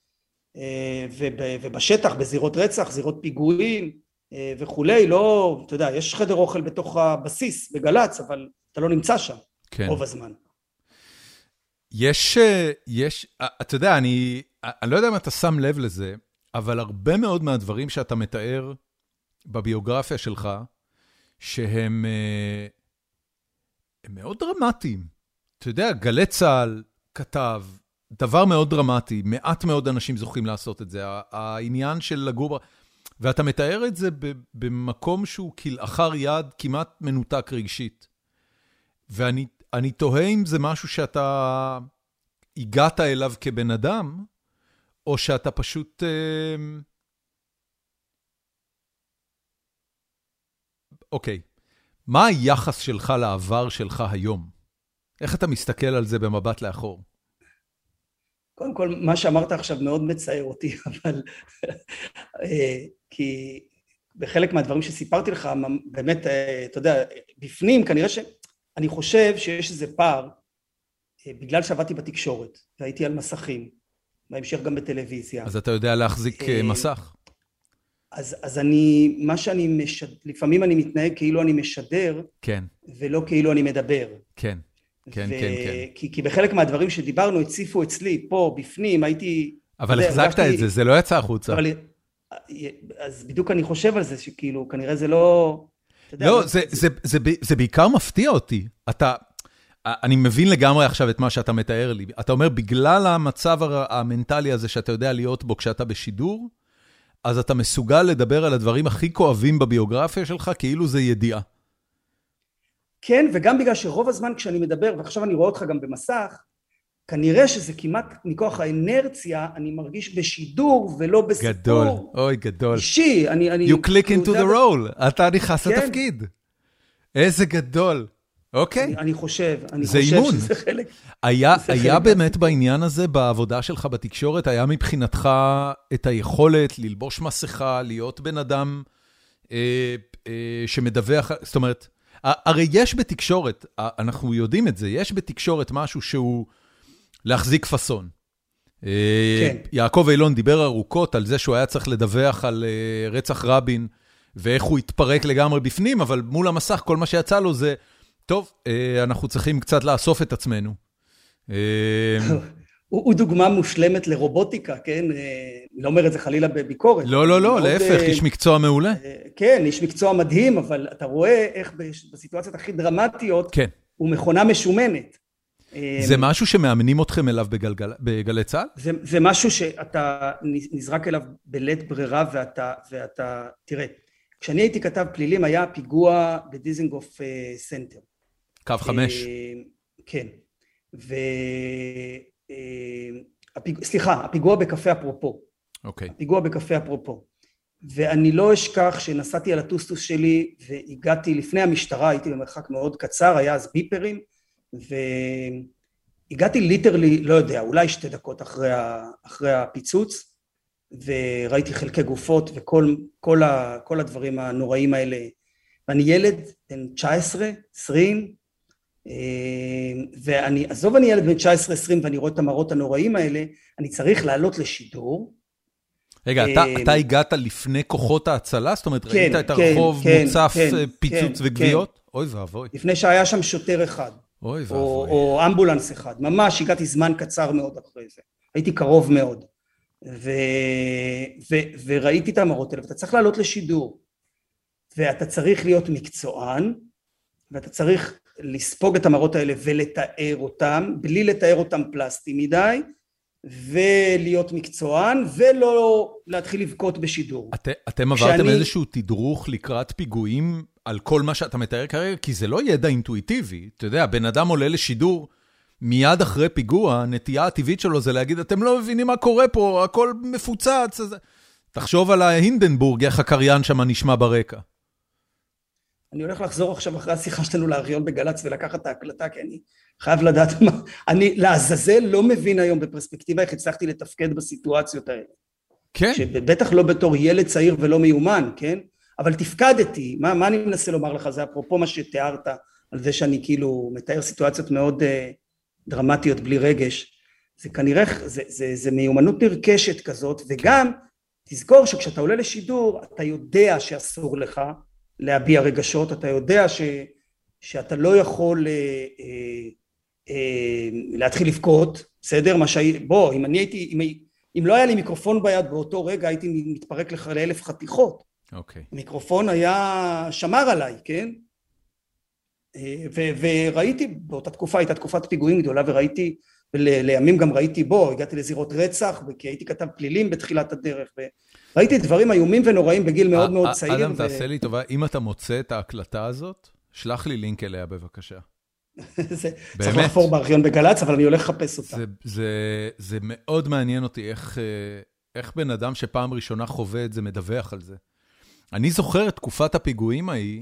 ובשטח, בזירות רצח, זירות פיגועים וכולי, לא, אתה יודע, יש חדר אוכל בתוך הבסיס, בגלץ, אבל אתה לא נמצא שם, כן. רוב הזמן. יש, יש, אתה יודע, אני, אני לא יודע אם אתה שם לב לזה, אבל הרבה מאוד מהדברים שאתה מתאר בביוגרפיה שלך, שהם הם מאוד דרמטיים. אתה יודע, גלי צה"ל כתב דבר מאוד דרמטי, מעט מאוד אנשים זוכים לעשות את זה, העניין של לגור, ואתה מתאר את זה במקום שהוא כלאחר יד כמעט מנותק רגשית. ואני אני תוהה אם זה משהו שאתה הגעת אליו כבן אדם, או שאתה פשוט... אוקיי, מה היחס שלך לעבר שלך היום? איך אתה מסתכל על זה במבט לאחור? קודם כל, מה שאמרת עכשיו מאוד מצער אותי, אבל... כי בחלק מהדברים שסיפרתי לך, באמת, אתה יודע, בפנים כנראה ש... אני חושב שיש איזה פער, בגלל שעבדתי בתקשורת, והייתי על מסכים, בהמשך גם בטלוויזיה. אז אתה יודע להחזיק מסך? אז, אז אני, מה שאני משד... לפעמים אני מתנהג כאילו אני משדר, כן. ולא כאילו אני מדבר. כן, כן, ו... כן, כן. כי, כי בחלק מהדברים שדיברנו, הציפו אצלי, פה, בפנים, הייתי... אבל החזקת את זה, זה לא יצא החוצה. אבל... אז בדיוק אני חושב על זה, שכאילו, כנראה זה לא... לא, זה, זה, זה, זה בעיקר מפתיע אותי. אתה, אני מבין לגמרי עכשיו את מה שאתה מתאר לי. אתה אומר, בגלל המצב המנטלי הזה שאתה יודע להיות בו כשאתה בשידור, אז אתה מסוגל לדבר על הדברים הכי כואבים בביוגרפיה שלך, כאילו זה ידיעה. כן, וגם בגלל שרוב הזמן כשאני מדבר, ועכשיו אני רואה אותך גם במסך, כנראה שזה כמעט מכוח האנרציה, אני מרגיש בשידור ולא בסיפור. גדול, אוי גדול. אישי, אני... אני you click into the role, אתה נכנס לתפקיד. איזה גדול. אוקיי. אני, אני חושב, אני זה חושב אימון. שזה חלק. היה, זה היה חלק באמת בעניין הזה, בעבודה שלך בתקשורת, היה מבחינתך את היכולת ללבוש מסכה, להיות בן אדם אה, אה, שמדווח, זאת אומרת, הרי יש בתקשורת, אנחנו יודעים את זה, יש בתקשורת משהו שהוא להחזיק פסון. כן. יעקב אילון דיבר ארוכות על זה שהוא היה צריך לדווח על רצח רבין, ואיך הוא התפרק לגמרי בפנים, אבל מול המסך כל מה שיצא לו זה, טוב, אנחנו צריכים קצת לאסוף את עצמנו. הוא דוגמה מושלמת לרובוטיקה, כן? אני לא אומר את זה חלילה בביקורת. לא, לא, לא, להפך, איש מקצוע מעולה. כן, איש מקצוע מדהים, אבל אתה רואה איך בסיטואציות הכי דרמטיות, הוא מכונה משומנת. זה משהו שמאמנים אתכם אליו בגלי צה"ל? זה, זה משהו שאתה נזרק אליו בלית ברירה, ואתה, ואתה, תראה, כשאני הייתי כתב פלילים, היה פיגוע בדיזנגוף סנטר. קו חמש. כן. ו... הפיג... סליחה, הפיגוע בקפה אפרופו. אוקיי. הפיגוע בקפה אפרופו. ואני לא אשכח שנסעתי על הטוסטוס שלי, והגעתי לפני המשטרה, הייתי במרחק מאוד קצר, היה אז ביפרים, והגעתי ליטרלי, לא יודע, אולי שתי דקות אחרי, ה... אחרי הפיצוץ, וראיתי חלקי גופות וכל כל ה... כל הדברים הנוראים האלה. ואני ילד בן תשע עשרה, עשרים, ואני, עזוב אני ילד בן תשע עשרה עשרים ואני רואה את המראות הנוראים האלה, אני צריך לעלות לשידור. רגע, אתה, אתה הגעת לפני כוחות ההצלה? זאת אומרת, ראית את הרחוב מוצף פיצוץ וגוויות? אוי ואבוי. לפני שהיה שם שוטר אחד. אוי ואבוי. או אמבולנס אחד. ממש הגעתי זמן קצר מאוד אחרי זה. הייתי קרוב מאוד. וראיתי את המראות האלה, ואתה צריך לעלות לשידור. ואתה צריך להיות מקצוען, ואתה צריך לספוג את המראות האלה ולתאר אותם, בלי לתאר אותם פלסטי מדי, ולהיות מקצוען, ולא להתחיל לבכות בשידור. את, אתם עברתם שאני... איזשהו תדרוך לקראת פיגועים על כל מה שאתה מתאר כרגע? כי זה לא ידע אינטואיטיבי. אתה יודע, בן אדם עולה לשידור, מיד אחרי פיגוע, הנטייה הטבעית שלו זה להגיד, אתם לא מבינים מה קורה פה, הכל מפוצץ. אז... תחשוב על ההינדנבורג, איך הקריין שם נשמע ברקע. אני הולך לחזור עכשיו אחרי השיחה שלנו לארכיון בגלץ ולקחת את ההקלטה, כי אני חייב לדעת מה, אני לעזאזל לא מבין היום בפרספקטיבה איך הצלחתי לתפקד בסיטואציות האלה. כן. שבטח לא בתור ילד צעיר ולא מיומן, כן? אבל תפקדתי, מה, מה אני מנסה לומר לך? זה אפרופו מה שתיארת על זה שאני כאילו מתאר סיטואציות מאוד uh, דרמטיות בלי רגש. זה כנראה, זה, זה, זה מיומנות נרכשת כזאת, וגם תזכור שכשאתה עולה לשידור, אתה יודע שאסור לך, להביע רגשות, אתה יודע ש, שאתה לא יכול אה, אה, אה, להתחיל לבכות, בסדר? מה שהי, בוא, אם אני הייתי, אם, אם לא היה לי מיקרופון ביד באותו רגע, הייתי מתפרק לך לאלף חתיכות. אוקיי. מיקרופון היה, שמר עליי, כן? ו, וראיתי, באותה תקופה, הייתה תקופת פיגועים גדולה, וראיתי, ולימים גם ראיתי בו, הגעתי לזירות רצח, כי הייתי כתב פלילים בתחילת הדרך, ו... ראיתי דברים איומים ונוראים בגיל מאוד מאוד צעיר. אדם, תעשה לי טובה, אם אתה מוצא את ההקלטה הזאת, שלח לי לינק אליה בבקשה. צריך לחפור בארכיון בגלץ, אבל אני הולך לחפש אותה. זה מאוד מעניין אותי איך בן אדם שפעם ראשונה חווה את זה מדווח על זה. אני זוכר את תקופת הפיגועים ההיא,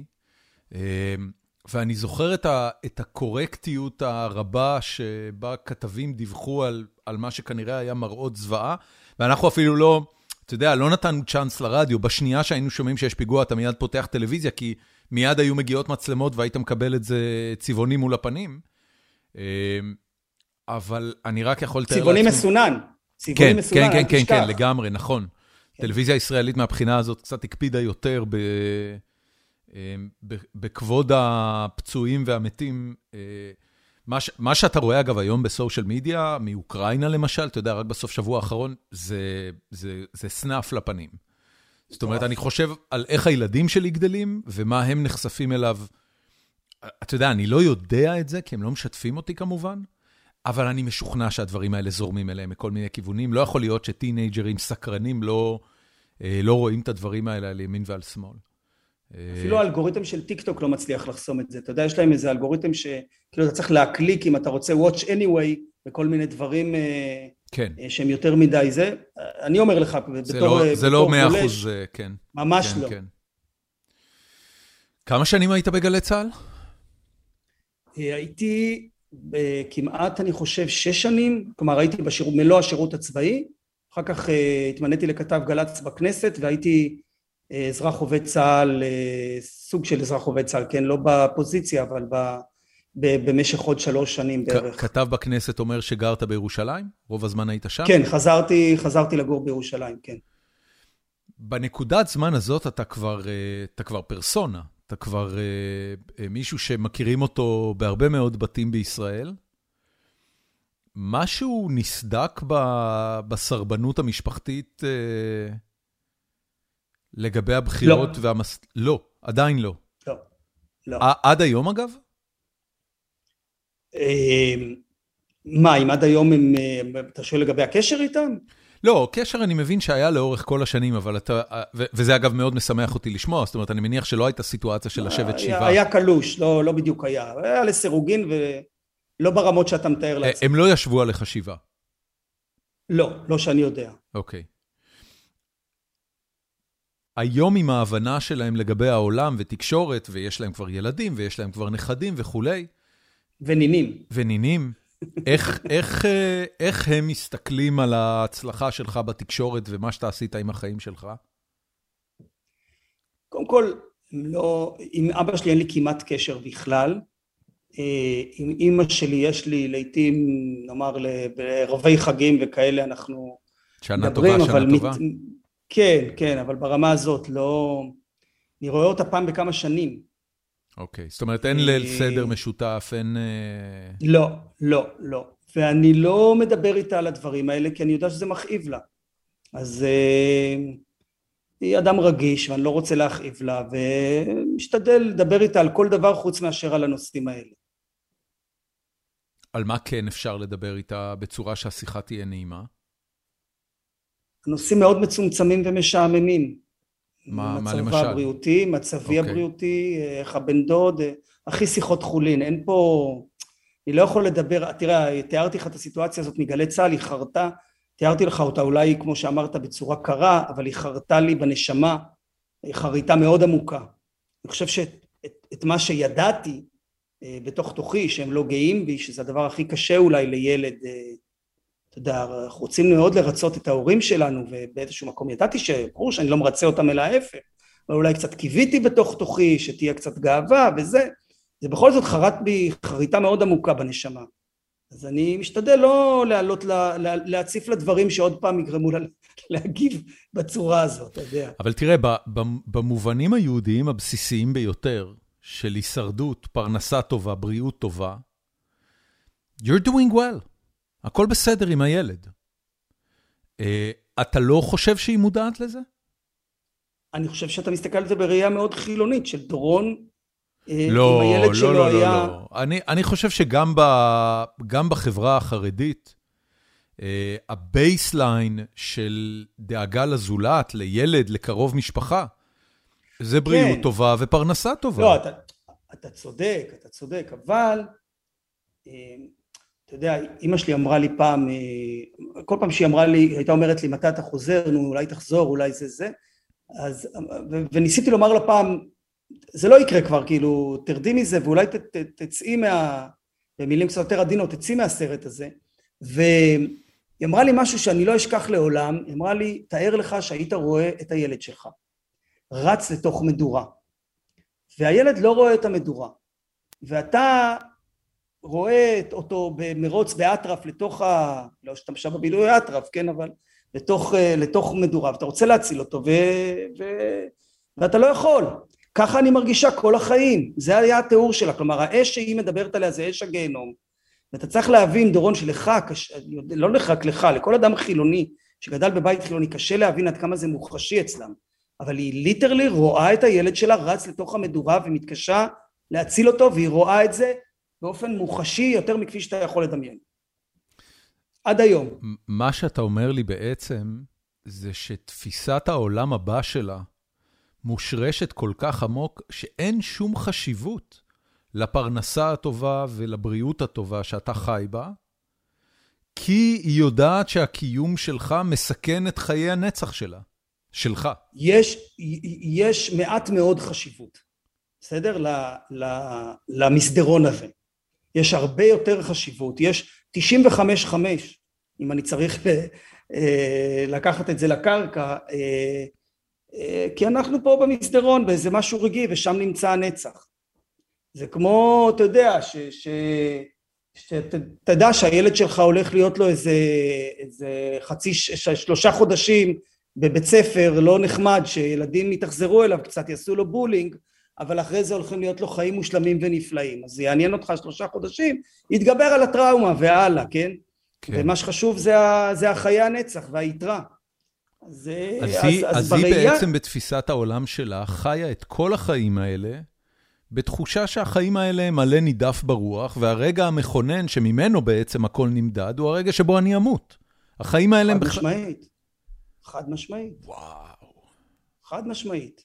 ואני זוכר את הקורקטיות הרבה שבה כתבים דיווחו על מה שכנראה היה מראות זוועה, ואנחנו אפילו לא... אתה יודע, לא נתנו צ'אנס לרדיו, בשנייה שהיינו שומעים שיש פיגוע, אתה מיד פותח טלוויזיה, כי מיד היו מגיעות מצלמות, והיית מקבל את זה צבעוני מול הפנים. אבל אני רק יכול לתאר לעצמי... צבעוני מסונן. כן, כן, כן, כן, כן, לגמרי, נכון. טלוויזיה הישראלית מהבחינה הזאת קצת הקפידה יותר בכבוד הפצועים והמתים. מה, מה שאתה רואה אגב היום בסושיאל מדיה, מאוקראינה למשל, אתה יודע, רק בסוף שבוע האחרון, זה, זה, זה סנף לפנים. זאת אומרת, אני חושב על איך הילדים שלי גדלים, ומה הם נחשפים אליו. אתה יודע, אני לא יודע את זה, כי הם לא משתפים אותי כמובן, אבל אני משוכנע שהדברים האלה זורמים אליהם מכל מיני כיוונים. לא יכול להיות שטינג'רים סקרנים לא, לא רואים את הדברים האלה על ימין ועל שמאל. אפילו האלגוריתם של טיקטוק לא מצליח לחסום את זה. אתה יודע, יש להם איזה אלגוריתם שכאילו אתה צריך להקליק אם אתה רוצה watch anyway, וכל מיני דברים כן. שהם יותר מדי זה. אני אומר לך, זה בתור, לא, זה בתור לא מאה גולש, אחוז, כן. ממש כן, לא. כן. כמה שנים היית בגלי צה"ל? הייתי כמעט, אני חושב, שש שנים, כלומר הייתי בשירות, מלוא השירות הצבאי, אחר כך התמניתי לכתב גל"צ בכנסת, והייתי אזרח עובד צה"ל, סוג של אזרח עובד צה"ל, כן, לא בפוזיציה, אבל ב, ב, במשך עוד שלוש שנים בערך. כתב בכנסת אומר שגרת בירושלים? רוב הזמן היית שם? כן, חזרתי, חזרתי לגור בירושלים, כן. בנקודת זמן הזאת אתה כבר, אתה כבר פרסונה, אתה כבר מישהו שמכירים אותו בהרבה מאוד בתים בישראל. משהו נסדק בסרבנות המשפחתית לגבי הבחירות לא. והמס... לא, עדיין לא. לא, לא. עד היום אגב? מה, אם עד היום הם, אתה שואל לגבי הקשר איתם? לא, קשר אני מבין שהיה לאורך כל השנים, אבל אתה, וזה אגב מאוד משמח אותי לשמוע, זאת אומרת, אני מניח שלא הייתה סיטואציה של לשבת שבעה. היה קלוש, לא, לא בדיוק היה. היה לסירוגין ולא ברמות שאתה מתאר לעצמך. הם לא ישבו עליך שבעה? לא, לא שאני יודע. אוקיי. היום עם ההבנה שלהם לגבי העולם ותקשורת, ויש להם כבר ילדים, ויש להם כבר נכדים וכולי. ונינים. ונינים. איך, איך, איך הם מסתכלים על ההצלחה שלך בתקשורת ומה שאתה עשית עם החיים שלך? קודם כל, לא, עם אבא שלי אין לי כמעט קשר בכלל. עם אמא שלי יש לי לעתים, נאמר, בערבי חגים וכאלה אנחנו שנה מדברים, טובה, שנה אבל טובה. מת... כן, כן, אבל ברמה הזאת לא... אני רואה אותה פעם בכמה שנים. אוקיי, זאת אומרת, אין ליל סדר משותף, אין... לא, לא, לא. ואני לא מדבר איתה על הדברים האלה, כי אני יודע שזה מכאיב לה. אז היא אדם רגיש, ואני לא רוצה להכאיב לה, ומשתדל לדבר איתה על כל דבר חוץ מאשר על הנושאים האלה. על מה כן אפשר לדבר איתה בצורה שהשיחה תהיה נעימה? הנושאים מאוד מצומצמים ומשעממים. מה, מה למשל? מצבה הבריאותי, מצבי okay. הבריאותי, איך הבן דוד, הכי שיחות חולין. אין פה, אני לא יכול לדבר, תראה, תיארתי לך את הסיטואציה הזאת מגלי צה"ל, היא חרתה, תיארתי לך אותה אולי כמו שאמרת בצורה קרה, אבל היא חרתה לי בנשמה, היא חריטה מאוד עמוקה. אני חושב שאת את, את מה שידעתי בתוך תוכי, שהם לא גאים בי, שזה הדבר הכי קשה אולי לילד, אתה יודע, אנחנו רוצים מאוד לרצות את ההורים שלנו, ובאיזשהו מקום ידעתי שברור שאני לא מרצה אותם אלא ההפך, אבל אולי קצת קיוויתי בתוך תוכי, שתהיה קצת גאווה וזה, זה בכל זאת חרט בי חריטה מאוד עמוקה בנשמה. אז אני משתדל לא לעלות, לה, לה, להציף לדברים שעוד פעם יגרמו לה, להגיב בצורה הזאת, אתה יודע. אבל תראה, במובנים היהודיים הבסיסיים ביותר, של הישרדות, פרנסה טובה, בריאות טובה, you're doing well. הכל בסדר עם הילד. אתה לא חושב שהיא מודעת לזה? אני חושב שאתה מסתכל על זה בראייה מאוד חילונית, של דורון, לא, עם הילד לא, שלו לא, היה... לא, לא. אני, אני חושב שגם ב, גם בחברה החרדית, הבייסליין של דאגה לזולת, לילד, לקרוב משפחה, זה בריאות כן. טובה ופרנסה טובה. לא, אתה, אתה צודק, אתה צודק, אבל... אתה יודע, אמא שלי אמרה לי פעם, כל פעם שהיא אמרה לי, הייתה אומרת לי, מתי אתה חוזר, נו, אולי תחזור, אולי זה זה, אז, ו, וניסיתי לומר לה פעם, זה לא יקרה כבר, כאילו, תרדי מזה, ואולי ת, ת, תצאי מה, במילים קצת יותר עדינות, תצאי מהסרט הזה, והיא אמרה לי משהו שאני לא אשכח לעולם, היא אמרה לי, תאר לך שהיית רואה את הילד שלך, רץ לתוך מדורה, והילד לא רואה את המדורה, ואתה, רואה אותו במרוץ באטרף לתוך ה... לא השתמשה בבילוי אטרף, כן, אבל לתוך, לתוך מדורה, ואתה רוצה להציל אותו, ו... ו... ואתה לא יכול. ככה אני מרגישה כל החיים. זה היה התיאור שלה, כלומר, האש שהיא מדברת עליה זה אש הגיהנום. ואתה צריך להבין, דורון, שלך, קש... לא לך, לך, לכל אדם חילוני, שגדל בבית חילוני, קשה להבין עד כמה זה מוחשי אצלם. אבל היא ליטרלי רואה את הילד שלה, רץ לתוך המדורה ומתקשה להציל אותו, והיא רואה את זה באופן מוחשי יותר מכפי שאתה יכול לדמיין. עד היום. מה שאתה אומר לי בעצם, זה שתפיסת העולם הבא שלה, מושרשת כל כך עמוק, שאין שום חשיבות לפרנסה הטובה ולבריאות הטובה שאתה חי בה, כי היא יודעת שהקיום שלך מסכן את חיי הנצח שלה, שלך. יש, יש מעט מאוד חשיבות, בסדר? ל, ל, למסדרון הזה. יש הרבה יותר חשיבות, יש תשעים וחמש חמש, אם אני צריך לקחת את זה לקרקע, כי אנחנו פה במסדרון, באיזה משהו רגעי, ושם נמצא הנצח. זה כמו, אתה יודע, ש, ש, שאתה יודע שהילד שלך הולך להיות לו איזה, איזה חצי, שלושה חודשים בבית ספר לא נחמד, שילדים יתחזרו אליו קצת, יעשו לו בולינג, אבל אחרי זה הולכים להיות לו חיים מושלמים ונפלאים. אז זה יעניין אותך שלושה חודשים, יתגבר על הטראומה והלאה, כן? כן. ומה שחשוב זה, זה החיי הנצח והיתרה. אז, אז, אז, היא, אז, אז בראייה... היא בעצם בתפיסת העולם שלה חיה את כל החיים האלה, בתחושה שהחיים האלה הם מלא נידף ברוח, והרגע המכונן שממנו בעצם הכל נמדד, הוא הרגע שבו אני אמות. החיים האלה הם... חד משמעית. חד משמעית. וואו. חד משמעית.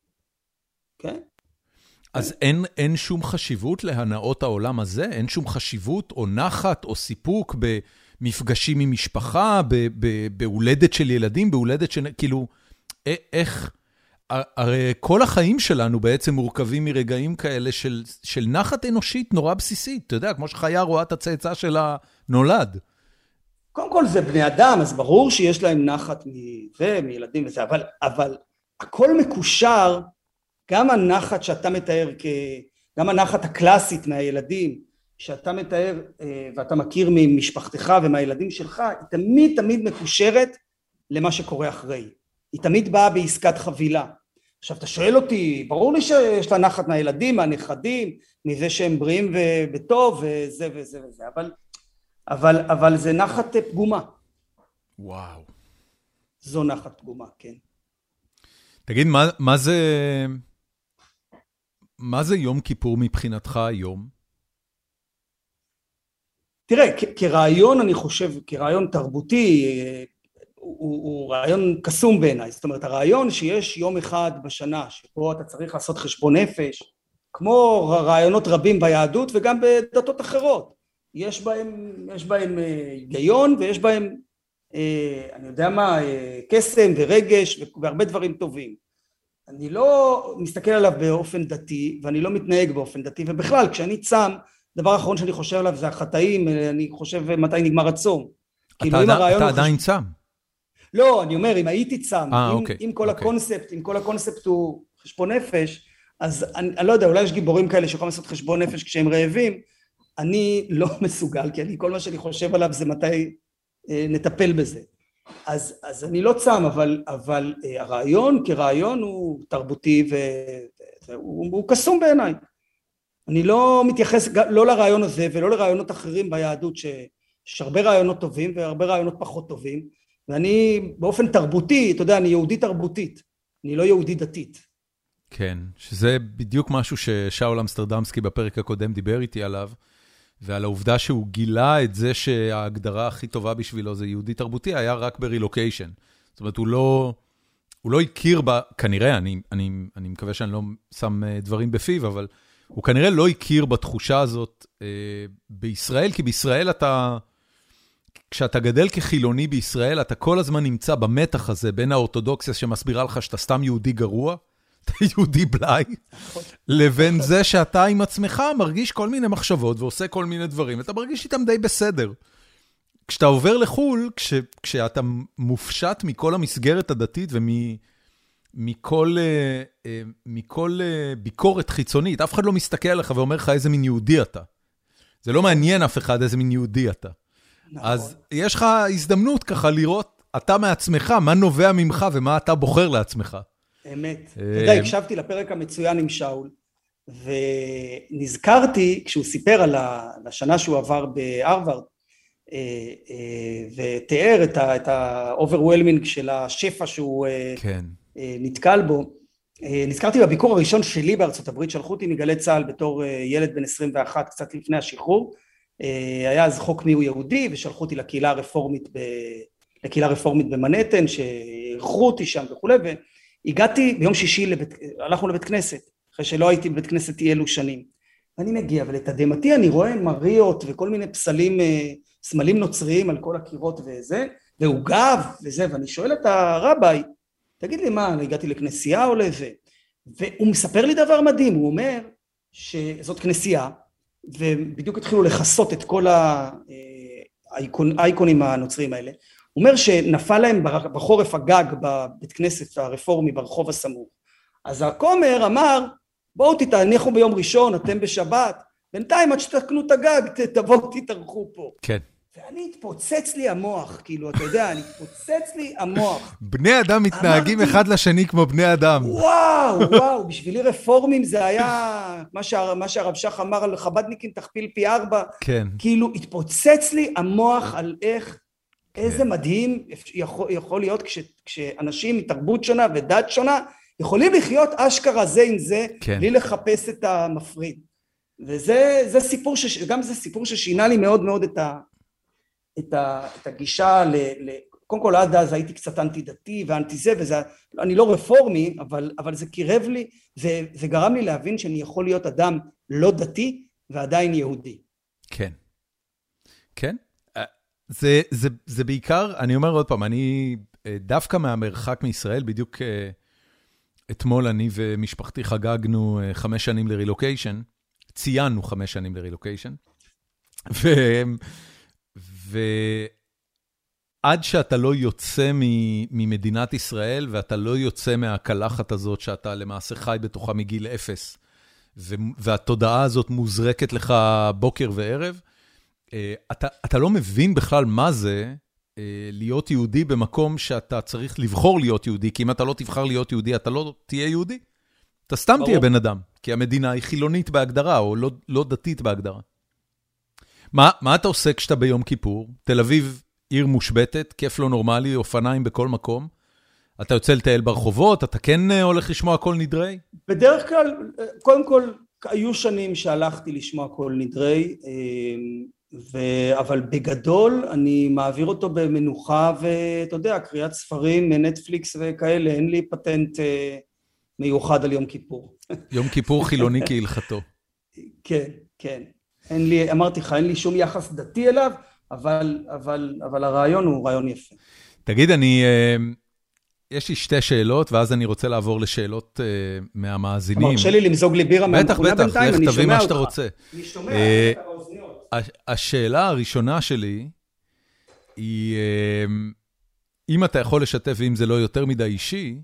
כן? אז אין, אין שום חשיבות להנאות העולם הזה? אין שום חשיבות או נחת או סיפוק במפגשים עם משפחה, בהולדת של ילדים, בהולדת של... כאילו, איך... הרי כל החיים שלנו בעצם מורכבים מרגעים כאלה של, של נחת אנושית נורא בסיסית. אתה יודע, כמו שחיה רואה את הצאצא שלה נולד. קודם כל זה בני אדם, אז ברור שיש להם נחת מזה, מילדים וזה, אבל, אבל הכל מקושר, גם הנחת שאתה מתאר, גם הנחת הקלאסית מהילדים, שאתה מתאר ואתה מכיר ממשפחתך ומהילדים שלך, היא תמיד תמיד מקושרת למה שקורה אחרי. היא תמיד באה בעסקת חבילה. עכשיו אתה שואל אותי, ברור לי שיש לה נחת מהילדים, מהנכדים, מזה שהם בריאים ובטוב וזה וזה וזה, אבל, אבל, אבל זה נחת פגומה. וואו. זו נחת פגומה, כן. תגיד, מה, מה זה, מה זה יום כיפור מבחינתך היום? תראה, כ- כרעיון אני חושב, כרעיון תרבותי, הוא, הוא רעיון קסום בעיניי. זאת אומרת, הרעיון שיש יום אחד בשנה שבו אתה צריך לעשות חשבון נפש, כמו רעיונות רבים ביהדות וגם בדתות אחרות. יש בהם, יש בהם היגיון ויש בהם, אני יודע מה, קסם ורגש והרבה דברים טובים. אני לא מסתכל עליו באופן דתי ואני לא מתנהג באופן דתי, ובכלל כשאני צם, דבר האחרון שאני חושב עליו זה החטאים, אני חושב מתי נגמר הצום. אתה, עד, אתה עדיין חושב... צם? לא, אני אומר, אם הייתי צם, 아, אם, אוקיי, אם כל אוקיי. הקונספט, אם כל הקונספט הוא חשבון נפש, אז אני, אני לא יודע, אולי יש גיבורים כאלה שיכולים לעשות חשבון נפש כשהם רעבים, אני לא מסוגל, כי אני, כל מה שאני חושב עליו זה מתי אה, נטפל בזה. אז, אז אני לא צם, אבל, אבל אה, הרעיון כרעיון הוא תרבותי והוא הוא קסום בעיניי. אני לא מתייחס לא לרעיון הזה ולא לרעיונות אחרים ביהדות, שיש הרבה רעיונות טובים והרבה רעיונות פחות טובים, ואני באופן תרבותי, אתה יודע, אני יהודי תרבותית, אני לא יהודי דתית. כן, שזה בדיוק משהו ששאול אמסטרדמסקי בפרק הקודם דיבר איתי עליו, ועל העובדה שהוא גילה את זה שההגדרה הכי טובה בשבילו זה יהודי תרבותי, היה רק ברילוקיישן. זאת אומרת, הוא לא, הוא לא הכיר בה, כנראה, אני, אני, אני מקווה שאני לא שם דברים בפיו, אבל הוא כנראה לא הכיר בתחושה הזאת אה, בישראל, כי בישראל אתה... כשאתה גדל כחילוני בישראל, אתה כל הזמן נמצא במתח הזה בין האורתודוקסיה שמסבירה לך שאתה סתם יהודי גרוע, אתה יהודי בלי, לבין זה שאתה עם עצמך מרגיש כל מיני מחשבות ועושה כל מיני דברים, אתה מרגיש איתם די בסדר. כשאתה עובר לחול, כש, כשאתה מופשט מכל המסגרת הדתית ומכל מכל ביקורת חיצונית, אף אחד לא מסתכל עליך ואומר לך איזה מין יהודי אתה. זה לא מעניין אף אחד איזה מין יהודי אתה. אז יש לך הזדמנות ככה לראות אתה מעצמך, מה נובע ממך ומה אתה בוחר לעצמך. אמת. אתה יודע, הקשבתי לפרק המצוין עם שאול, ונזכרתי כשהוא סיפר על השנה שהוא עבר בהרווארד, ותיאר את ה-overwhelming של השפע שהוא נתקל בו, נזכרתי בביקור הראשון שלי בארצות הברית, שלחו אותי מגלי צה"ל בתור ילד בן עשרים ואחת, קצת לפני השחרור, היה אז חוק מיהו יהודי, ושלחו אותי לקהילה הרפורמית, ב... לקהילה הרפורמית במנהטן, שערכו אותי שם וכו', והגעתי ביום שישי, לבית... הלכנו לבית כנסת, אחרי שלא הייתי בבית כנסת אי אלו שנים, ואני מגיע, ולתדהמתי אני רואה מריות וכל מיני פסלים, סמלים נוצריים על כל הקירות וזה, והוא גב וזה, ואני שואל את הרביי, תגיד לי מה, אני הגעתי לכנסייה או לזה, והוא מספר לי דבר מדהים, הוא אומר שזאת כנסייה, ובדיוק התחילו לחסות את כל האייקונים הנוצריים האלה, הוא אומר שנפל להם בחורף הגג בבית כנסת הרפורמי ברחוב הסמוך, אז הכומר אמר, בואו תתעניחו ביום ראשון, אתם בשבת, בינתיים עד שתקנו את הגג, תבואו תתארחו פה. כן. ואני התפוצץ לי המוח, כאילו, אתה יודע, אני התפוצץ לי המוח. בני אדם מתנהגים אמרתי, אחד לשני כמו בני אדם. וואו, וואו, בשבילי רפורמים זה היה, מה, שה, מה שהרב שח אמר על חבדניקים תכפיל פי ארבע, כן. כאילו, התפוצץ לי המוח על איך, כן. איזה מדהים יכול, יכול להיות כש, כשאנשים מתרבות שונה ודת שונה, יכולים לחיות אשכרה זה עם זה, כן. בלי לחפש את המפריד. וזה זה סיפור, ש, גם זה סיפור ששינה לי מאוד מאוד את ה... את, ה, את הגישה, ל, ל, קודם כל עד אז הייתי קצת אנטי דתי ואנטי זה, וזה, אני לא רפורמי, אבל, אבל זה קירב לי, זה, זה גרם לי להבין שאני יכול להיות אדם לא דתי, ועדיין יהודי. כן, כן, זה, זה, זה בעיקר, אני אומר עוד פעם, אני דווקא מהמרחק מישראל, בדיוק אתמול אני ומשפחתי חגגנו חמש שנים לרילוקיישן, ציינו חמש שנים לרילוקיישן, והם, ועד שאתה לא יוצא ממדינת ישראל, ואתה לא יוצא מהקלחת הזאת, שאתה למעשה חי בתוכה מגיל אפס, והתודעה הזאת מוזרקת לך בוקר וערב, אתה, אתה לא מבין בכלל מה זה להיות יהודי במקום שאתה צריך לבחור להיות יהודי, כי אם אתה לא תבחר להיות יהודי, אתה לא תהיה יהודי. אתה סתם ברור. תהיה בן אדם, כי המדינה היא חילונית בהגדרה, או לא, לא דתית בהגדרה. מה, מה אתה עושה כשאתה ביום כיפור? תל אביב עיר מושבטת, כיף לא נורמלי, אופניים בכל מקום. אתה יוצא לטייל ברחובות, אתה כן הולך לשמוע קול נדרי? בדרך כלל, קודם כל, היו שנים שהלכתי לשמוע קול נדרי, ו... אבל בגדול אני מעביר אותו במנוחה, ואתה יודע, קריאת ספרים, נטפליקס וכאלה, אין לי פטנט מיוחד על יום כיפור. יום כיפור חילוני כהלכתו. כן, כן. אין לי, אמרתי לך, אין לי שום יחס דתי אליו, אבל, אבל, אבל הרעיון הוא רעיון יפה. תגיד, אני, יש לי שתי שאלות, ואז אני רוצה לעבור לשאלות מהמאזינים. מרשה לי למזוג לי בירה מהמכונה בינתיים, אני שומע אותך. שאתה רוצה. אני שומע אותך באוזניות. השאלה הראשונה שלי, היא, אם אתה יכול לשתף, ואם זה לא יותר מדי אישי,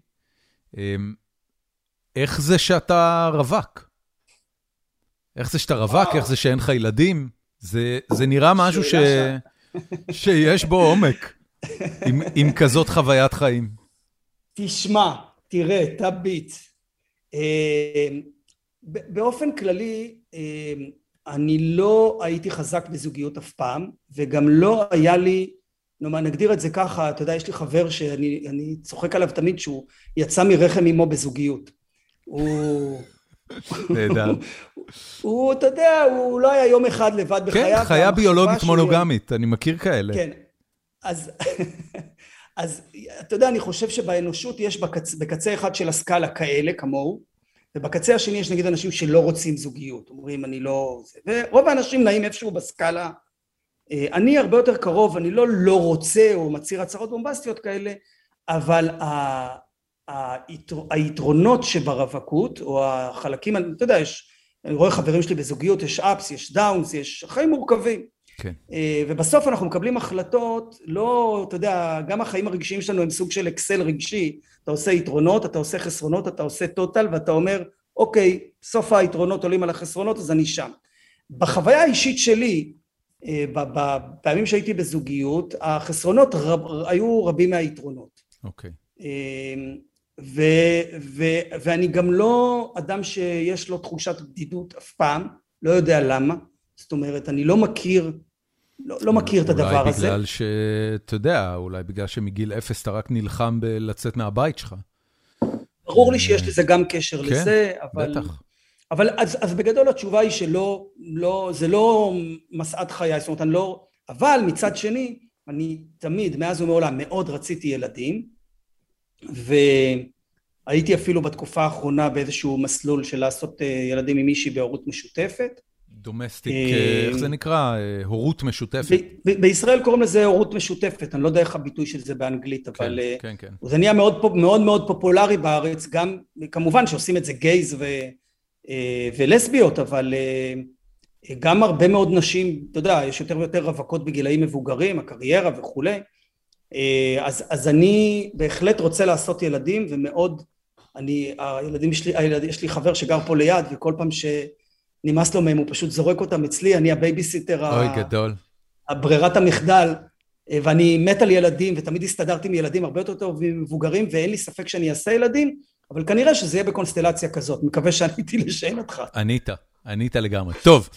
איך זה שאתה רווק? איך זה שאתה רווק, איך זה שאין לך ילדים, זה, זה נראה משהו ש... שיש בו עומק, עם, עם כזאת חוויית חיים. תשמע, תראה, תביט. באופן כללי, אני לא הייתי חזק בזוגיות אף פעם, וגם לא היה לי, נאמר, נגדיר את זה ככה, אתה יודע, יש לי חבר שאני אני צוחק עליו תמיד, שהוא יצא מרחם עמו בזוגיות. הוא... נהדר. הוא, אתה יודע, הוא לא היה יום אחד לבד בחייו. כן, חיה ביולוגית מונוגמית, אני מכיר כאלה. כן, אז, אז אתה יודע, אני חושב שבאנושות יש בקצה, בקצה אחד של הסקאלה כאלה, כמוהו, ובקצה השני יש נגיד אנשים שלא רוצים זוגיות, אומרים אני לא... ורוב האנשים נעים איפשהו בסקאלה. אני הרבה יותר קרוב, אני לא לא רוצה או מצהיר הצהרות בומבסטיות כאלה, אבל ה... היתרונות שברווקות, או החלקים, אתה יודע, יש, אני רואה חברים שלי בזוגיות, יש אפס, יש דאונס, יש חיים מורכבים. כן. ובסוף אנחנו מקבלים החלטות, לא, אתה יודע, גם החיים הרגשיים שלנו הם סוג של אקסל רגשי, אתה עושה יתרונות, אתה עושה חסרונות, אתה עושה טוטל, ואתה אומר, אוקיי, סוף היתרונות עולים על החסרונות, אז אני שם. בחוויה האישית שלי, בפעמים שהייתי בזוגיות, החסרונות רב, היו רבים מהיתרונות. אוקיי. ו, ו, ואני גם לא אדם שיש לו תחושת בדידות אף פעם, לא יודע למה, זאת אומרת, אני לא מכיר, לא, לא מכיר את הדבר אולי הזה. בגלל שאתה יודע, אולי בגלל שמגיל אפס אתה רק נלחם בלצאת מהבית שלך. ברור לי שיש לזה גם קשר כן, לזה, אבל... בטח. אבל אז, אז בגדול התשובה היא שלא, לא, זה לא מסעת חיי, זאת אומרת, אני לא... אבל מצד שני, אני תמיד, מאז ומעולם, מאוד רציתי ילדים, והייתי אפילו בתקופה האחרונה באיזשהו מסלול של לעשות ילדים עם מישהי בהורות משותפת. דומסטיק, איך זה נקרא? הורות משותפת. בישראל קוראים לזה הורות משותפת, אני לא יודע איך הביטוי של זה באנגלית, אבל כן, כן. זה נהיה מאוד מאוד מאוד פופולרי בארץ, גם כמובן שעושים את זה גייז ו... ולסביות, אבל גם הרבה מאוד נשים, אתה יודע, יש יותר ויותר רווקות בגילאים מבוגרים, הקריירה וכולי, אז, אז אני בהחלט רוצה לעשות ילדים, ומאוד, אני, הילדים שלי, הילד, יש לי חבר שגר פה ליד, וכל פעם שנמאס לו מהם, הוא פשוט זורק אותם אצלי, אני הבייביסיטר, אוי, גדול. הברירת המחדל, ואני מת על ילדים, ותמיד הסתדרתי עם ילדים הרבה יותר טוב מבוגרים, ואין לי ספק שאני אעשה ילדים, אבל כנראה שזה יהיה בקונסטלציה כזאת. מקווה שעניתי לשאין אותך. ענית, ענית לגמרי. טוב,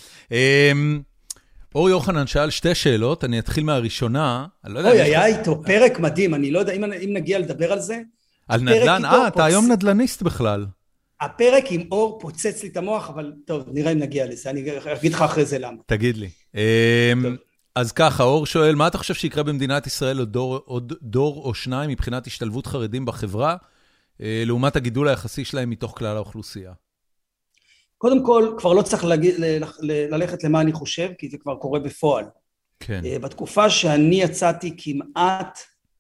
אור יוחנן שאל שתי שאלות, אני אתחיל מהראשונה. אוי, היה איתו פרק מדהים, אני לא יודע אם נגיע לדבר על זה. על נדל"ן? אה, אתה היום נדל"ניסט בכלל. הפרק עם אור פוצץ לי את המוח, אבל טוב, נראה אם נגיע לזה, אני אגיד לך אחרי זה למה. תגיד לי. אז ככה, אור שואל, מה אתה חושב שיקרה במדינת ישראל עוד דור או שניים מבחינת השתלבות חרדים בחברה, לעומת הגידול היחסי שלהם מתוך כלל האוכלוסייה? קודם כל, כבר לא צריך להגיד, ללכת למה אני חושב, כי זה כבר קורה בפועל. כן. בתקופה שאני יצאתי כמעט,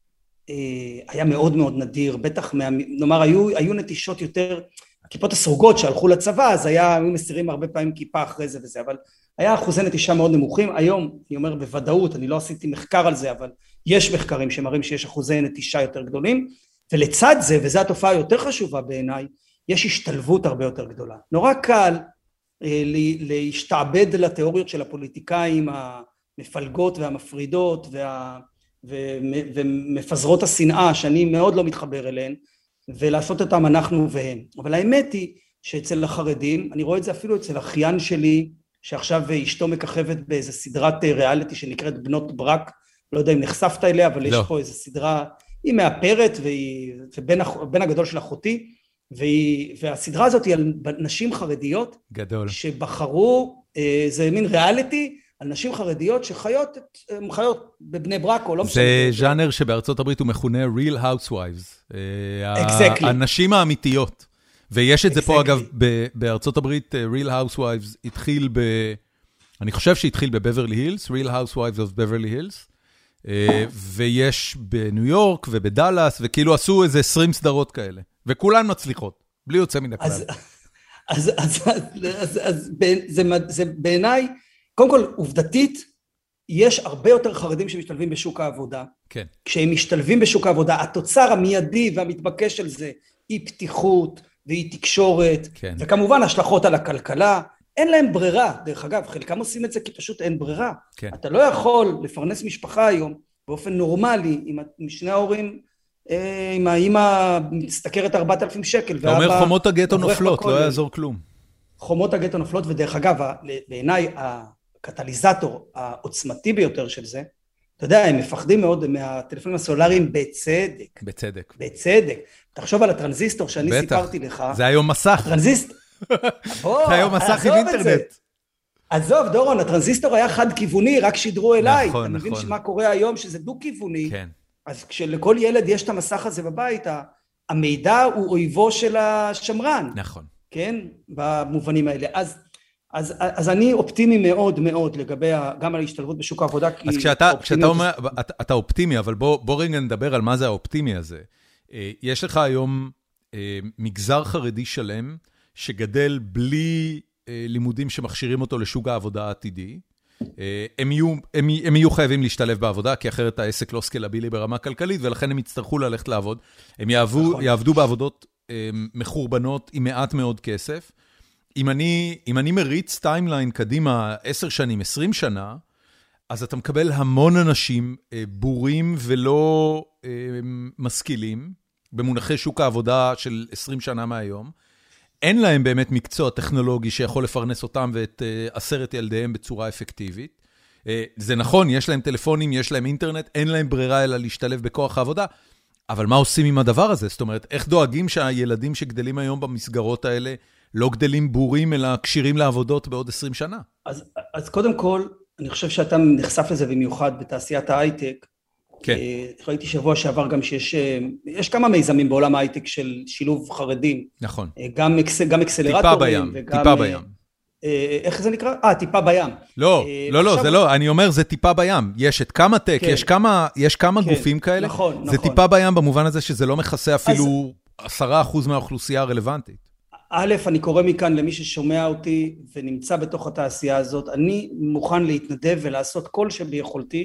היה מאוד מאוד נדיר, בטח, נאמר, היו, היו נטישות יותר, הכיפות הסרוגות שהלכו לצבא, אז היה, היו מסירים הרבה פעמים כיפה אחרי זה וזה, אבל היה אחוזי נטישה מאוד נמוכים. היום, אני אומר בוודאות, אני לא עשיתי מחקר על זה, אבל יש מחקרים שמראים שיש אחוזי נטישה יותר גדולים, ולצד זה, וזו התופעה יותר חשובה בעיניי, יש השתלבות הרבה יותר גדולה. נורא קל אה, להשתעבד לתיאוריות של הפוליטיקאים המפלגות והמפרידות וה, ומפזרות השנאה, שאני מאוד לא מתחבר אליהן, ולעשות אותם אנחנו והם. אבל האמת היא שאצל החרדים, אני רואה את זה אפילו אצל אחיין שלי, שעכשיו אשתו מככבת באיזו סדרת ריאליטי שנקראת בנות ברק, לא יודע אם נחשפת אליה, אבל לא. יש פה איזו סדרה, היא מאפרת, והיא בן הגדול של אחותי, והיא, והסדרה הזאת היא על נשים חרדיות, גדול. שבחרו, זה מין ריאליטי, על נשים חרדיות שחיות, חיות בבני ברק או לא משנה. זה ז'אנר שבארצות הברית הוא מכונה Real Housewives. Exactly. הנשים האמיתיות. ויש את זה פה אגב, בארצות הברית, Real Housewives התחיל ב... אני חושב שהתחיל בבברלי הילס, Real Housewives of Beverly Hills, ויש בניו יורק ובדלס, וכאילו עשו איזה עשרים סדרות כאלה. וכולן מצליחות, בלי יוצא מן הכלל. אז, אז, אז, אז, אז זה, זה בעיניי, קודם כל, עובדתית, יש הרבה יותר חרדים שמשתלבים בשוק העבודה. כן. כשהם משתלבים בשוק העבודה, התוצר המיידי והמתבקש של זה, היא פתיחות, והיא תקשורת, כן. וכמובן השלכות על הכלכלה, אין להם ברירה, דרך אגב, חלקם עושים את זה כי פשוט אין ברירה. כן. אתה לא יכול לפרנס משפחה היום, באופן נורמלי, עם שני ההורים, עם האמא מסתכרת ארבעת אלפים שקל. אתה אומר חומות הגטו נופלות, לא יעזור כלום. חומות הגטו נופלות, ודרך אגב, בעיניי הקטליזטור העוצמתי ביותר של זה, אתה יודע, הם מפחדים מאוד מהטלפונים הסולריים בצדק. בצדק. בצדק. תחשוב על הטרנזיסטור שאני סיפרתי לך. זה היום מסך. טרנזיסט... זה היום מסך עם אינטרנט. עזוב, דורון, הטרנזיסטור היה חד-כיווני, רק שידרו אליי. נכון, אתה מבין נכון. שמה קורה היום, שזה דו-כיווני. כן. אז כשלכל ילד יש את המסך הזה בבית, המידע הוא אויבו של השמרן. נכון. כן? במובנים האלה. אז, אז, אז אני אופטימי מאוד מאוד לגבי גם על ההשתלבות בשוק העבודה. אז כשאתה, כשאתה אומר, אתה, אתה אופטימי, אבל בוא, בוא רגע נדבר על מה זה האופטימי הזה. יש לך היום מגזר חרדי שלם, שגדל בלי לימודים שמכשירים אותו לשוק העבודה העתידי. הם יהיו, הם, הם יהיו חייבים להשתלב בעבודה, כי אחרת העסק לא סקלבילי ברמה כלכלית, ולכן הם יצטרכו ללכת לעבוד. הם יעבו, נכון. יעבדו בעבודות מחורבנות עם מעט מאוד כסף. אם אני, אם אני מריץ טיימליין קדימה עשר שנים, עשרים שנה, אז אתה מקבל המון אנשים בורים ולא משכילים, במונחי שוק העבודה של עשרים שנה מהיום. אין להם באמת מקצוע טכנולוגי שיכול לפרנס אותם ואת עשרת ילדיהם בצורה אפקטיבית. זה נכון, יש להם טלפונים, יש להם אינטרנט, אין להם ברירה אלא להשתלב בכוח העבודה, אבל מה עושים עם הדבר הזה? זאת אומרת, איך דואגים שהילדים שגדלים היום במסגרות האלה, לא גדלים בורים, אלא קשירים לעבודות בעוד עשרים שנה? אז, אז קודם כל, אני חושב שאתה נחשף לזה במיוחד בתעשיית ההייטק. כן. ראיתי שבוע שעבר גם שיש, יש כמה מיזמים בעולם ההייטק של שילוב חרדים. נכון. גם, גם אקסלרטורים. טיפה בים, וגם, טיפה בים. איך זה נקרא? אה, טיפה בים. לא, לא, לא, זה לא, אני אומר, זה טיפה בים. יש את כמה טק, יש כמה, יש כמה גופים כאלה. נכון, נכון. זה טיפה בים במובן הזה שזה לא מכסה אפילו עשרה אחוז מהאוכלוסייה הרלוונטית. א', אני קורא מכאן למי ששומע אותי ונמצא בתוך התעשייה הזאת, אני מוכן להתנדב ולעשות כל שביכולתי,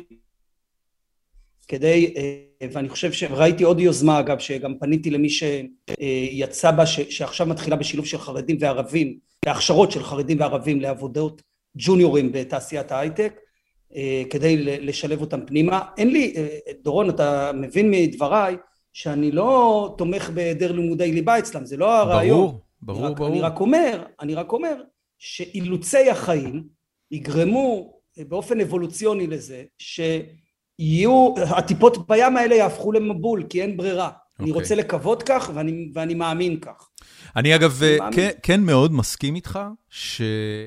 כדי, ואני חושב שראיתי עוד יוזמה אגב, שגם פניתי למי שיצא בה, שעכשיו מתחילה בשילוב של חרדים וערבים, להכשרות של חרדים וערבים לעבודות ג'וניורים בתעשיית ההייטק, כדי לשלב אותם פנימה. אין לי, דורון, אתה מבין מדבריי, שאני לא תומך בהיעדר לימודי ליבה אצלם, זה לא הרעיון. ברור, ברור, רק, ברור. אני רק אומר, אני רק אומר, שאילוצי החיים יגרמו באופן אבולוציוני לזה, שיהיו, הטיפות בים האלה יהפכו למבול, כי אין ברירה. Okay. אני רוצה לקוות כך, ואני, ואני מאמין כך. אני אגב, אני כן, כן מאוד מסכים איתך, ש...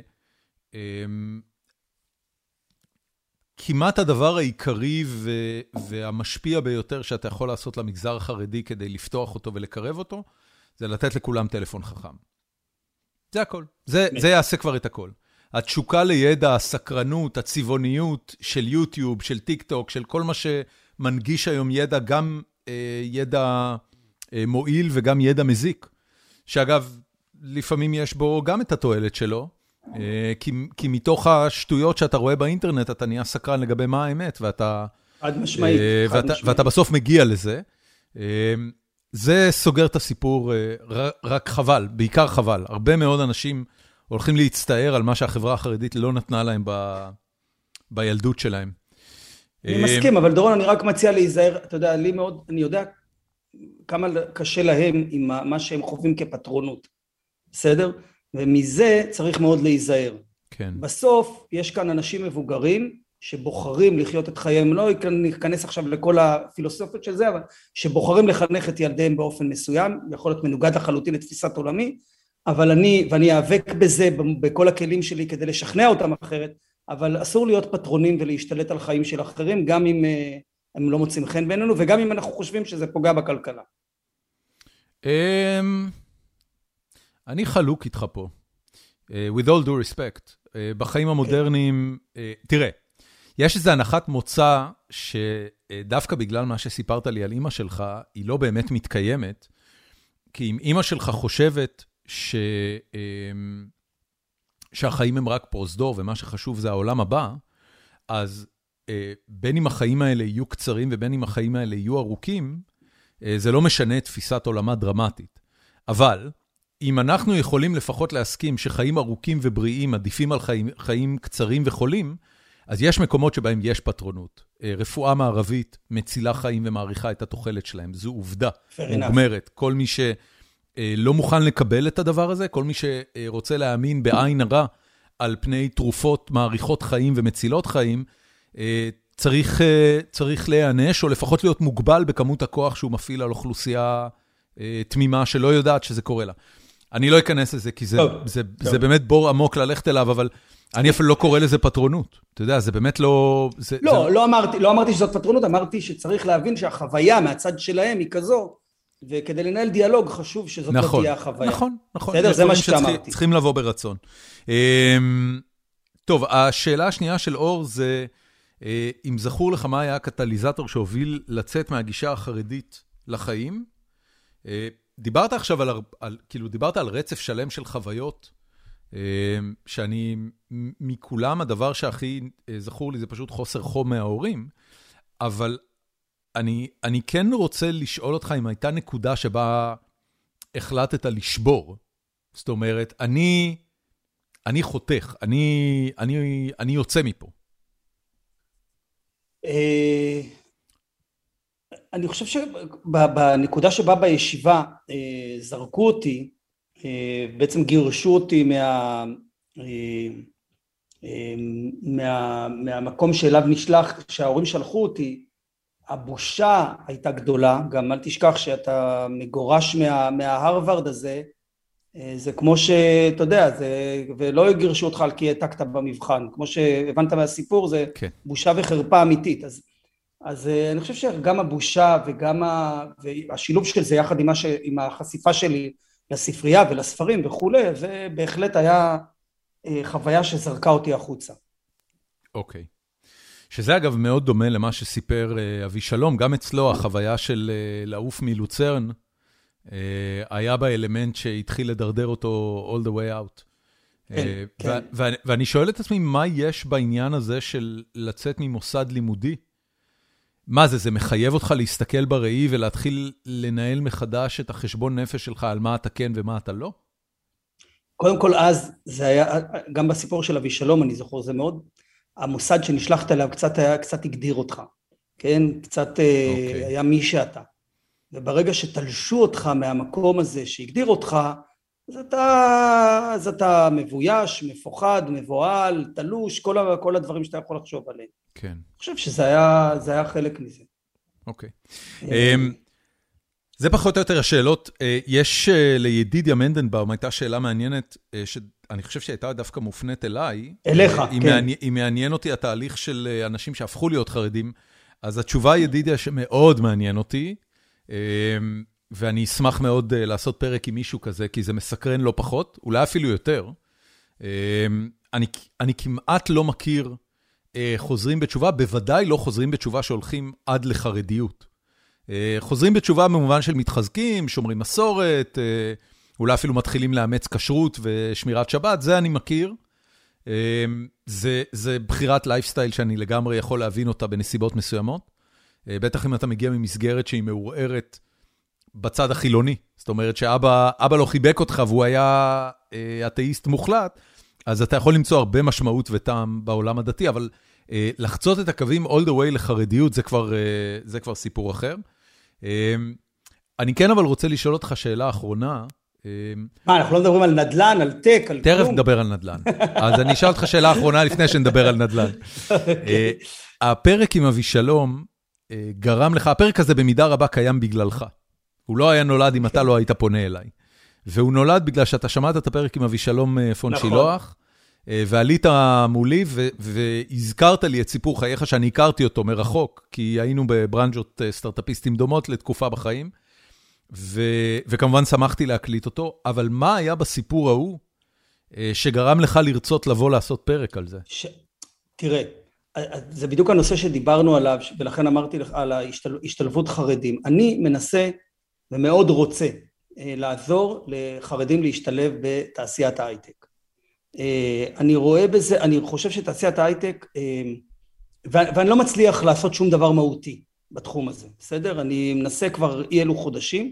כמעט הדבר העיקרי ו- והמשפיע ביותר שאתה יכול לעשות למגזר החרדי כדי לפתוח אותו ולקרב אותו, זה לתת לכולם טלפון חכם. זה הכל. זה, זה יעשה כבר את הכל. התשוקה לידע, הסקרנות, הצבעוניות של יוטיוב, של טיק טוק, של כל מה שמנגיש היום ידע, גם אה, ידע אה, מועיל וגם ידע מזיק. שאגב, לפעמים יש בו גם את התועלת שלו, כי, כי מתוך השטויות שאתה רואה באינטרנט, אתה נהיה סקרן לגבי מה האמת, ואתה, חד משמעית, חד ואתה, משמעית. ואתה בסוף מגיע לזה. זה סוגר את הסיפור, רק חבל, בעיקר חבל. הרבה מאוד אנשים הולכים להצטער על מה שהחברה החרדית לא נתנה להם ב, בילדות שלהם. אני מסכים, אבל דורון, אני רק מציע להיזהר, אתה יודע, לי מאוד, אני יודע כמה קשה להם עם מה שהם חווים כפטרונות. בסדר? ומזה צריך מאוד להיזהר. כן. בסוף יש כאן אנשים מבוגרים שבוחרים לחיות את חייהם, לא ניכנס עכשיו לכל הפילוסופיות של זה, אבל שבוחרים לחנך את ילדיהם באופן מסוים, יכול להיות מנוגד לחלוטין לתפיסת עולמי, אבל אני, ואני אאבק בזה בכל הכלים שלי כדי לשכנע אותם אחרת, אבל אסור להיות פטרונים ולהשתלט על חיים של אחרים, גם אם הם לא מוצאים חן בינינו, וגם אם אנחנו חושבים שזה פוגע בכלכלה. אני חלוק איתך פה, with all due respect, בחיים המודרניים, תראה, יש איזו הנחת מוצא שדווקא בגלל מה שסיפרת לי על אמא שלך, היא לא באמת מתקיימת, כי אם אמא שלך חושבת ש... שהחיים הם רק פרוזדור, ומה שחשוב זה העולם הבא, אז בין אם החיים האלה יהיו קצרים, ובין אם החיים האלה יהיו ארוכים, זה לא משנה תפיסת עולמה דרמטית. אבל אם אנחנו יכולים לפחות להסכים שחיים ארוכים ובריאים עדיפים על חיים, חיים קצרים וחולים, אז יש מקומות שבהם יש פטרונות. רפואה מערבית מצילה חיים ומעריכה את התוחלת שלהם. זו עובדה מוגמרת. כל מי שלא מוכן לקבל את הדבר הזה, כל מי שרוצה להאמין בעין הרע על פני תרופות מעריכות חיים ומצילות חיים, צריך, צריך להיענש, או לפחות להיות מוגבל בכמות הכוח שהוא מפעיל על אוכלוסייה תמימה שלא יודעת שזה קורה לה. אני לא אכנס לזה, כי זה, טוב, זה, טוב. זה באמת בור עמוק ללכת אליו, אבל אני אפילו לא קורא לזה פטרונות. אתה יודע, זה באמת לא... זה, לא, זה... לא אמרתי, לא אמרתי שזאת פטרונות, אמרתי שצריך להבין שהחוויה מהצד שלהם היא כזו, וכדי לנהל דיאלוג חשוב שזאת נכון, לא תהיה החוויה. נכון, נכון. בסדר, זה מה שאמרתי. צריכים לבוא ברצון. טוב, השאלה השנייה של אור זה, אם זכור לך מה היה הקטליזטור שהוביל לצאת מהגישה החרדית לחיים, דיברת עכשיו על, על, כאילו דיברת על רצף שלם של חוויות, שאני, מכולם הדבר שהכי זכור לי זה פשוט חוסר חום מההורים, אבל אני, אני כן רוצה לשאול אותך אם הייתה נקודה שבה החלטת לשבור. זאת אומרת, אני, אני חותך, אני, אני, אני יוצא מפה. אני חושב שבנקודה שבה בישיבה זרקו אותי, בעצם גירשו אותי מה, מה, מהמקום שאליו נשלח, שההורים שלחו אותי, הבושה הייתה גדולה, גם אל תשכח שאתה מגורש מה, מההרווארד הזה, זה כמו שאתה יודע, זה, ולא יגרשו אותך על כי העתקת במבחן, כמו שהבנת מהסיפור, זה כן. בושה וחרפה אמיתית, אז, אז אני חושב שגם הבושה וגם ה, והשילוב של זה יחד עם, ש, עם החשיפה שלי לספרייה ולספרים וכולי, זה בהחלט היה חוויה שזרקה אותי החוצה. אוקיי. שזה אגב מאוד דומה למה שסיפר אבישלום, גם אצלו החוויה של לעוף מלוצרן, היה בה אלמנט שהתחיל לדרדר אותו all the way out. כן, כן. ואני שואל את עצמי, מה יש בעניין הזה של לצאת ממוסד לימודי? מה זה, זה מחייב אותך להסתכל בראי ולהתחיל לנהל מחדש את החשבון נפש שלך על מה אתה כן ומה אתה לא? קודם כל אז, זה היה, גם בסיפור של אבישלום אני זוכר, זה מאוד, המוסד שנשלחת אליו קצת, היה, קצת הגדיר אותך, כן? קצת okay. היה מי שאתה. וברגע שתלשו אותך מהמקום הזה שהגדיר אותך, אז אתה, אז אתה מבויש, מפוחד, מבועל, תלוש, כל, ה, כל הדברים שאתה יכול לחשוב עליהם. כן. אני חושב שזה היה, זה היה חלק מזה. אוקיי. זה פחות או יותר השאלות. יש לידידיה מנדנבאום, הייתה שאלה מעניינת, שאני חושב שהייתה דווקא מופנית אליי. אליך, כן. היא מעניין אותי התהליך של אנשים שהפכו להיות חרדים. אז התשובה ידידיה שמאוד מעניין אותי, ואני אשמח מאוד לעשות פרק עם מישהו כזה, כי זה מסקרן לא פחות, אולי אפילו יותר. אני, אני כמעט לא מכיר חוזרים בתשובה, בוודאי לא חוזרים בתשובה שהולכים עד לחרדיות. חוזרים בתשובה במובן של מתחזקים, שומרים מסורת, אולי אפילו מתחילים לאמץ כשרות ושמירת שבת, זה אני מכיר. זה, זה בחירת לייפסטייל שאני לגמרי יכול להבין אותה בנסיבות מסוימות. בטח אם אתה מגיע ממסגרת שהיא מעורערת בצד החילוני. זאת אומרת שאבא אבא לא חיבק אותך והוא היה אתאיסט מוחלט, אז אתה יכול למצוא הרבה משמעות וטעם בעולם הדתי, אבל לחצות את הקווים all the way לחרדיות, זה כבר, זה כבר סיפור אחר. אני כן אבל רוצה לשאול אותך שאלה אחרונה. מה, אנחנו לא מדברים על נדל"ן, על טק, על תכף נדבר על נדל"ן. אז אני אשאל אותך שאלה אחרונה לפני שנדבר על נדל"ן. הפרק עם אבישלום גרם לך, הפרק הזה במידה רבה קיים בגללך. הוא לא היה נולד אם אתה לא היית פונה אליי. והוא נולד בגלל שאתה שמעת את הפרק עם אבישלום פון שילוח, ועלית מולי והזכרת לי את סיפור חייך שאני הכרתי אותו מרחוק, כי היינו בברנג'ות סטארט-אפיסטים דומות לתקופה בחיים, וכמובן שמחתי להקליט אותו, אבל מה היה בסיפור ההוא שגרם לך לרצות לבוא לעשות פרק על זה? תראה, זה בדיוק הנושא שדיברנו עליו, ולכן אמרתי לך על ההשתלבות חרדים. אני מנסה ומאוד רוצה לעזור לחרדים להשתלב בתעשיית ההייטק. אני רואה בזה, אני חושב שתעשיית ההייטק, ואני לא מצליח לעשות שום דבר מהותי בתחום הזה, בסדר? אני מנסה כבר אי אלו חודשים,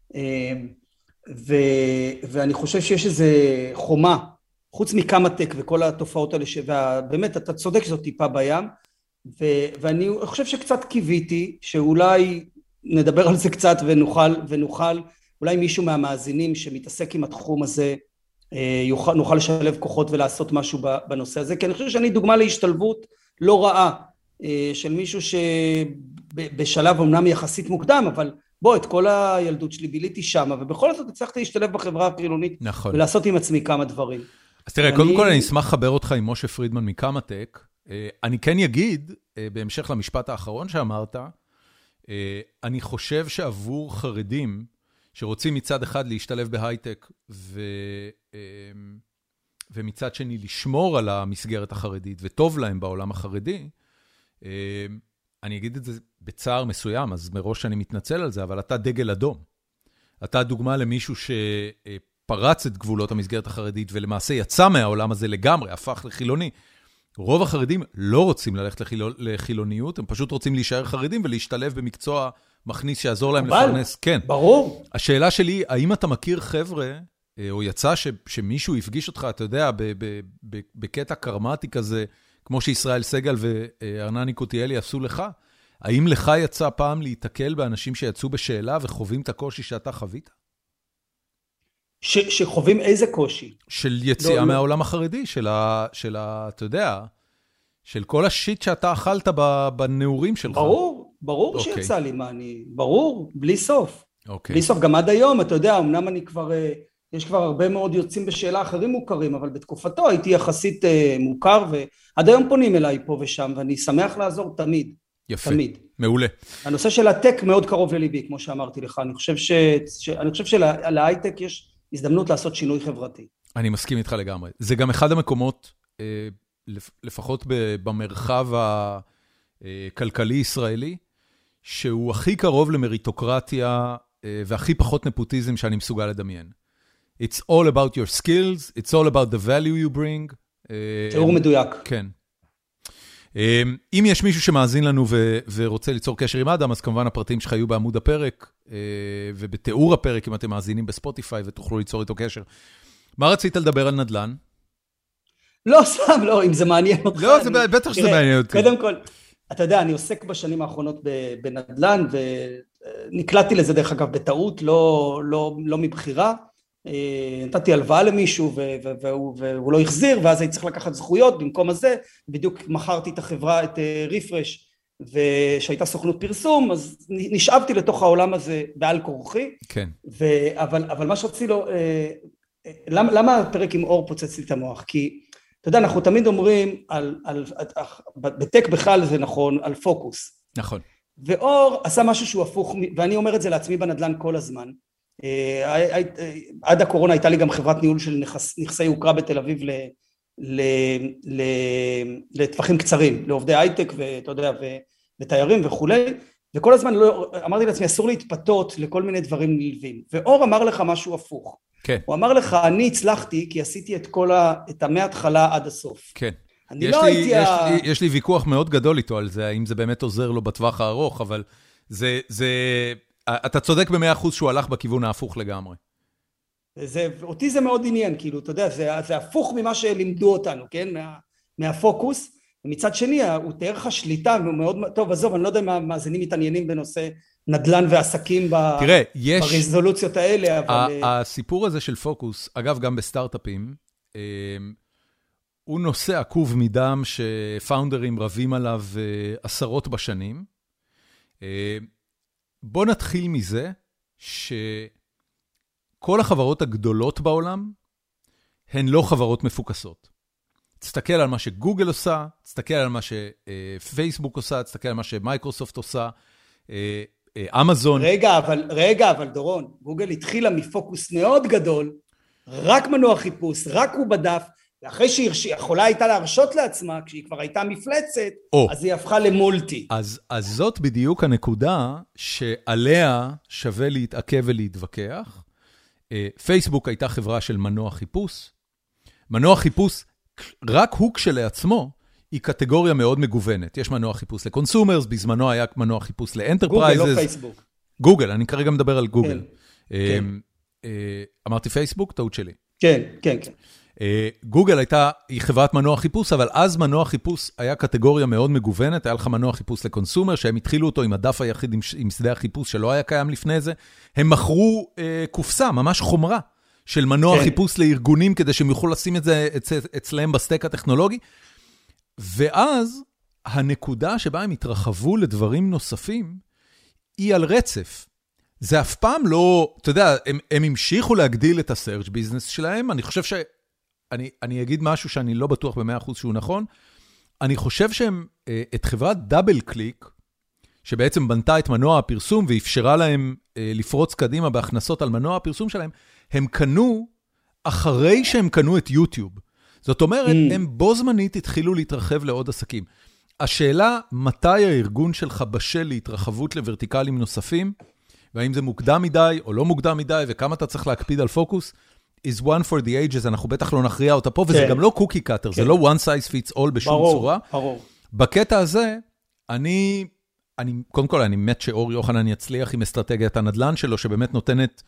ואני חושב שיש איזה חומה, חוץ מכמה טק וכל התופעות האלה, ובאמת אתה צודק שזאת טיפה בים, ואני חושב שקצת קיוויתי, שאולי נדבר על זה קצת ונוכל, ונוכל, אולי מישהו מהמאזינים שמתעסק עם התחום הזה, יוכל, נוכל לשלב כוחות ולעשות משהו בנושא הזה, כי אני חושב שאני דוגמה להשתלבות לא רעה, של מישהו שבשלב אמנם יחסית מוקדם, אבל בוא, את כל הילדות שלי ביליתי שם, ובכל זאת הצלחתי להשתלב בחברה הפרילונית, נכון. ולעשות עם עצמי כמה דברים. אז תראה, אני... קודם כל אני אשמח לחבר אותך עם משה פרידמן מקמא-טק, אני כן אגיד, בהמשך למשפט האחרון שאמרת, אני חושב שעבור חרדים, שרוצים מצד אחד להשתלב בהייטק, ו... ומצד שני לשמור על המסגרת החרדית, וטוב להם בעולם החרדי, אני אגיד את זה בצער מסוים, אז מראש אני מתנצל על זה, אבל אתה דגל אדום. אתה דוגמה למישהו שפרץ את גבולות המסגרת החרדית, ולמעשה יצא מהעולם הזה לגמרי, הפך לחילוני. רוב החרדים לא רוצים ללכת לחילונ... לחילוניות, הם פשוט רוצים להישאר חרדים ולהשתלב במקצוע מכניס שיעזור להם לפרנס. כן. ברור. השאלה שלי, האם אתה מכיר חבר'ה, או יצא ש... שמישהו יפגיש אותך, אתה יודע, ב... ב... ב... בקטע קרמטי כזה, כמו שישראל סגל וארנני קוטיאלי עשו לך, האם לך יצא פעם להתקל באנשים שיצאו בשאלה וחווים את הקושי שאתה חווית? ש... שחווים איזה קושי? של יציאה לא, מהעולם לא. החרדי, של ה... של ה... אתה יודע, של כל השיט שאתה אכלת בנעורים שלך. ברור. ברור okay. שיצא לי, מה אני, ברור, בלי סוף. Okay. בלי סוף, גם עד היום, אתה יודע, אמנם אני כבר, יש כבר הרבה מאוד יוצאים בשאלה אחרים מוכרים, אבל בתקופתו הייתי יחסית מוכר, ועד היום פונים אליי פה ושם, ואני שמח לעזור תמיד. יפה, תמיד. מעולה. הנושא של הטק מאוד קרוב לליבי, כמו שאמרתי לך, אני חושב ש... אני חושב שלהייטק יש הזדמנות לעשות שינוי חברתי. אני מסכים איתך לגמרי. זה גם אחד המקומות, לפחות במרחב הכלכלי-ישראלי, שהוא הכי קרוב למריטוקרטיה, והכי פחות נפוטיזם שאני מסוגל לדמיין. It's all about your skills, it's all about the value you bring. תיאור מדויק. כן. אם יש מישהו שמאזין לנו ורוצה ליצור קשר עם אדם, אז כמובן הפרטים שלך יהיו בעמוד הפרק, ובתיאור הפרק, אם אתם מאזינים בספוטיפיי, ותוכלו ליצור איתו קשר. מה רצית לדבר על נדל"ן? לא, סתם, לא, אם זה מעניין אותך. לא, זה בטח שזה מעניין אותי. קודם כל, אתה יודע, אני עוסק בשנים האחרונות בנדל"ן, ונקלעתי לזה דרך אגב בטעות, לא, לא, לא מבחירה. נתתי הלוואה למישהו והוא לא החזיר, ואז הייתי צריך לקחת זכויות במקום הזה, בדיוק מכרתי את החברה, את ריפרש, ושהייתה סוכנות פרסום, אז נשאבתי לתוך העולם הזה בעל כורחי. כן. אבל, אבל מה שרציתי לו, למה, למה הפרק עם אור פוצץ לי את המוח? כי, אתה יודע, אנחנו תמיד אומרים, על, על, בטק בכלל זה נכון, על פוקוס. נכון. ואור עשה משהו שהוא הפוך, ואני אומר את זה לעצמי בנדל"ן כל הזמן. עד הקורונה הייתה לי גם חברת ניהול של נכסי יוקרה בתל אביב לטווחים קצרים, לעובדי הייטק ואתה יודע, ותיירים וכולי, וכל הזמן אמרתי לעצמי, אסור להתפתות לכל מיני דברים נלווים, ואור אמר לך משהו הפוך. כן. הוא אמר לך, אני הצלחתי כי עשיתי את כל ה... את המההתחלה עד הסוף. כן. אני לא הייתי... יש לי, יש לי ויכוח מאוד גדול איתו על זה, האם זה באמת עוזר לו בטווח הארוך, אבל זה, זה, אתה צודק במאה אחוז שהוא הלך בכיוון ההפוך לגמרי. זה, אותי זה מאוד עניין, כאילו, אתה יודע, זה, זה הפוך ממה שלימדו אותנו, כן? מה, מהפוקוס. ומצד שני, הוא תאר לך שליטה, והוא מאוד, טוב, עזוב, אני לא יודע מה מאזינים מתעניינים בנושא נדל"ן ועסקים ב, תראה, יש... ברזולוציות האלה, אבל... הסיפור הזה של פוקוס, אגב, גם בסטארט-אפים, הוא נושא עקוב מדם שפאונדרים רבים עליו עשרות בשנים. בוא נתחיל מזה שכל החברות הגדולות בעולם הן לא חברות מפוקסות. תסתכל על מה שגוגל עושה, תסתכל על מה שפייסבוק עושה, תסתכל על מה שמייקרוסופט עושה, אמזון. רגע, אבל, רגע, אבל דורון, גוגל התחילה מפוקוס מאוד גדול, רק מנוע חיפוש, רק הוא בדף, ואחרי שהיא יכולה הייתה להרשות לעצמה, כשהיא כבר הייתה מפלצת, או. אז היא הפכה למולטי. אז, אז זאת בדיוק הנקודה שעליה שווה להתעכב ולהתווכח. פייסבוק הייתה חברה של מנוע חיפוש. מנוע חיפוש, רק הוא כשלעצמו, היא קטגוריה מאוד מגוונת. יש מנוע חיפוש לקונסומרס, בזמנו היה מנוע חיפוש לאנטרפרייזס. גוגל, לא פייסבוק. גוגל, אני כרגע מדבר על גוגל. כן, כן. אמרתי פייסבוק, טעות שלי. כן, כן, כן. גוגל הייתה, היא חברת מנוע חיפוש, אבל אז מנוע חיפוש היה קטגוריה מאוד מגוונת, היה לך מנוע חיפוש לקונסומר, שהם התחילו אותו עם הדף היחיד עם, עם שדה החיפוש שלא היה קיים לפני זה, הם מכרו אה, קופסה, ממש חומרה, של מנוע כן. חיפוש לארגונים, כדי שהם יוכלו לשים את זה אצ, אצלהם בסטק הטכנולוגי, ואז הנקודה שבה הם התרחבו לדברים נוספים, היא על רצף. זה אף פעם לא, אתה יודע, הם, הם המשיכו להגדיל את הסרצ' ביזנס שלהם, אני חושב ש... אני, אני אגיד משהו שאני לא בטוח ב-מאה אחוז שהוא נכון, אני חושב שהם, את חברת דאבל קליק, שבעצם בנתה את מנוע הפרסום, ואפשרה להם לפרוץ קדימה בהכנסות על מנוע הפרסום שלהם, הם קנו אחרי שהם קנו את יוטיוב. זאת אומרת, mm. הם בו זמנית התחילו להתרחב לעוד עסקים. השאלה, מתי הארגון שלך בשל להתרחבות לוורטיקלים נוספים, והאם זה מוקדם מדי או לא מוקדם מדי, וכמה אתה צריך להקפיד על פוקוס, is one for the ages, אנחנו בטח לא נכריע אותה פה, וזה גם לא קוקי קאטר, זה לא one size fits all בשום צורה. ברור. בקטע הזה, אני, אני, קודם כל, אני מת שאור יוחנן יצליח עם אסטרטגיית הנדל"ן שלו, שבאמת נותנת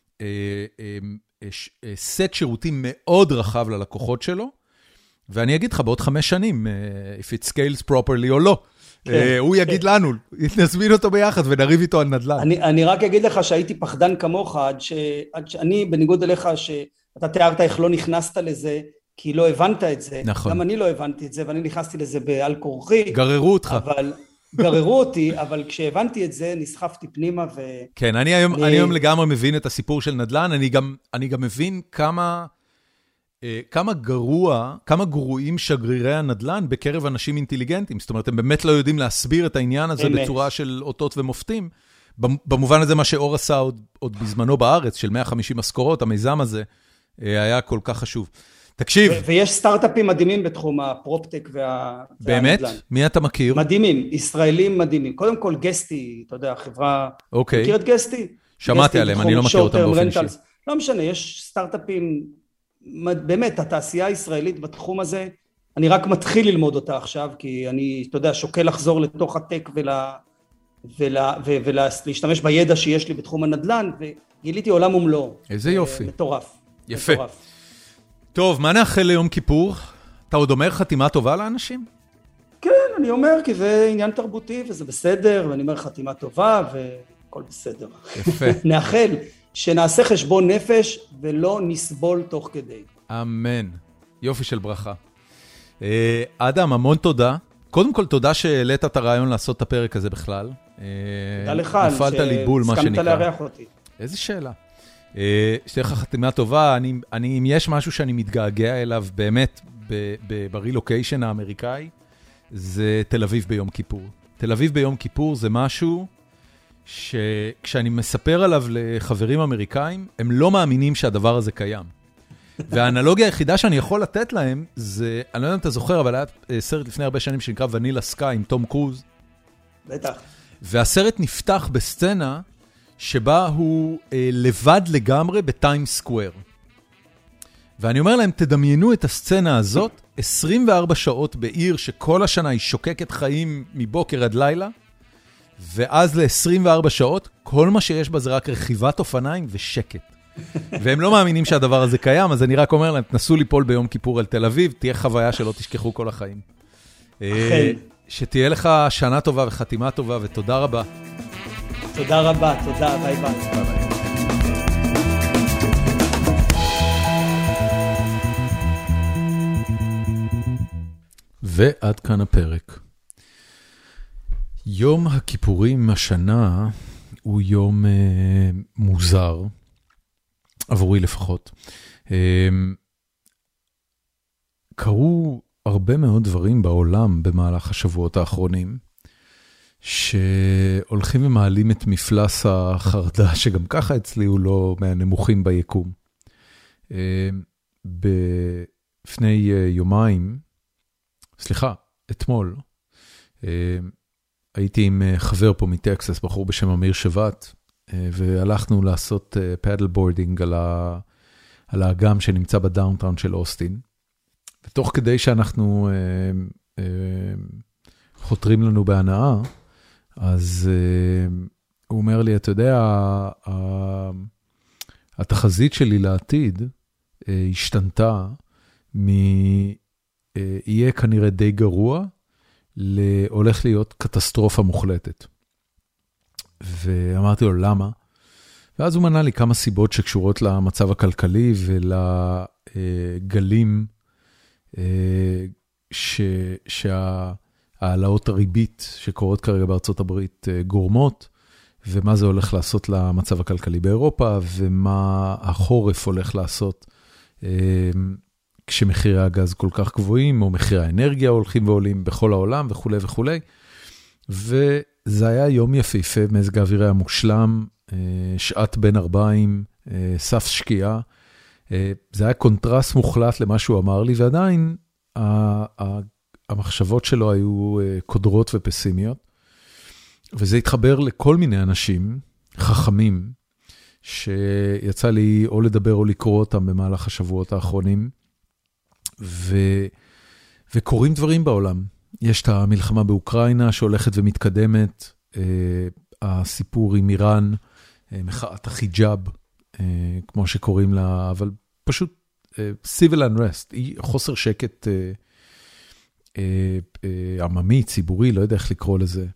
סט שירותים מאוד רחב ללקוחות שלו, ואני אגיד לך, בעוד חמש שנים, if it scales properly או לא, הוא יגיד לנו, נזמין אותו ביחד ונריב איתו על נדל"ן. אני רק אגיד לך שהייתי פחדן כמוך, עד שאני, בניגוד אליך, שאתה תיארת איך לא נכנסת לזה, כי לא הבנת את זה. נכון. גם אני לא הבנתי את זה, ואני נכנסתי לזה בעל כורחי. גררו אותך. אבל גררו אותי, אבל כשהבנתי את זה, נסחפתי פנימה ו... כן, אני היום, אני... אני היום לגמרי מבין את הסיפור של נדל"ן, אני גם, אני גם מבין כמה, כמה גרוע, כמה גרועים שגרירי הנדל"ן בקרב אנשים אינטליגנטים, זאת אומרת, הם באמת לא יודעים להסביר את העניין הזה באמת. בצורה של אותות ומופתים, במובן הזה מה שאור עשה עוד, עוד בזמנו בארץ, של מאה וחמישים משכורות, המיזם הזה, היה כל כך חשוב. תקשיב. ו- ויש סטארט-אפים מדהימים בתחום הפרופטק וה... באמת? והנדל"ן. מי אתה מכיר? מדהימים, ישראלים מדהימים. קודם כל גסטי, אתה יודע, חברה... אוקיי. מכיר את גסטי? שמעתי גסטי עליהם, אני לא מכיר אותם באופן אישי. לא משנה, יש סטארט-אפים, באמת, התעשייה הישראלית בתחום הזה, אני רק מתחיל ללמוד אותה עכשיו, כי אני, אתה יודע, שוקל לחזור לתוך הטק ול... ולהשתמש בידע שיש לי בתחום הנדל"ן, וגיליתי עולם ומלואו. איזה יופי. מטורף. יפה. טוב, מה נאחל ליום כיפור? אתה עוד אומר חתימה טובה לאנשים? כן, אני אומר, כי זה עניין תרבותי, וזה בסדר, ואני אומר חתימה טובה, והכל בסדר. יפה. נאחל שנעשה חשבון נפש, ולא נסבול תוך כדי. אמן. יופי של ברכה. אדם, המון תודה. קודם כל, תודה שהעלית את הרעיון לעשות את הפרק הזה בכלל. תודה לך, נפלת לי בול, מה שנקרא. הסכמת לארח אותי. איזה שאלה. שתהיה לך חתימה טובה, אני, אני, אם יש משהו שאני מתגעגע אליו באמת ברילוקיישן האמריקאי, זה תל אביב ביום כיפור. תל אביב ביום כיפור זה משהו שכשאני מספר עליו לחברים אמריקאים, הם לא מאמינים שהדבר הזה קיים. והאנלוגיה היחידה שאני יכול לתת להם, זה, אני לא יודע אם אתה זוכר, אבל היה סרט לפני הרבה שנים שנקרא ונילה סקאי עם תום קרוז. בטח. והסרט נפתח בסצנה, שבה הוא אה, לבד לגמרי בטיים סקוואר. ואני אומר להם, תדמיינו את הסצנה הזאת, עשרים וארבע שעות בעיר שכל השנה היא שוקקת חיים מבוקר עד לילה, ואז ל-עשרים וארבע שעות, כל מה שיש בה זה רק רכיבת אופניים ושקט. והם לא מאמינים שהדבר הזה קיים, אז אני רק אומר להם, תנסו ליפול ביום כיפור על תל אביב, תהיה חוויה שלא תשכחו כל החיים. אכן. שתהיה לך שנה טובה וחתימה טובה, ותודה רבה. תודה רבה, תודה, ביי ביי. ביי ביי. ועד כאן הפרק. יום הכיפורים השנה הוא יום אה, מוזר, עבורי לפחות. אה, קרו הרבה מאוד דברים בעולם במהלך השבועות האחרונים, שהולכים ומעלים את מפלס החרדה, שגם ככה אצלי הוא לא מהנמוכים ביקום. לפני יומיים, סליחה, אתמול, הייתי עם חבר פה מטקסס, בחור בשם אמיר שבת, והלכנו לעשות פאדל בורדינג על, ה, על האגם שנמצא בדאונטאון של אוסטין, ותוך כדי שאנחנו חותרים לנו בהנאה, אז uh, הוא אומר לי, אתה יודע, uh, uh, התחזית שלי לעתיד uh, השתנתה מ- uh, יהיה כנראה די גרוע, הולך להיות קטסטרופה מוחלטת. ואמרתי לו, למה? ואז הוא מנה לי כמה סיבות שקשורות למצב הכלכלי ולגלים uh, ש- שה... העלאות הריבית שקורות כרגע בארצות הברית גורמות, ומה זה הולך לעשות למצב הכלכלי באירופה, ומה החורף הולך לעשות כשמחירי הגז כל כך גבוהים, או מחירי האנרגיה הולכים ועולים בכל העולם וכו' וכו'. וזה היה יום יפהפה, מזג האוויר היה מושלם, שעת בין ארבעים, סף שקיעה. זה היה קונטרסט מוחלט למה שהוא אמר לי, ועדיין המחשבות שלו היו קודרות ופסימיות, וזה התחבר לכל מיני אנשים חכמים, שיצא לי או לדבר או לקרוא אותם במהלך השבועות האחרונים, ו... וקורים דברים בעולם. יש את המלחמה באוקראינה שהולכת ומתקדמת, הסיפור עם איראן, מחאת החיג'אב, כמו שקוראים לה, אבל פשוט civil unrest, חוסר שקט עממי, ציבורי, לא יודע איך לקרוא לזה.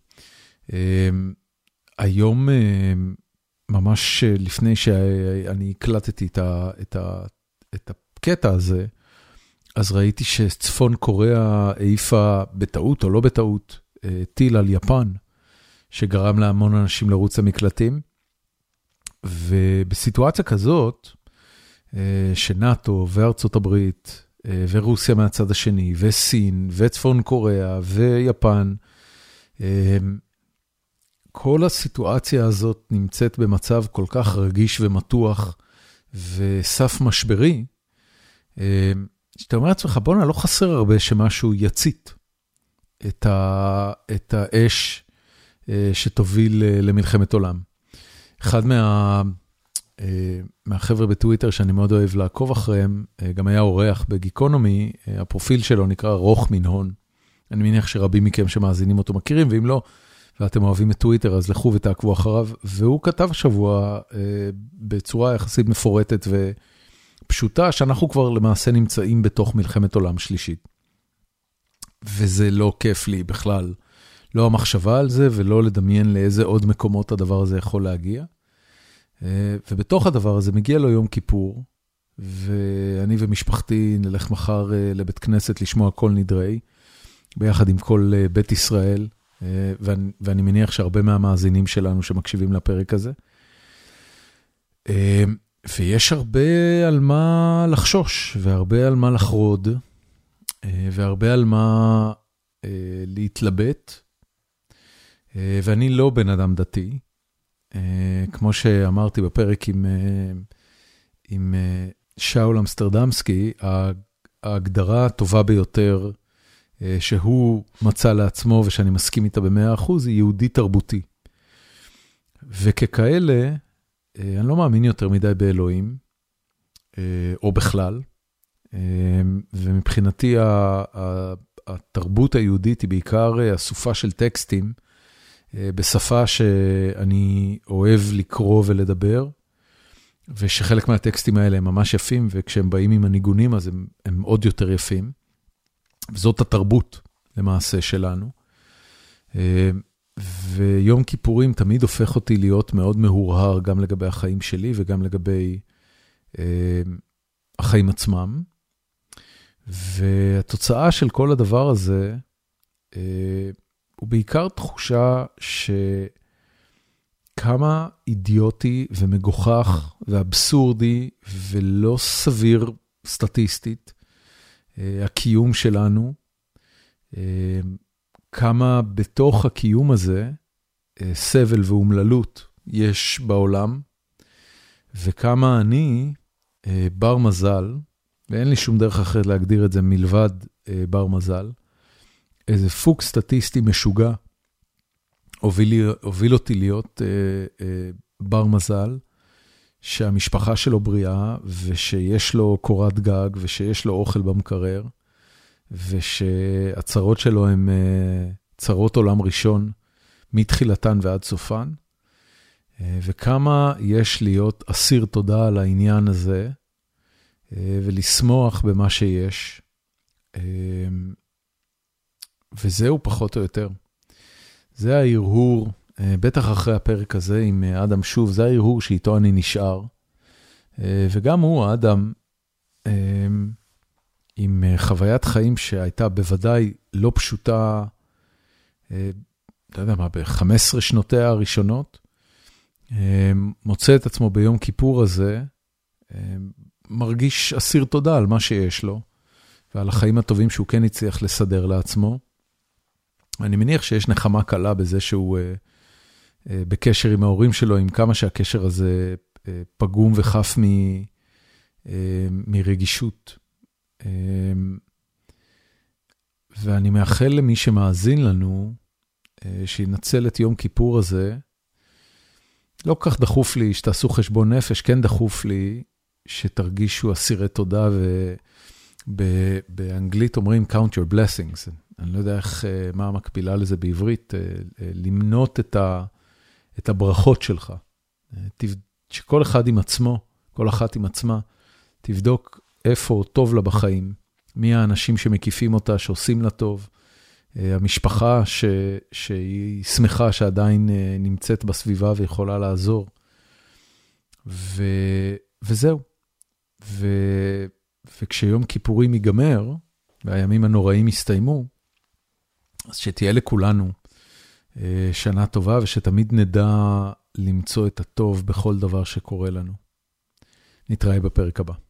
היום, ממש לפני שאני הקלטתי את הקטע הזה, אז ראיתי שצפון קוריאה העיפה בטעות או לא בטעות טיל על יפן, שגרם להמון אנשים לרוץ למקלטים, ובסיטואציה כזאת, שנאטו וארצות הברית, ורוסיה מהצד השני, וסין, וצפון קוריאה, ויפן, כל הסיטואציה הזאת נמצאת במצב כל כך רגיש ומתוח, וסף משברי, שאתה אומר לעצמך, בונה, לא חסר הרבה שמשהו יצית את, ה, את האש שתוביל למלחמת עולם. אחד מה, מהחבר'ה בטוויטר שאני מאוד אוהב לעקוב אחריהם, גם היה אורח בגיקונומי, הפרופיל שלו נקרא רוח מנהון. אני מניח שרבים מכם שמאזינים אותו מכירים, ואם לא, ואתם אוהבים את טוויטר, אז לכו ותעקבו אחריו. והוא כתב שבוע בצורה יחסית מפורטת ופשוטה, שאנחנו כבר למעשה נמצאים בתוך מלחמת עולם שלישית. וזה לא כיף לי בכלל. לא המחשבה על זה, ולא לדמיין לאיזה עוד מקומות הדבר הזה יכול להגיע. ובתוך הדבר הזה מגיע לו יום כיפור, ואני ומשפחתי נלך מחר לבית כנסת לשמוע כל נדרי, ביחד עם כל בית ישראל, ואני, ואני מניח שהרבה מהמאזינים שלנו שמקשיבים לפרק הזה. ויש הרבה על מה לחשוש, והרבה על מה לחרוד, והרבה על מה להתלבט, ואני לא בן אדם דתי, כמו שאמרתי בפרק עם, עם שאול אמסטרדמסקי, ההגדרה הטובה ביותר שהוא מצא לעצמו, ושאני מסכים איתה במאה אחוז, היא יהודי תרבותי. וככאלה, אני לא מאמין יותר מדי באלוהים, או בכלל, ומבחינתי התרבות היהודית היא בעיקר אסופה של טקסטים, בשפה שאני אוהב לקרוא ולדבר, ושחלק מהטקסטים האלה הם ממש יפים, וכשהם באים עם הניגונים אז הם, הם עוד יותר יפים. וזאת התרבות למעשה שלנו. ויום כיפורים תמיד הופך אותי להיות מאוד מהורהר, גם לגבי החיים שלי וגם לגבי החיים עצמם. והתוצאה של כל הדבר הזה, הוא בעיקר תחושה שכמה אידיוטי ומגוחך ואבסורדי ולא סביר סטטיסטית, הקיום שלנו, כמה בתוך הקיום הזה, סבל ואומללות יש בעולם, וכמה אני בר מזל, ואין לי שום דרך אחרת להגדיר את זה מלבד בר מזל, איזה פוק סטטיסטי משוגע, הוביל, הוביל אותי להיות אה, אה, בר מזל, שהמשפחה שלו בריאה, ושיש לו קורת גג, ושיש לו אוכל במקרר, ושהצרות שלו הן אה, צרות עולם ראשון, מתחילתן ועד סופן, אה, וכמה יש להיות אסיר תודה על העניין הזה, אה, ולשמוח במה שיש, אה, וזהו פחות או יותר. זה ההרהור, בטח אחרי הפרק הזה עם אדם שוב, זה ההרהור שאיתו אני נשאר. וגם הוא, האדם, עם חוויית חיים שהייתה בוודאי לא פשוטה, אתה יודע מה, ב-חמש עשרה שנותיה הראשונות, מוצא את עצמו ביום כיפור הזה, מרגיש אסיר תודה על מה שיש לו, ועל החיים הטובים שהוא כן הצליח לסדר לעצמו. אני מניח שיש נחמה קלה בזה שהוא uh, uh, בקשר עם ההורים שלו, עם כמה שהקשר הזה uh, פגום וחף מ, uh, מרגישות. Uh, ואני מאחל למי שמאזין לנו, uh, שינצל את יום כיפור הזה. לא כך דחוף לי שתעשו חשבון נפש, כן דחוף לי שתרגישו אסירי תודה, ובאנגלית אומרים count your blessings. אני לא יודע איך, מה המקבילה לזה בעברית, למנות את, ה, את הברכות שלך. שכל אחד עם עצמו, כל אחת עם עצמה, תבדוק איפה טוב לה בחיים, מי האנשים שמקיפים אותה, שעושים לה טוב, המשפחה ש, שהיא שמחה שעדיין נמצאת בסביבה ויכולה לעזור. ו, וזהו. ו, וכשיום כיפורים ייגמר, והימים הנוראים יסתיימו, אז שתהיה לכולנו שנה טובה, ושתמיד נדע למצוא את הטוב בכל דבר שקורה לנו. נתראה בפרק הבא.